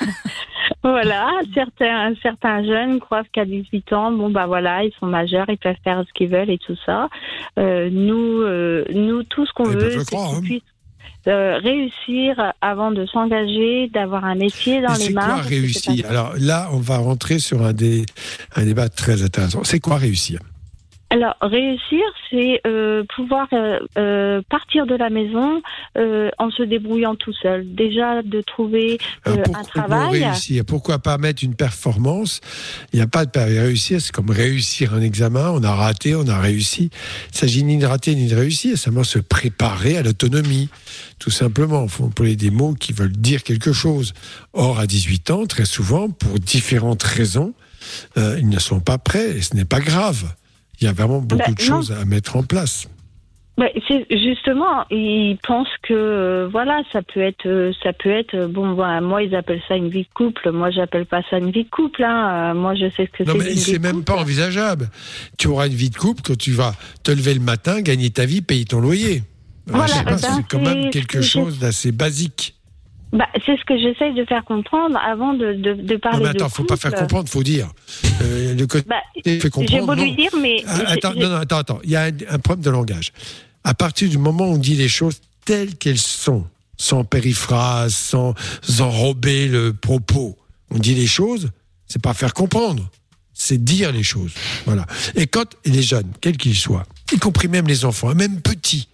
Voilà, certains, certains jeunes croient qu'à dix-huit ans, bon bah voilà, ils sont majeurs, ils peuvent faire ce qu'ils veulent et tout ça. Euh, nous, euh, nous, tout ce qu'on
Ils peuvent
veut,
le
c'est
croire,
qu'ils
hein.
puissent euh, réussir avant de s'engager, d'avoir un métier dans
Et
les
c'est
mains.
quoi
parce que c'est
réussir
pas-
Alors là, on va rentrer sur un, des, un débat très intéressant. C'est quoi réussir
Alors, réussir, c'est euh, pouvoir euh, euh, partir de la maison euh, en se débrouillant tout seul. Déjà, de trouver euh,
Alors,
un
pourquoi
travail.
réussir Pourquoi pas mettre une performance Il n'y a pas de per- réussir, c'est comme réussir un examen. On a raté, on a réussi. Il s'agit ni de rater ni de réussir, c'est simplement se préparer à l'autonomie. Tout simplement, il faut employer des mots qui veulent dire quelque chose. Or, à dix-huit ans, très souvent, pour différentes raisons, euh, ils ne sont pas prêts et ce n'est pas grave. Il y a vraiment beaucoup
Bah,
de
non.
choses à mettre en place.
Ouais, c'est justement, ils pensent que euh, voilà, ça peut être, euh, ça peut être. euh, Bon, voilà, moi ils appellent ça une vie de couple. Moi, j'appelle pas ça une vie de couple. Hein. Euh, moi, je sais ce que
Non,
c'est.
mais
une vie
c'est
de
même
couple.
pas envisageable. Tu auras une vie de couple quand tu vas te lever le matin, gagner ta vie, payer ton loyer.
Voilà,
Je sais pas,
ben,
c'est quand
c'est
même
ce
quelque
que je-
chose d'assez basique.
Bah, c'est ce que j'essaye de faire comprendre avant de, de, de
Non,
parler
mais attends,
de
faut pas
couple.
faire comprendre, faut dire. Euh, le côté
Bah,
fait
j'ai
comprendre.
beau lui
non.
dire, mais
Ah,
j'ai-
attends,
j'ai-
non, non, attends, attends. Il y a un, un problème de langage. À partir du moment où on dit les choses telles qu'elles sont, sans périphrase, sans enrober le propos, on dit les choses, c'est pas faire comprendre, c'est dire les choses. Voilà. Et quand les jeunes, quels qu'ils soient, y compris même les enfants, même petits,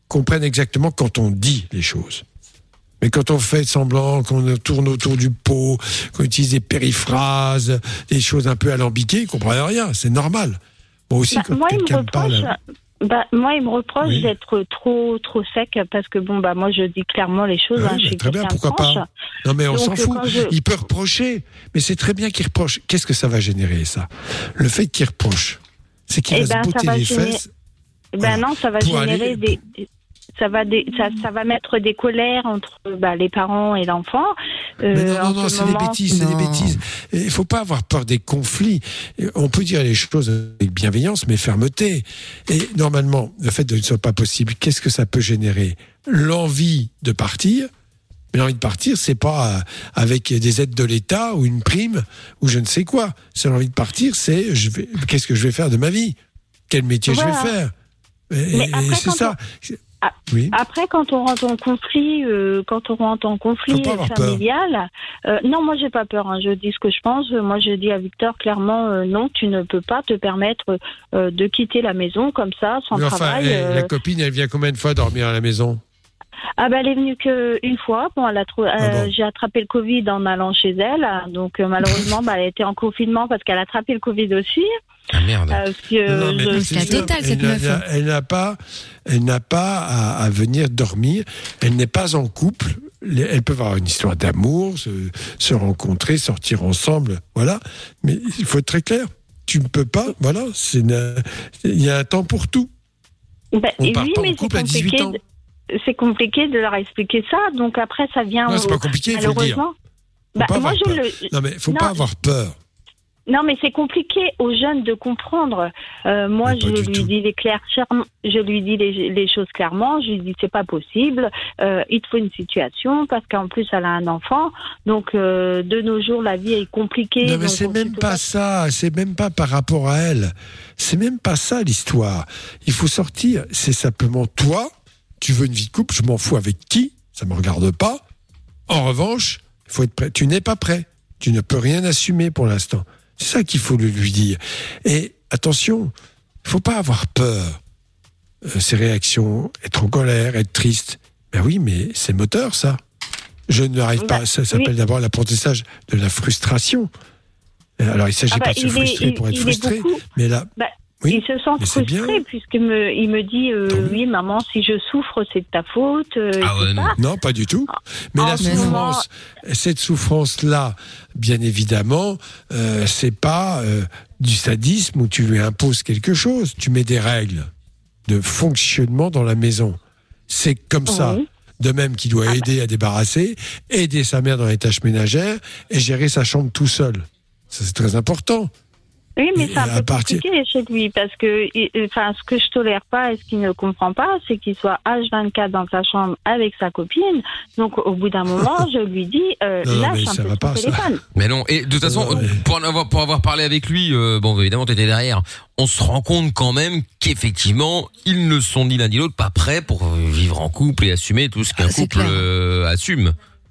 comprennent exactement quand on dit les choses. Mais quand on fait semblant, qu'on tourne autour du pot, qu'on utilise des périphrases, des choses un peu alambiquées, ils ne comprennent rien. C'est normal. Moi aussi,
bah,
quand
moi,
quelqu'un me parle...
Bah, moi, il me reproche
Oui.
d'être trop trop sec parce que bon bah moi je dis clairement les choses.
Ouais,
hein, je
bah,
suis
très bien,
quelqu'un de
pourquoi
franche.
pas. Non mais on
Donc,
s'en
euh,
fout.
quand je-
Il peut reprocher, mais c'est très bien qu'il reproche. Qu'est-ce que ça va générer, ça? Le fait qu'il reproche, c'est qu'il
Eh
va
ben,
se
ça
botter
va
les
générer-
fesses.
Ben
Voilà.
non, ça va
Pour
générer
aller-
des, des- ça va des, ça, ça va mettre des colères entre bah, les parents et l'enfant. Euh,
Mais non, non,
en
non,
ce
c'est des
moment-
bêtises, c'est des bêtises. Il ne faut pas avoir peur des conflits. Et on peut dire les choses avec bienveillance, mais fermeté. Et normalement, le fait de ne soit pas possible, qu'est-ce que ça peut générer? L'envie de partir. Mais l'envie de partir, c'est pas euh, avec des aides de l'État ou une prime ou je ne sais quoi. C'est l'envie de partir, c'est je vais, qu'est-ce que je vais faire de ma vie? Quel métier
Voilà.
je vais faire? Et,
Mais
et
après,
c'est
quand
ça.
Ah,
Oui.
Après, quand on rentre en conflit, euh, quand on rentre en conflit
Faut pas avoir peur.
familial, euh, non, moi j'ai pas peur. Hein, je dis ce que je pense. Moi, je dis à Victor clairement, euh, non, tu ne peux pas te permettre euh, de quitter la maison comme ça, sans
Mais enfin,
travail.
eh,
euh.
la copine, elle vient combien de fois dormir à la maison?
Ah ben elle est venue qu'une fois. Bon, elle a trou-
Ah
euh,
bon.
j'ai attrapé le Covid en allant chez elle. Donc euh, malheureusement, bah, elle était en confinement parce qu'elle a attrapé le Covid aussi.
Ah merde.
Euh, puis, euh,
Non, non, mais
je-
c'est sûr, elle n'a- Elle n'a pas, elle n'a pas à, à venir dormir. Elle n'est pas en couple. Les- Elles peuvent avoir une histoire d'amour, se, se rencontrer, sortir ensemble, voilà. Mais il faut être très clair. Tu ne peux pas, voilà. c'est une- Il y a un temps pour tout.
Ben,
On
et
part
oui,
pas en
mais c'est
couple à dix-huit
compliqué.
ans.
de- C'est compliqué de leur expliquer ça. Donc après, ça vient.
Non, c'est
au-
pas compliqué, il faut le dire.
malheureusement.
Faut
Bah,
pas
moi,
avoir
je
peur.
le.
Non, mais il faut
Non,
pas avoir peur.
Non, mais c'est compliqué aux jeunes de comprendre. Euh, moi, je lui dis les clairs, je lui dis les, les choses clairement. Je lui dis c'est pas possible. Euh, il te faut une situation parce qu'en plus elle a un enfant. Donc euh, de nos jours, la vie est compliquée.
Non, mais
donc
c'est
on-
même pas ça. C'est même pas par rapport à elle. C'est même pas ça l'histoire. Il faut sortir. C'est simplement toi. Tu veux une vie de couple. Je m'en fous avec qui. Ça me regarde pas. En revanche, il faut être prêt. Tu n'es pas prêt. Tu ne peux rien assumer pour l'instant. C'est ça qu'il faut le lui dire. Et attention, il faut pas avoir peur. Euh, ces réactions, être en colère, être triste. Ben oui, mais c'est moteur, ça. Je n'arrive
Bah,
pas. Ça s'appelle
oui.
d'abord l'apprentissage de la frustration. Euh, Alors, il ne s'agit
Ah bah,
pas de se
il est-
frustrer
il-
pour être
il est
frustré,
beaucoup-
mais là,
Bah,
Oui,
il se sent
mais c'est
frustré puisqu'il me, il me dit euh, oui maman, si je souffre c'est de ta faute. euh, et tout ça.
non, pas du tout. Mais
En
la
ce
souffrance, cette souffrance-là, bien évidemment, euh, c'est pas euh, du sadisme où tu lui imposes quelque chose. Tu mets des règles de fonctionnement dans la maison. C'est comme ça.
Oui.
De même qu'il doit aider à débarrasser, aider sa mère dans les tâches ménagères et gérer sa chambre tout seul. Ça, c'est très important.
Oui, mais
Et
c'est un
à
peu
partir-
compliqué chez lui parce que, il- enfin, ce que je tolère pas et ce qu'il ne comprend pas, c'est qu'il soit H vingt-quatre dans sa chambre avec sa copine. Donc, au bout d'un moment, je lui dis, euh,
Non,
lâche
mais
un
ça
peu
va
ton
pas, ça.
téléphone.
Mais non, et de toute façon, pour en avoir, pour avoir parlé avec lui, euh, bon, évidemment, t'étais derrière. On se rend compte quand même qu'effectivement, ils ne sont ni l'un ni l'autre pas prêts pour euh, vivre en couple et assumer tout ce qu'un couple euh, assume.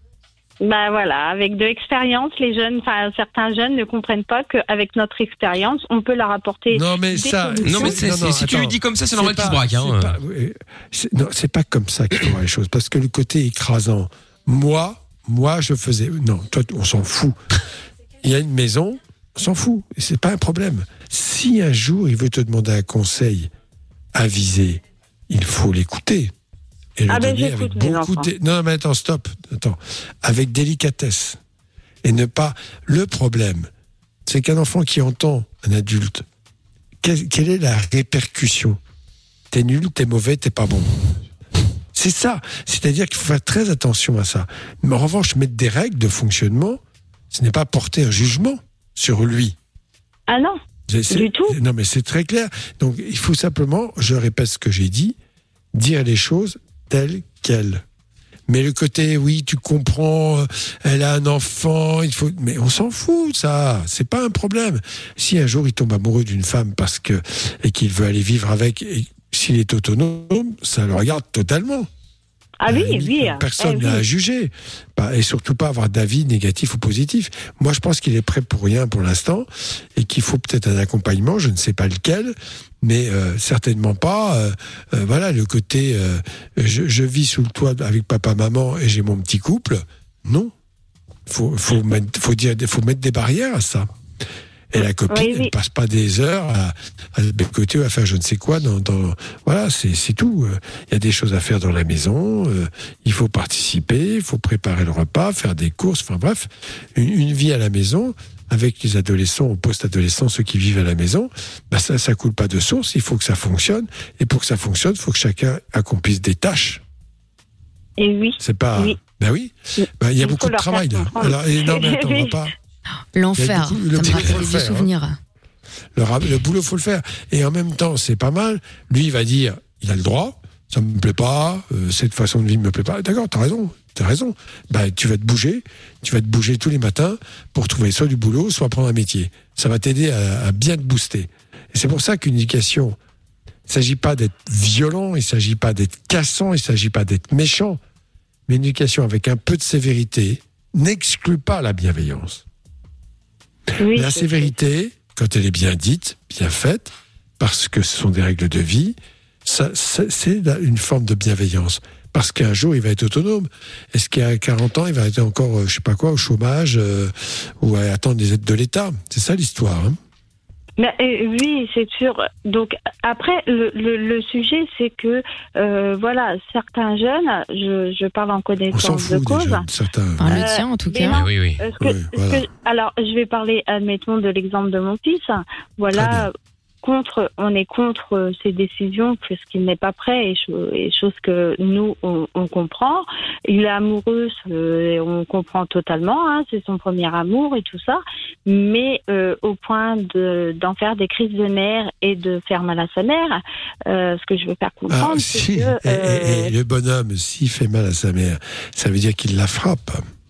Bah voilà, avec de l'expérience, les jeunes, enfin certains jeunes ne comprennent pas qu'avec notre expérience, on peut leur apporter.
Non, mais
des
ça.
solutions.
Non, mais c'est- c'est- si tu lui dis comme ça, c'est normal qu'il se braque, hein.
c'est pas- oui, c'est- Non, c'est pas comme ça qu'il faut voir les choses. Parce que le côté écrasant, moi, moi, je faisais. Non, toi, on s'en fout. Il y a une maison, on s'en fout. Et c'est pas un problème. Si un jour il veut te demander un conseil avisé, il faut l'écouter. Et le
Ah ben,
donner
j'écoute
avec
mes
beaucoup
enfants.
de. Non, mais attends, stop. Attends. Avec délicatesse. Et ne pas. Le problème, c'est qu'un enfant qui entend un adulte, quelle, quelle est la répercussion? T'es nul, t'es mauvais, t'es pas bon. C'est ça. C'est-à-dire qu'il faut faire très attention à ça. Mais en revanche, mettre des règles de fonctionnement, ce n'est pas porter un jugement sur lui.
Ah non,
C'est- c'est-
du tout.
Non, mais c'est très clair. Donc, il faut simplement, je répète ce que j'ai dit, dire les choses telles quelles. Mais le côté, oui, tu comprends, euh, elle a un enfant, il faut. Mais on s'en fout, ça. C'est pas un problème. Si un jour il tombe amoureux d'une femme parce que et qu'il veut aller vivre avec, et s'il est autonome, ça le regarde totalement.
Ah oui,
Euh,
oui.
Personne
Eh
n'a
oui.
à juger. Pas- Et surtout pas avoir d'avis négatif ou positif. Moi, je pense qu'il est prêt pour rien pour l'instant et qu'il faut peut-être un accompagnement, je ne sais pas lequel, mais euh, certainement pas. euh, euh, voilà, le côté euh, je, je vis sous le toit avec papa, maman et j'ai mon petit couple. Non. Faut, faut, mettre, faut, dire, faut mettre des barrières à ça. Et la copine,
Oui, oui.
elle ne passe pas des heures à, à se bécoter ou à faire je ne sais quoi. Dans, dans, voilà, c'est, c'est tout. Il y a des choses à faire dans la maison. euh, il faut participer, il faut préparer le repas, faire des courses. Enfin bref, une, une vie à la maison avec les adolescents ou post-adolescents, ceux qui vivent à la maison, bah ça, ça coule pas de source. Il faut que ça fonctionne. Et pour que ça fonctionne, il faut que chacun accomplisse des tâches.
Et oui.
C'est pas.
Oui.
Ben oui. Ben, il y a
Il
beaucoup
faut
de
leur
travail
faire
là.
comprendre.
Alors, et non, mais attends, on va pas.
L'enfer,
Il y a beaucoup- le
ça me
boulot,
rappelle
faut
des
le
vieux
faire, hein.
souvenirs.
Le, ra- le boulot, faut le faire. Et en même temps, c'est pas mal. Lui, il va dire, il a le droit. Ça me plaît pas. euh, cette façon de vivre me plaît pas. D'accord, t'as raison. T'as raison. Bah, tu vas te bouger. Tu vas te bouger tous les matins pour trouver soit du boulot, soit prendre un métier. Ça va t'aider à, à bien te booster. Et c'est pour ça qu'une éducation, il s'agit pas d'être violent, il s'agit pas d'être cassant, il s'agit pas d'être méchant. Mais une éducation avec un peu de sévérité n'exclut pas la bienveillance.
Oui,
La
c'est-
sévérité, quand elle est bien dite, bien faite, parce que ce sont des règles de vie, ça, ça- c'est la- une forme de bienveillance. Parce qu'un jour, il va être autonome. Est-ce qu'à quarante ans, il va être encore, euh, je sais pas quoi, au chômage euh, ou à attendre des aides de l'État? C'est ça l'histoire. Hein.
Mais, euh, oui, c'est sûr. Donc après, le, le, le sujet, c'est que euh, voilà, certains jeunes, je, je parle en
On s'en
connaissance
fout
de
des
cause.
jeunes, certains.
Enfin, le
Euh,
tien, en tout
mais
cas.
non,
Oui, oui.
euh, ce que-
Oui,
ce
voilà.
que- alors, je vais parler, admettons, de l'exemple de mon fils.
Très
Voilà,
bien.
contre, on est contre euh, ces décisions puisqu'il n'est pas prêt et, cho- et chose que nous on, on comprend. Il est amoureux, euh, et on comprend totalement. Hein, c'est son premier amour et tout ça, mais euh, au point de d'en faire des crises de nerfs et de faire mal à sa mère. Euh, ce que je veux faire comprendre,
Ah,
c'est
si.
que
Et- et-
euh,
et le bonhomme, s'il fait mal à sa mère, ça veut dire qu'il la frappe.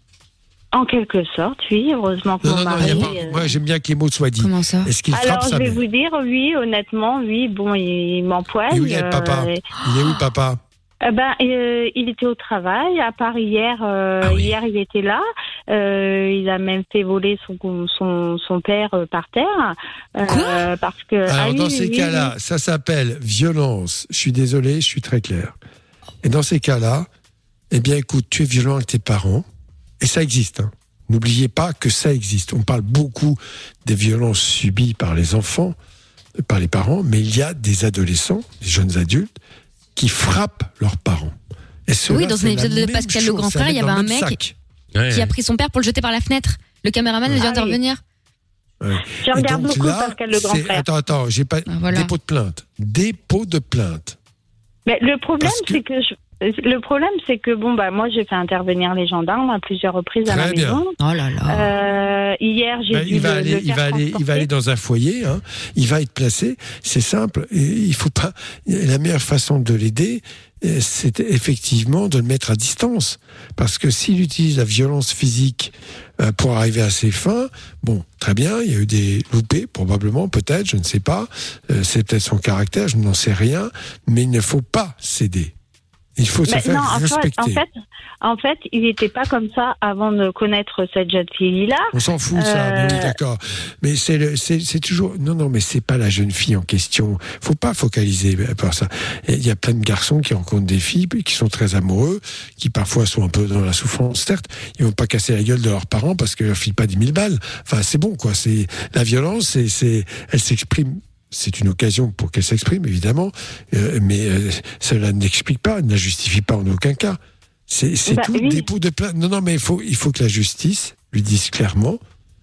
en quelque sorte, oui. Heureusement que
Non,
mon
non, non, il y a
mari.
pas-
euh,
moi j'aime bien que les mots soient dits.
Comment ça?
Est-ce qu'il frappe
Alors,
sa
je vais
mère?
vous dire, oui, honnêtement, oui, bon, il, il m'empoigne.
Et où il est le papa?
euh,
Il est où le papa?
Eh ben, euh, il était au travail, à part hier. euh,
Ah oui.
Hier, il était là. Euh, il a même fait voler son son, son père euh, par terre. Euh, parce que.
Alors,
ah oui,
dans
oui,
ces
oui,
cas-là,
oui.
ça s'appelle violence. Je suis désolé, je suis très clair. Et dans ces cas-là, eh bien, écoute, tu es violent avec tes parents, et ça existe. Hein. N'oubliez pas que ça existe. On parle beaucoup des violences subies par les enfants, euh, par les parents, mais il y a des adolescents, des jeunes adultes, qui frappent leurs parents. Et ceux-là,
Oui, dans
c'est
un
la
épisode de
même
Pascal le
chose,
grand
ça
frère,
met
il y
dans
avait
le
un
même
mec
sac.
Ouais.
qui a pris son père pour le jeter par la fenêtre. Le caméraman vient
Ah oui.
d'intervenir.
Ouais.
Je
Et
regarde
donc
beaucoup
là,
Pascal le grand
c'est-
frère.
Attends, attends, j'ai pas.
Ah, voilà.
Dépôt de plainte. Dépôt de plainte.
Mais le problème,
Parce que-
c'est que. Je... Le problème, c'est que bon bah moi j'ai fait intervenir les gendarmes à plusieurs reprises à la
Très bien.
maison.
Oh là là.
Euh, hier j'ai
Ben,
dû
il va
le,
aller,
le
il
faire
va aller, il va
transporter.
aller dans un foyer. Hein. Il va être placé. C'est simple. Et il faut pas. La meilleure façon de l'aider, euh, c'est effectivement de le mettre à distance, parce que s'il utilise la violence physique euh, pour arriver à ses fins, bon, très bien. Il y a eu des loupés, probablement, peut-être, je ne sais pas. Euh, c'est peut-être son caractère, je n'en sais rien. Mais il ne faut pas céder. Il faut se
Mais
faire
non, en fait,
respecter.
en fait, en fait, il n'était pas comme ça avant de connaître cette jeune fille-là.
On s'en fout, ça,
Euh,
mais oui, d'accord. Mais c'est, le, c'est, c'est toujours. Non, non, mais c'est pas la jeune fille en question. Faut pas focaliser par ça. Et il y a plein de garçons qui rencontrent des filles qui sont très amoureux, qui parfois sont un peu dans la souffrance, certes. Ils vont pas casser la gueule de leurs parents parce qu'ils leur filent pas dix mille balles. Enfin, c'est bon, quoi. C'est, la violence, c'est, c'est, elle s'exprime. C'est une occasion pour qu'elle s'exprime, évidemment, euh, mais euh, cela n'explique pas, ne la justifie pas en aucun cas. C'est, c'est
Bah,
tout
oui.
dépôt de plainte. Non, non, mais il faut, il faut que la justice lui dise clairement.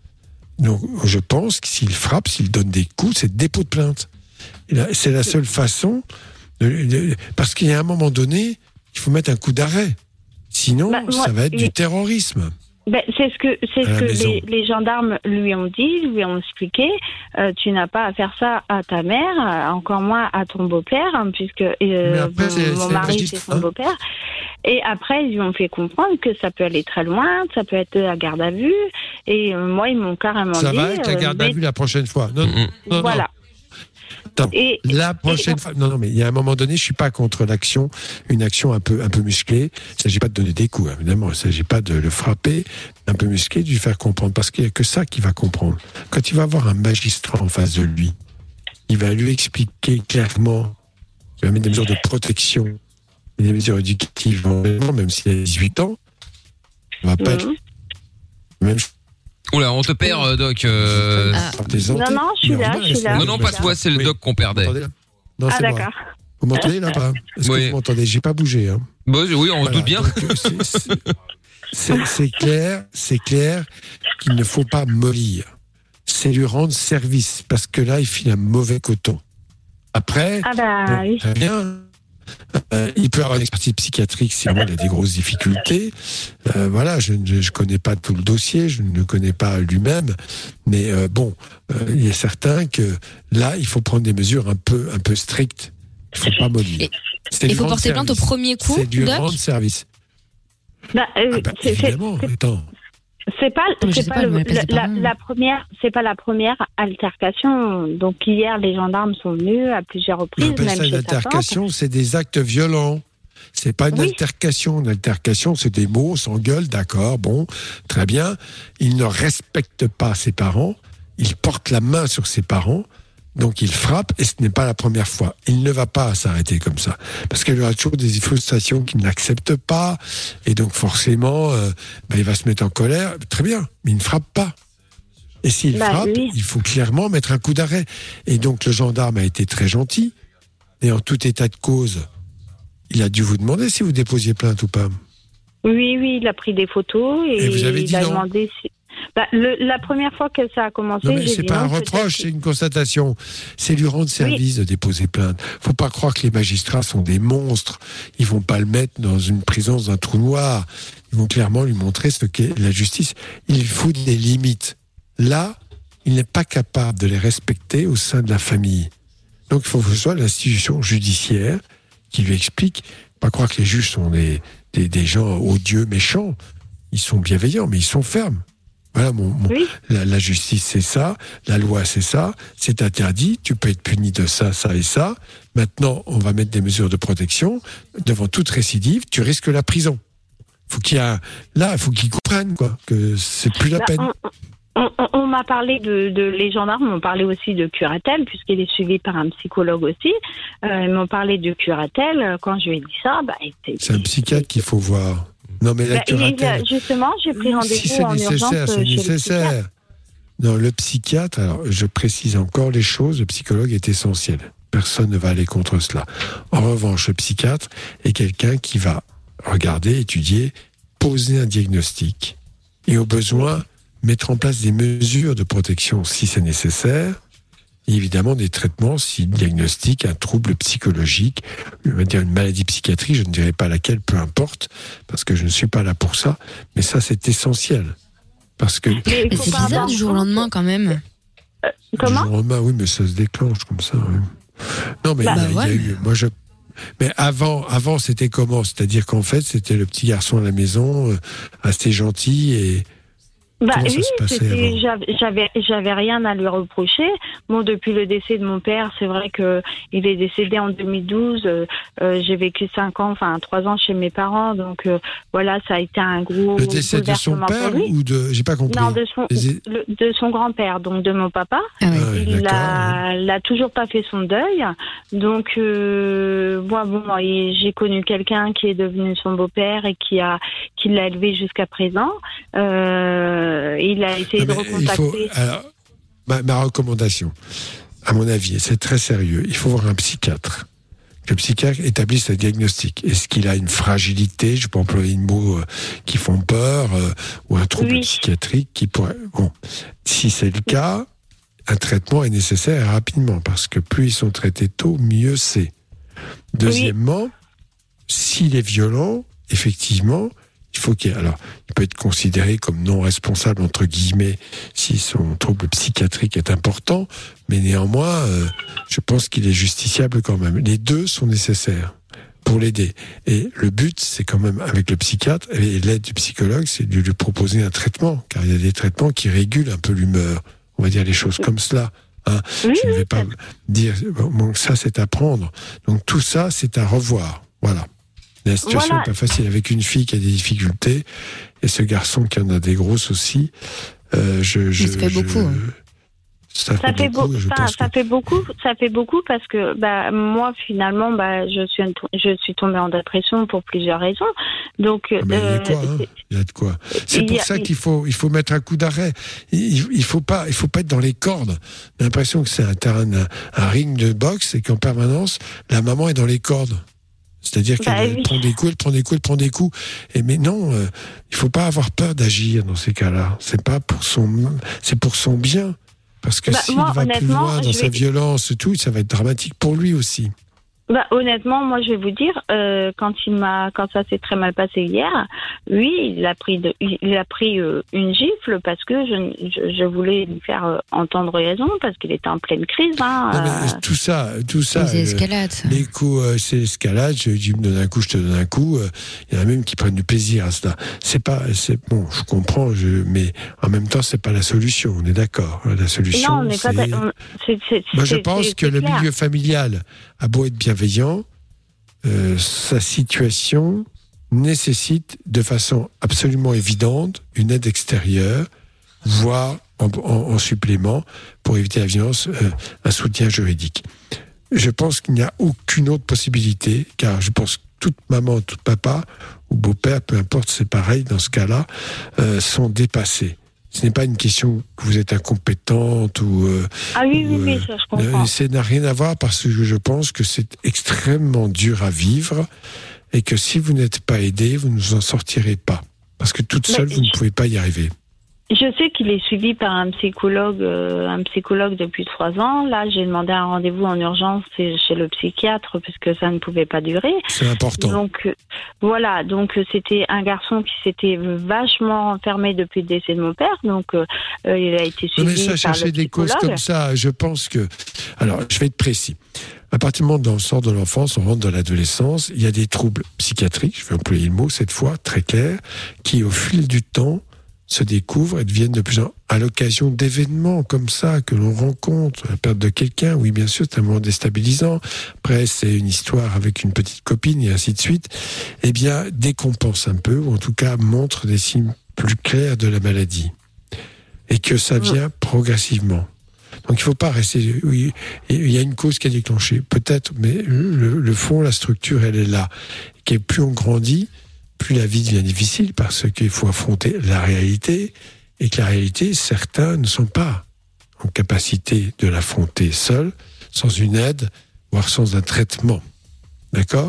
Donc, je pense que s'il frappe, s'il donne des coups, c'est dépôt de plainte. Et là, c'est la seule façon. De, de- parce qu'il y a un moment donné, il faut mettre un coup d'arrêt. Sinon,
Bah, moi,
ça va être
oui.
du terrorisme.
Ben, c'est ce que c'est
À la
ce que
maison.
les, les gendarmes lui ont dit, lui ont expliqué. Euh, tu n'as pas à faire ça à ta mère, euh, encore moins à ton beau-père, hein, puisque euh,
Mais après,
mon,
c'est-
mon
c'est
mari
legit,
c'est son
hein.
beau-père. Et après, ils lui ont fait comprendre que ça peut aller très loin, ça peut être la garde à vue. Et euh, moi, ils m'ont carrément
Ça
dit.
va être la
euh,
garde à
mais-
vue la prochaine fois. Non, non, non,
Voilà.
Attends,
Et-
la prochaine
et-
fois. Non, non, mais il y a un moment donné, je suis pas contre l'action, une action un peu, un peu musclée. Il ne s'agit pas de donner des coups, évidemment. Il ne s'agit pas de le frapper, un peu musclé, de lui faire comprendre. Parce qu'il n'y a que ça qu'il va comprendre. Quand il va avoir un magistrat en face de lui, il va lui expliquer clairement, il va mettre des mesures de protection, et des mesures éducatives, même s'il a dix-huit ans. Il va pas être même.
Oula, on te perd, euh, Doc. euh,
Ah. Non, non, je suis là, je suis là.
Non, non, pas toi, c'est le Doc qu'on perdait.
Non,
Ah,
c'est moi.
d'accord.
Vous m'entendez là pas Est-ce que
Oui.
vous m'entendez? J'ai pas bougé. Hein.
Bon, oui, on se
Voilà,
doute bien.
donc, euh, c'est- c'est- c'est c'est clair, c'est clair qu'il ne faut pas mollir. C'est lui rendre service parce que là, il file un mauvais coton. Après,
Ah bah
bon,
oui.
très bien. Euh, il peut avoir une expertise psychiatrique si vraiment il a des grosses difficultés. Euh, voilà, je ne je connais pas tout le dossier, je ne le connais pas lui-même, mais euh, bon, euh, il est certain que là, il faut prendre des mesures un peu, un peu strictes. Il ne faut pas mollir. C'est
Il
lui
faut
rendre
porter plainte au
service.
premier coup,
C'est lui
Doc
rendre service.
Bah, euh,
Ah bah,
c'est- c'est-
évidemment, attends.
C'est pas,
Mais je
c'est
sais
pas,
pas,
le-
je me place
la,
des
la,
parents.
la première, c'est pas la première altercation. Donc hier, les gendarmes sont venus à plusieurs
On
reprises,
appelle
même
ça une
chez sa tante.
altercation, c'est des actes violents. C'est pas une
Oui.
altercation. Une altercation, c'est des mots, on s'engueule, d'accord, bon, très bien. Il ne respecte pas ses parents, il porte la main sur ses parents, donc il frappe, et ce n'est pas la première fois. Il ne va pas s'arrêter comme ça, parce qu'il y aura toujours des frustrations qu'il n'accepte pas, et donc forcément, euh, ben, il va se mettre en colère. Très bien, mais il ne frappe pas. Et s'il
Bah,
frappe,
oui.
il faut clairement mettre un coup d'arrêt. Et donc le gendarme a été très gentil, et en tout état de cause, il a dû vous demander si vous déposiez plainte ou pas.
Oui, oui, il a pris des photos et,
Et vous avez dit
il a
non.
demandé si. Bah, le- la première fois que ça a commencé,
Non, mais
j'ai
c'est
dit
pas
non,
un
peut-être
reproche,
que-
c'est une constatation. C'est lui rendre service de déposer plainte. Faut pas croire que les magistrats sont des monstres. Ils vont pas le mettre dans une prison, dans un trou noir. Ils vont clairement lui montrer ce qu'est la justice. Il faut des limites. Là, il n'est pas capable de les respecter au sein de la famille. Donc, il faut que ce soit l'institution judiciaire qui lui explique. Pas croire que les juges sont des, des, des gens odieux, méchants. Ils sont bienveillants, mais ils sont fermes. Voilà, mon, mon- la, la justice, c'est ça. La loi, c'est ça. C'est interdit. Tu peux être puni de ça, ça et ça. Maintenant, on va mettre des mesures de protection. Devant toute récidive, tu risques la prison. Faut qu'il y a, là, il faut qu'ils comprennent, quoi, que c'est plus la
Bah,
peine.
on- On, on- on m'a parlé de, de les gendarmes m'ont parlé aussi de curatelle puisqu'il est suivi par un psychologue aussi. Euh, ils m'ont parlé de curatelle. Quand je lui ai dit ça, bah, c'est-
C'est un psychiatre qu'il faut voir. Non, mais la
bah, il est-
curatelle.
justement, j'ai pris rendez-vous
Si c'est
en urgence
nécessaire,
euh,
c'est
chez le
nécessaire.
psychiatre.
Non, le psychiatre, alors je précise encore les choses, le psychologue est essentiel. Personne ne va aller contre cela. En revanche, le psychiatre est quelqu'un qui va regarder, étudier, poser un diagnostic et au besoin mettre en place des mesures de protection si c'est nécessaire. Et évidemment, des traitements s'il diagnostique un trouble psychologique, on va dire une maladie psychiatrique, je ne dirais pas laquelle, peu importe, parce que je ne suis pas là pour ça, mais ça c'est essentiel. Parce que...
Mais c'est bizarre du jour au lendemain quand même.
Comment
Du jour au lendemain, oui, mais ça se déclenche comme ça. oui. Non, mais
Bah,
il y a- il y a
ouais.
eu, moi je... Mais avant, avant c'était comment? C'est-à-dire qu'en fait, c'était le petit garçon à la maison, euh, assez gentil et...
Bah
Comment ça
oui,
se passait
c'était-
avant
j'avais, j'avais, j'avais rien à lui reprocher. Bon, depuis le décès de mon père, c'est vrai que il est décédé en deux mille douze. Euh, euh, j'ai vécu cinq ans, enfin trois ans chez mes parents, donc euh, voilà, ça a été un gros
Le décès de son
bouleversement
père
pour lui.
ou de... J'ai pas compris.
Non, de son,
Les-
le- de son grand-père, donc de mon papa.
Ah oui,
il
d'accord,
a, il a toujours pas fait son deuil. Donc, euh, moi, bon, moi, et j'ai connu quelqu'un qui est devenu son beau-père et qui a, qui l'a élevé jusqu'à présent. Euh, il a essayé de
Non, mais il
recontacter.
faut, alors, ma, ma recommandation, à mon avis, et c'est très sérieux, il faut voir un psychiatre. Que le psychiatre établisse un diagnostic. Est-ce qu'il a une fragilité, je peux employer une mot euh, qui font peur, euh, ou un trouble
Oui.
psychiatrique qui pourrait... Bon, si c'est le cas, un traitement est nécessaire rapidement, parce que plus ils sont traités tôt, mieux c'est. Deuxièmement, s'il est violent, effectivement, il faut qu'il y ait... Alors, il peut être considéré comme non responsable, entre guillemets, si son trouble psychiatrique est important, mais néanmoins, euh, je pense qu'il est justiciable quand même. Les deux sont nécessaires pour l'aider. Et le but, c'est quand même, avec le psychiatre et l'aide du psychologue, c'est de lui proposer un traitement, car il y a des traitements qui régulent un peu l'humeur. On va dire les choses comme cela. Hein.
Oui,
je ne vais
oui,
pas
ça-
dire bon, ça c'est à prendre. Donc tout ça c'est à revoir. Voilà. La situation n'est
Voilà.
pas facile avec une fille qui a des difficultés et ce garçon qui en a des grosses aussi. Euh, je, je,
ça fait
je-
beaucoup, hein.
Ça,
Ça fait,
beaucoup.
beau-
et je
ça,
pense
ça
que-
fait beaucoup, ça fait beaucoup parce que bah moi finalement bah je suis je suis tombée en dépression pour plusieurs raisons. Donc
Ah ben, il y a
euh,
de quoi, hein. Il y a de quoi. C'est
il y
pour
a-
ça qu'il faut, il faut mettre un coup d'arrêt. Il, il faut pas, il faut pas être dans les cordes. J'ai l'impression que c'est un terrain, un, un ring de boxe et qu'en permanence, la maman est dans les cordes. C'est-à-dire qu'elle
Bah,
elle
oui.
prend des coups, elle prend des coups, elle prend des coups. Et mais non, euh, il faut pas avoir peur d'agir dans ces cas-là. C'est pas pour son, c'est pour son bien. Parce que
Bah,
s'il
moi,
va plus
honnêtement,
loin dans
je
sa
vais-
violence et tout, ça va être dramatique pour lui aussi.
Bah, honnêtement, moi, je vais vous dire, euh, quand il m'a, quand ça s'est très mal passé hier, oui, il a pris, de, il a pris euh, une gifle parce que je, je, je voulais lui faire euh, entendre raison parce qu'il était en pleine crise. Hein,
Non, mais
euh.
tout ça, tout ça.
C'est
euh,
escalade, ça.
Les coups, euh, c'est l'escalade. Je dis, me donne un coup, je te donne un coup. euh, Il y en a même qui prennent du plaisir à cela. C'est pas, c'est bon, je comprends, je, mais en même temps, c'est pas la solution. On est d'accord. La solution,
Non, on n'est pas.
c'est.
on- c'est- c'est-
Moi, je
c'est-
pense
c'est-
que
c'est
le
clair.
milieu familial a beau être bienveillant, euh, sa situation nécessite de façon absolument évidente une aide extérieure, voire en, en- en supplément, pour éviter la violence, euh, un soutien juridique. Je pense qu'il n'y a aucune autre possibilité, car je pense que toute maman, tout papa, ou beau-père, peu importe, c'est pareil dans ce cas-là, euh, sont dépassés. Ce n'est pas une question que vous êtes incompétente ou... euh,
Ah oui, oui,
ou,
oui,
euh,
ça, je comprends.
euh, ça n'a rien à voir parce que je pense que c'est extrêmement dur à vivre et que si vous n'êtes pas aidé, vous ne vous en sortirez pas. Parce que toute
Mais
seule, vous ne
je-
pouvez pas y arriver.
Je sais qu'il est suivi par un psychologue, euh, un psychologue depuis trois ans. Là, j'ai demandé un rendez-vous en urgence chez chez le psychiatre parce que ça ne pouvait pas durer.
C'est important.
Donc euh, voilà, donc euh, c'était un garçon qui s'était vachement enfermé depuis le décès de mon père. Donc euh, euh, il a été
Non,
suivi
mais ça,
par
chercher
le
des causes
psychologue.
comme ça, je pense que... Alors, je vais être précis. À partir du moment où on sort de l'enfance, on rentre dans l'adolescence, il y a des troubles psychiatriques, je vais employer le mot cette fois, très clair, qui au fil du temps se découvrent et deviennent de plus en à l'occasion d'événements comme ça que l'on rencontre, la perte de quelqu'un, oui bien sûr c'est un moment déstabilisant, après c'est une histoire avec une petite copine et ainsi de suite, eh bien décompense un peu, ou en tout cas montre des signes plus clairs de la maladie. Et que ça vient progressivement. Donc il ne faut pas rester... Oui, il y a une cause qui a déclenché, peut-être, mais le, le fond, la structure, elle est là. Et plus on grandit, plus la vie devient difficile parce qu'il faut affronter la réalité et que la réalité, certains ne sont pas en capacité de l'affronter seuls, sans une aide, voire sans un traitement. D'accord ?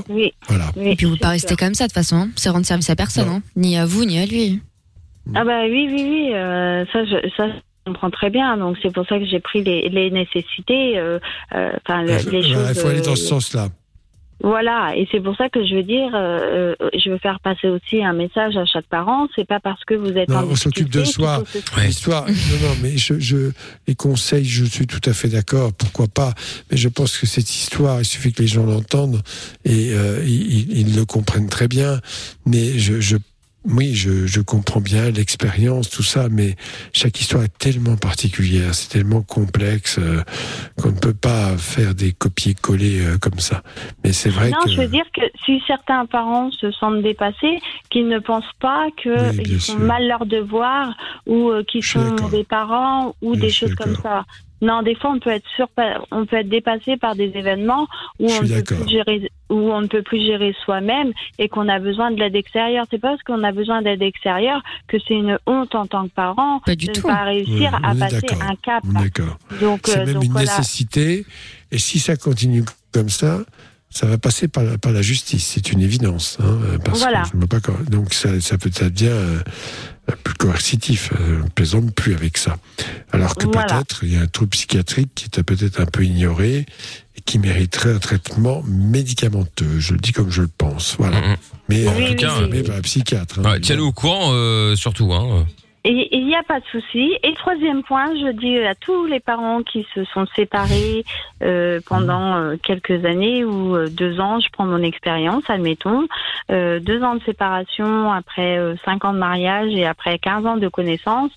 Oui.
Voilà.
Oui,
Et puis vous ne
c'est
pas rester
sûr.
comme ça de toute façon, hein. C'est rendre service à personne,
Non.
hein. Ni à vous, ni à lui.
Ah bah oui, oui, oui, euh, ça, je, ça, je comprends très bien. Donc c'est pour ça que j'ai pris les, les nécessités, euh, euh, enfin le- les
Voilà,
choses.
il faut aller dans
euh,
ce sens-là.
Voilà, et c'est pour ça que je veux dire, euh, euh, je veux faire passer aussi un message à chaque parent. C'est pas parce que vous êtes
Non,
en
on s'occupe de
difficulté
soi.
qu'il faut se-
L'histoire, non, non, mais je, je, les conseils, je suis tout à fait d'accord, pourquoi pas. Mais je pense que cette histoire, il suffit que les gens l'entendent et euh, ils, ils le comprennent très bien. Mais je, je oui, je, je comprends bien l'expérience, tout ça, mais chaque histoire est tellement particulière, c'est tellement complexe euh, qu'on ne peut pas faire des copier-coller euh, comme ça. Mais c'est vrai
non,
que...
je veux dire que si certains parents se sentent dépassés, qu'ils ne pensent pas qu'ils
Oui, bien
font
sûr.
mal leur devoir ou euh, qu'ils
Je suis
sont
d'accord.
des parents ou
Je
des
suis
choses comme
d'accord.
ça. Non, des fois on peut être surpa- on peut être dépassé par des événements où
Je
on
suis
ne peut
d'accord.
plus gérer où on ne peut plus gérer soi-même et qu'on a besoin de l'aide extérieure. C'est pas parce qu'on a besoin d'aide extérieure que c'est une honte en tant que parent
Pas du
de
tout.
ne pas réussir
Oui,
à
on est
passer
d'accord.
un cap.
On est D'accord.
Donc,
C'est
euh,
même
donc
une
voilà.
nécessité. Et si ça continue comme ça, ça va passer par la, par la justice. C'est une évidence. Hein, parce
Voilà.
que je ne vois pas quand- donc ça, ça peut ça devient euh, plus coercitif. Euh, on ne plaisante plus avec ça. Alors que
Voilà.
peut-être il y a un trouble psychiatrique qui est peut-être un peu ignoré et qui mériterait un traitement médicamenteux. Je le dis comme je le pense. Voilà.
Mhm.
Mais
Oui,
en
oui,
tout cas,
oui.
mais par un psychiatre. hein.
Ouais, tiens-nous au courant, euh, surtout. Hein.
Et il n'y a pas de souci. Et troisième point, je dis à tous les parents qui se sont séparés euh, pendant euh, quelques années ou euh, deux ans, je prends mon expérience, admettons, euh, deux ans de séparation après euh, cinq ans de mariage et après quinze ans de connaissance,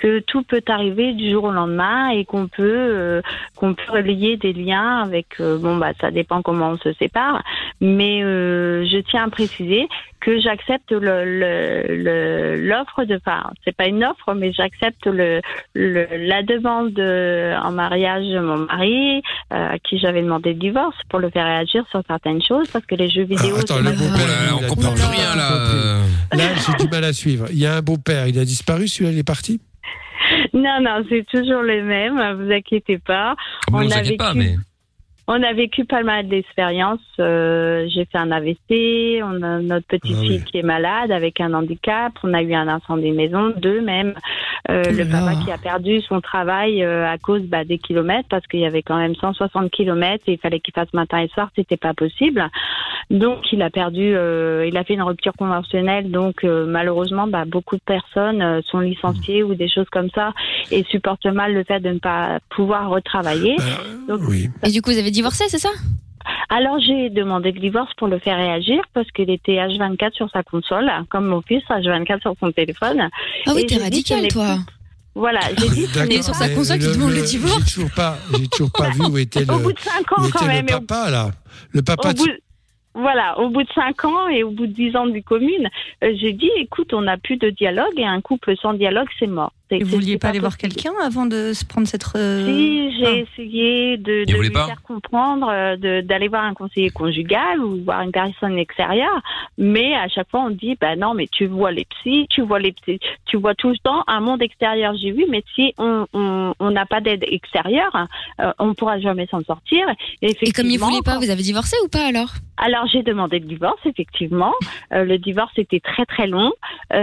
que tout peut arriver du jour au lendemain et qu'on peut euh, qu'on peut relier des liens avec euh, bon bah ça dépend comment on se sépare, mais euh, je tiens à préciser que j'accepte le, le, le l'offre de enfin c'est pas une offre mais j'accepte le, le la demande de, en mariage de mon mari euh, à qui j'avais demandé le divorce pour le faire réagir sur certaines choses parce que les jeux vidéo
ah, attends, le beau-père,
là, on comprend plus rien là.
Là, j'ai du mal à suivre. Il y a un beau-père, il a disparu, celui-là il est parti.
Non, non, c'est toujours les mêmes, vous inquiétez pas.
Bon,
on,
on
a
s'inquiète
vécu,
pas, mais...
on a vécu pas mal d'expériences. Euh, j'ai fait un A V C, on a notre petite
Ah,
fille
oui.
qui est malade avec un handicap, on a eu un incendie maison, deux même. Euh,
Oh
le
là.
papa qui a perdu son travail euh, à cause bah, des kilomètres, parce qu'il y avait quand même cent soixante kilomètres et il fallait qu'il fasse matin et soir, c'était pas possible. Donc il a perdu, euh, il a fait une rupture conventionnelle, donc euh, malheureusement bah, beaucoup de personnes euh, sont licenciées ou des choses comme ça et supportent mal le fait de ne pas pouvoir retravailler. Donc,
Oui.
Et du coup, vous avez divorcé, c'est ça?
alors j'ai demandé le divorce pour le faire réagir parce qu'il était H vingt-quatre sur sa console, comme mon fils H vingt-quatre sur son téléphone.
Ah oui,
Et
t'es
j'ai dit que
radical,
les
toi.
couples- Voilà, j'ai dit que
D'accord,
les-
Et sur sa
mais
console, tu demandes le divorce.
J'ai toujours pas, j'ai toujours pas vu où était le,
au bout de cinq ans
où
quand
était
même.
le
et au-
papa là. Le papa.
au bout de- Voilà, au bout de cinq ans et au bout de dix ans de vie commune, euh, j'ai dit, écoute, on n'a plus de dialogue et un couple sans dialogue, c'est mort. C'est-
Et vous
c'est-
vouliez
c'est
pas aller voir
possible.
quelqu'un avant de se prendre cette... euh,
Si, j'ai
ah.
essayé de,
Il
de
voulait
lui
pas
faire comprendre euh, de- d'aller voir un conseiller conjugal ou voir une personne extérieure, mais à chaque fois on dit bah non mais tu vois les psys, tu vois les psys, tu vois tout le temps un monde extérieur. J'ai vu, mais si on on on n'a pas d'aide extérieure, euh, on pourra jamais s'en sortir. Et,
Et comme il
effectivement,
voulait pas,
quand-
vous avez divorcé ou pas alors?
alors j'ai demandé le divorce, effectivement. Euh, le divorce était très très long.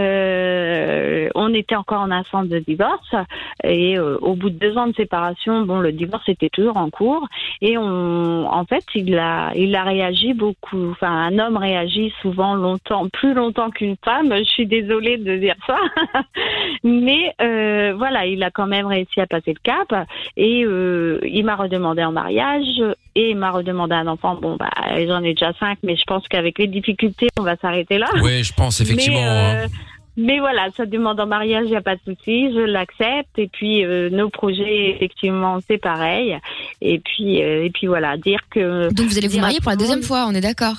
Euh, on était encore en instance de divorce et euh, au bout de deux ans de séparation, bon, le divorce était toujours en cours et on, en fait, il a, il a réagi beaucoup. Enfin, un homme réagit souvent longtemps, plus longtemps qu'une femme. Je suis désolée de dire ça, mais euh, voilà, il a quand même réussi à passer le cap et euh, il m'a redemandé en mariage et il m'a redemandé un enfant. Bon, bah, j'en ai déjà cinq, mais je pense qu'avec les difficultés, on va s'arrêter là.
Ouais, je pense effectivement.
Mais, euh,
hein.
mais voilà, ça demande en mariage, il n'y a pas de souci, je l'accepte. Et puis euh, nos projets, effectivement, c'est pareil. Et puis, euh, et puis voilà, dire que.
Donc vous allez vous
dire à
marier pour la
tout le
deuxième
monde-
fois, on est d'accord?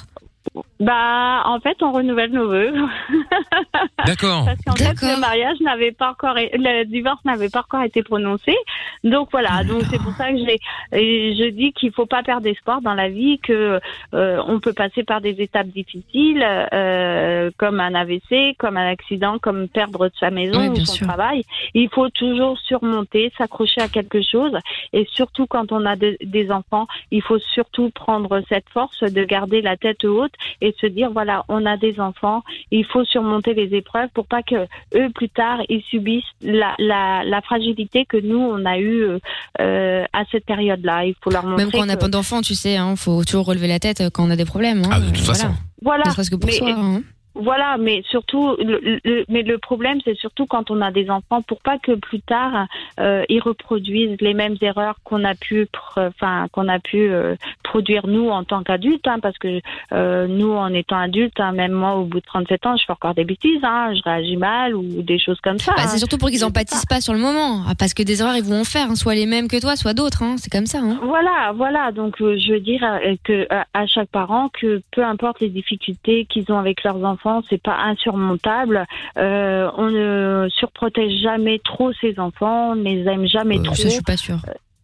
Bah, en fait, on renouvelle nos vœux.
D'accord.
Parce qu'en fait,
D'accord.
le mariage n'avait pas encore, le divorce n'avait pas encore été prononcé. Donc voilà, donc c'est pour ça que j'ai, et je dis qu'il faut pas perdre espoir dans la vie, que euh, on peut passer par des étapes difficiles, euh, comme un A V C, comme un accident, comme perdre sa maison
Oui,
ou
bien
son
sûr.
travail. Il faut toujours surmonter, s'accrocher à quelque chose, et surtout quand on a de- des enfants, il faut surtout prendre cette force de garder la tête haute et se dire voilà, on a des enfants, il faut surmonter les épreuves pour pas que eux plus tard ils subissent la, la, la fragilité que nous on a eu euh, euh, à cette période-là. Il faut leur montrer
Même quand on n'a
que-
pas d'enfants, tu sais, hein, faut toujours relever la tête quand on a des problèmes. Hein,
Ah, de toute
voilà.
façon.
voilà.
Ne serait-ce que pour
Mais-
soi. Hein.
Voilà, mais surtout, le, le- mais le problème, c'est surtout quand on a des enfants, pour pas que plus tard euh, ils reproduisent les mêmes erreurs qu'on a pu, pr- enfin qu'on a pu euh, produire nous en tant qu'adultes, hein, parce que euh, nous, en étant adultes, hein, même moi, au bout de trente-sept ans, je fais encore des bêtises, hein, je réagis mal ou des choses comme ça.
Bah,
hein.
c'est surtout pour qu'ils en pâtissent pas sur le moment. Ah, parce que des erreurs, ils vont en faire, hein, soit les mêmes que toi, soit d'autres. Hein. C'est comme ça. Hein.
Voilà, voilà. Donc, euh, je veux dire euh, que à, à chaque parent que peu importe les difficultés qu'ils ont avec leurs enfants, c'est pas insurmontable. Euh, on ne surprotège jamais trop ses enfants, on ne les aime jamais
Euh,
trop.
ça, je suis pas sûre.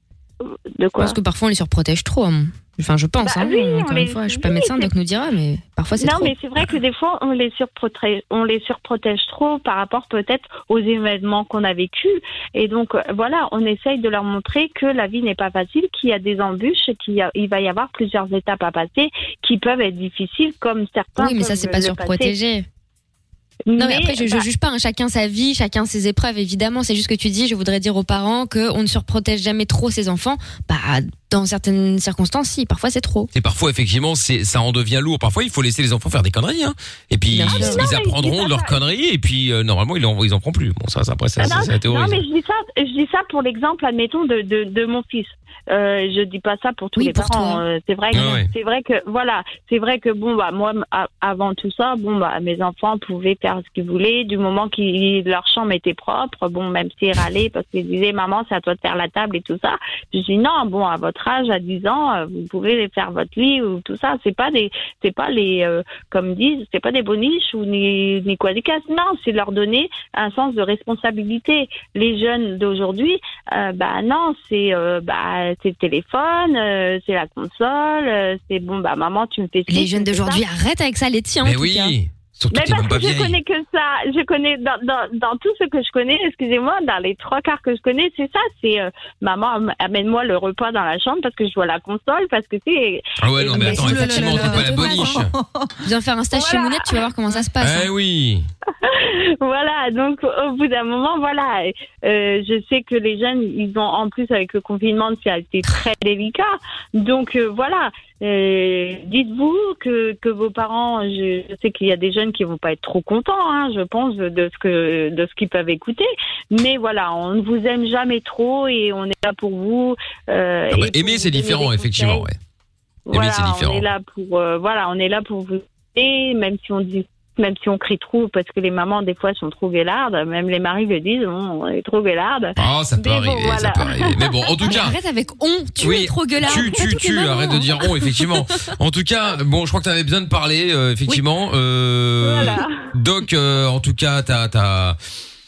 De quoi?
Parce que parfois, on les surprotège trop. hein. Enfin, je pense.
Bah
hein.
oui, on
Encore
les-
une fois, je suis pas
oui,
médecin,
c'est-
donc nous dira, mais parfois, c'est
Non,
trop.
mais c'est vrai que des fois, on les surprotège, on les surprotège trop par rapport peut-être aux événements qu'on a vécus. Et donc, euh, voilà, on essaye de leur montrer que la vie n'est pas facile, qu'il y a des embûches, qu'il y a- il va y avoir plusieurs étapes à passer qui peuvent être difficiles, comme certains.
Oui, mais ça,
peuvent
c'est pas
le
surprotégé.
passer.
Non, mais après, je, je
bah,
juge pas. hein. Chacun sa vie, chacun ses épreuves, évidemment. C'est juste que tu dis, je voudrais dire aux parents qu'on ne surprotège jamais trop ses enfants. Bah, dans certaines circonstances, si. Parfois, c'est trop.
Et parfois, effectivement, c'est, ça en devient lourd. Parfois, il faut laisser les enfants faire des conneries, hein. Et puis,
Bien
ils,
sûr.
ils
Non, mais je
apprendront
dis
de leurs
pas ça.
conneries. Et puis, euh, normalement, ils en, ils en feront plus. Bon, ça, ça après, ça,
Ah
ça,
non,
c'est la théorie.
non,
ça.
mais je dis ça, je dis ça pour l'exemple, admettons, de, de, de mon fils. Euh, je dis pas ça pour tous
Oui,
les
pour
parents.
toi.
Euh, c'est vrai que
Ah ouais.
c'est vrai que voilà, c'est vrai que bon bah moi m- a- avant tout ça, bon bah mes enfants pouvaient faire ce qu'ils voulaient. Du moment que leur chambre était propre, bon, même s'ils râlaient parce qu'ils disaient maman, c'est à toi de faire la table et tout ça. Je dis non, bon, à votre âge, à dix ans, vous pouvez faire votre lit ou tout ça. C'est pas des, c'est pas les, euh, comme disent, c'est pas des boniches ou ni ni quoi des casses. Non, c'est leur donner un sens de responsabilité. Les jeunes d'aujourd'hui, euh, bah non, c'est, euh, bah c'est le téléphone, euh, c'est la console, euh, c'est bon, bah maman, tu me fais.
Les jeunes d'aujourd'hui, arrête avec ça, les tiens.
Mais
en tout
oui.
cas.
Surtout
Mais
t'es
parce
même pas
que je
vieille.
connais que ça, je connais dans, dans, dans tout ce que je connais, excusez-moi, dans les trois quarts que je connais, c'est ça, c'est euh, maman amène-moi le repas dans la chambre parce que je vois la console, parce que c'est.
Ah ouais, non, mais attends,
Oh là
effectivement,
là
t'es
là
pas
là.
la boniche.
Viens faire un stage chez
Voilà.
Mounette, tu vas voir comment ça se passe.
Eh
hein.
oui.
Voilà, donc au bout d'un moment, voilà, euh, je sais que les jeunes, ils ont en plus avec le confinement, ça a été très délicat. Donc euh, voilà, euh, dites-vous que que vos parents, je, je sais qu'il y a des jeunes qui vont pas être trop contents, hein, je pense de ce que de ce qu'ils peuvent écouter. Mais voilà, on ne vous aime jamais trop et on est là pour vous. Euh,
Ah bah,
et pour
aimer,
vous
c'est
donner
différent,
des
effectivement,
conseils.
ouais. Aimer,
Voilà,
c'est différent.
on est là pour euh, voilà, on est là pour vous aider, même si on dit même si on crie trop, parce que les mamans, des fois, sont trop guélardes. Même les maris le disent, bon, on est trop guélardes.
Ah, ça peut
Mais bon,
arriver, ça
voilà.
peut arriver. Mais bon, en tout
Mais
cas.
arrête avec on, tu
Oui,
es trop gueulard.
Tu,
Pas
tu,
toutes les
tu,
mamans,
arrête de
hein.
dire on, effectivement. En tout cas, bon, je crois que t'avais besoin de parler, euh, effectivement. Euh,
Voilà.
Doc, euh, en tout cas, t'as, t'as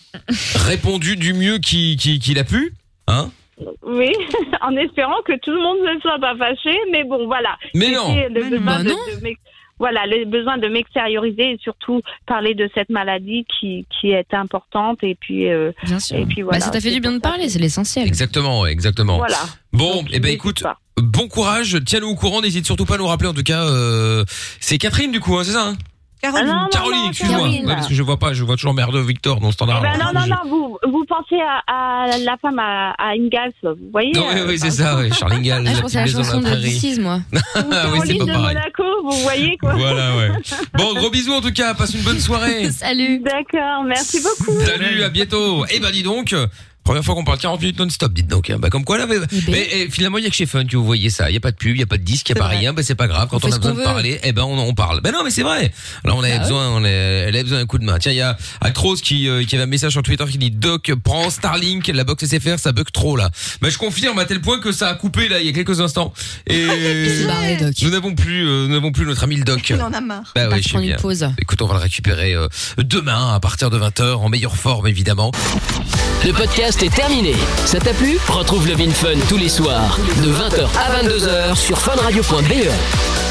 répondu du mieux qu'il, qu'il, qu'il a pu, hein?
Oui, en espérant que tout le monde ne soit pas fâché, mais bon, voilà.
Mais non.
C'était le
Mais
besoin
non.
de,
Bah
de m'ex- voilà, le besoin de m'extérioriser et surtout parler de cette maladie qui, qui est importante et puis euh,
Bien sûr.
et puis voilà.
Bah, ça t'a fait du bien de parler, c'est l'essentiel.
Exactement, ouais, exactement.
Voilà.
Bon,
Donc,
eh ben
n'hésite
écoute,
pas.
bon courage, tiens-nous au courant, n'hésite surtout pas à nous rappeler en tout cas. Euh, c'est Catherine du coup, hein, c'est ça, hein?
Caroline.
Ah non, non,
Caroline,
non,
excuse-moi.
Caroline.
Ouais, parce que je vois pas, je vois toujours Merde Victor dans le standard.
Ben non, non,
Je-
non, vous, vous pensez à, à la femme à, à Ingalls, vous voyez
Non, oui,
euh,
oui, c'est ça, ouais, Charles Ingalls,
Ah, je
la
pensais à la
petite maison
chanson
dans
de
la prairie.
This Is, moi.
Ah oui, c'est
Caroline
pas
de
pareil.
Monaco, vous voyez quoi.
Voilà, ouais. Bon, gros bisous en tout cas, passe une bonne soirée.
Salut.
D'accord, merci beaucoup.
Salut, à bientôt. Eh ben dis donc, première fois qu'on parle quarante minutes non-stop, dites donc. Bah comme quoi là, mais,
ben.
mais, eh, finalement il y a que chez Fun que vous voyez ça. Il y a pas de pub, il y a pas de disque, il y a pas rien. Bah c'est pas grave. Quand
On
on,
fait
a
ce
besoin
qu'on
de
veut.
parler, eh ben on en parle. Ben non mais c'est vrai. Là on avait
Bah
besoin, on a, elle avait besoin d'un coup de main. Tiens, il y a Actros qui euh, qui avait un message sur Twitter qui dit Doc prends Starlink, la box S F R ça bug trop là. Bah je confirme à tel point que ça a coupé là il y a quelques instants. Et
C'est barré, Doc.
nous n'avons plus, euh, nous n'avons plus notre ami le Doc.
Il en a marre.
Bah
On va
oui, je sais
prendre une
bien.
pause.
Écoute, on va le récupérer euh, demain à partir de vingt heures en meilleure forme évidemment.
Le podcast est terminé. Ça t'a plu? Retrouve Love in Fun tous les soirs de vingt heures à vingt-deux heures sur funradio point be.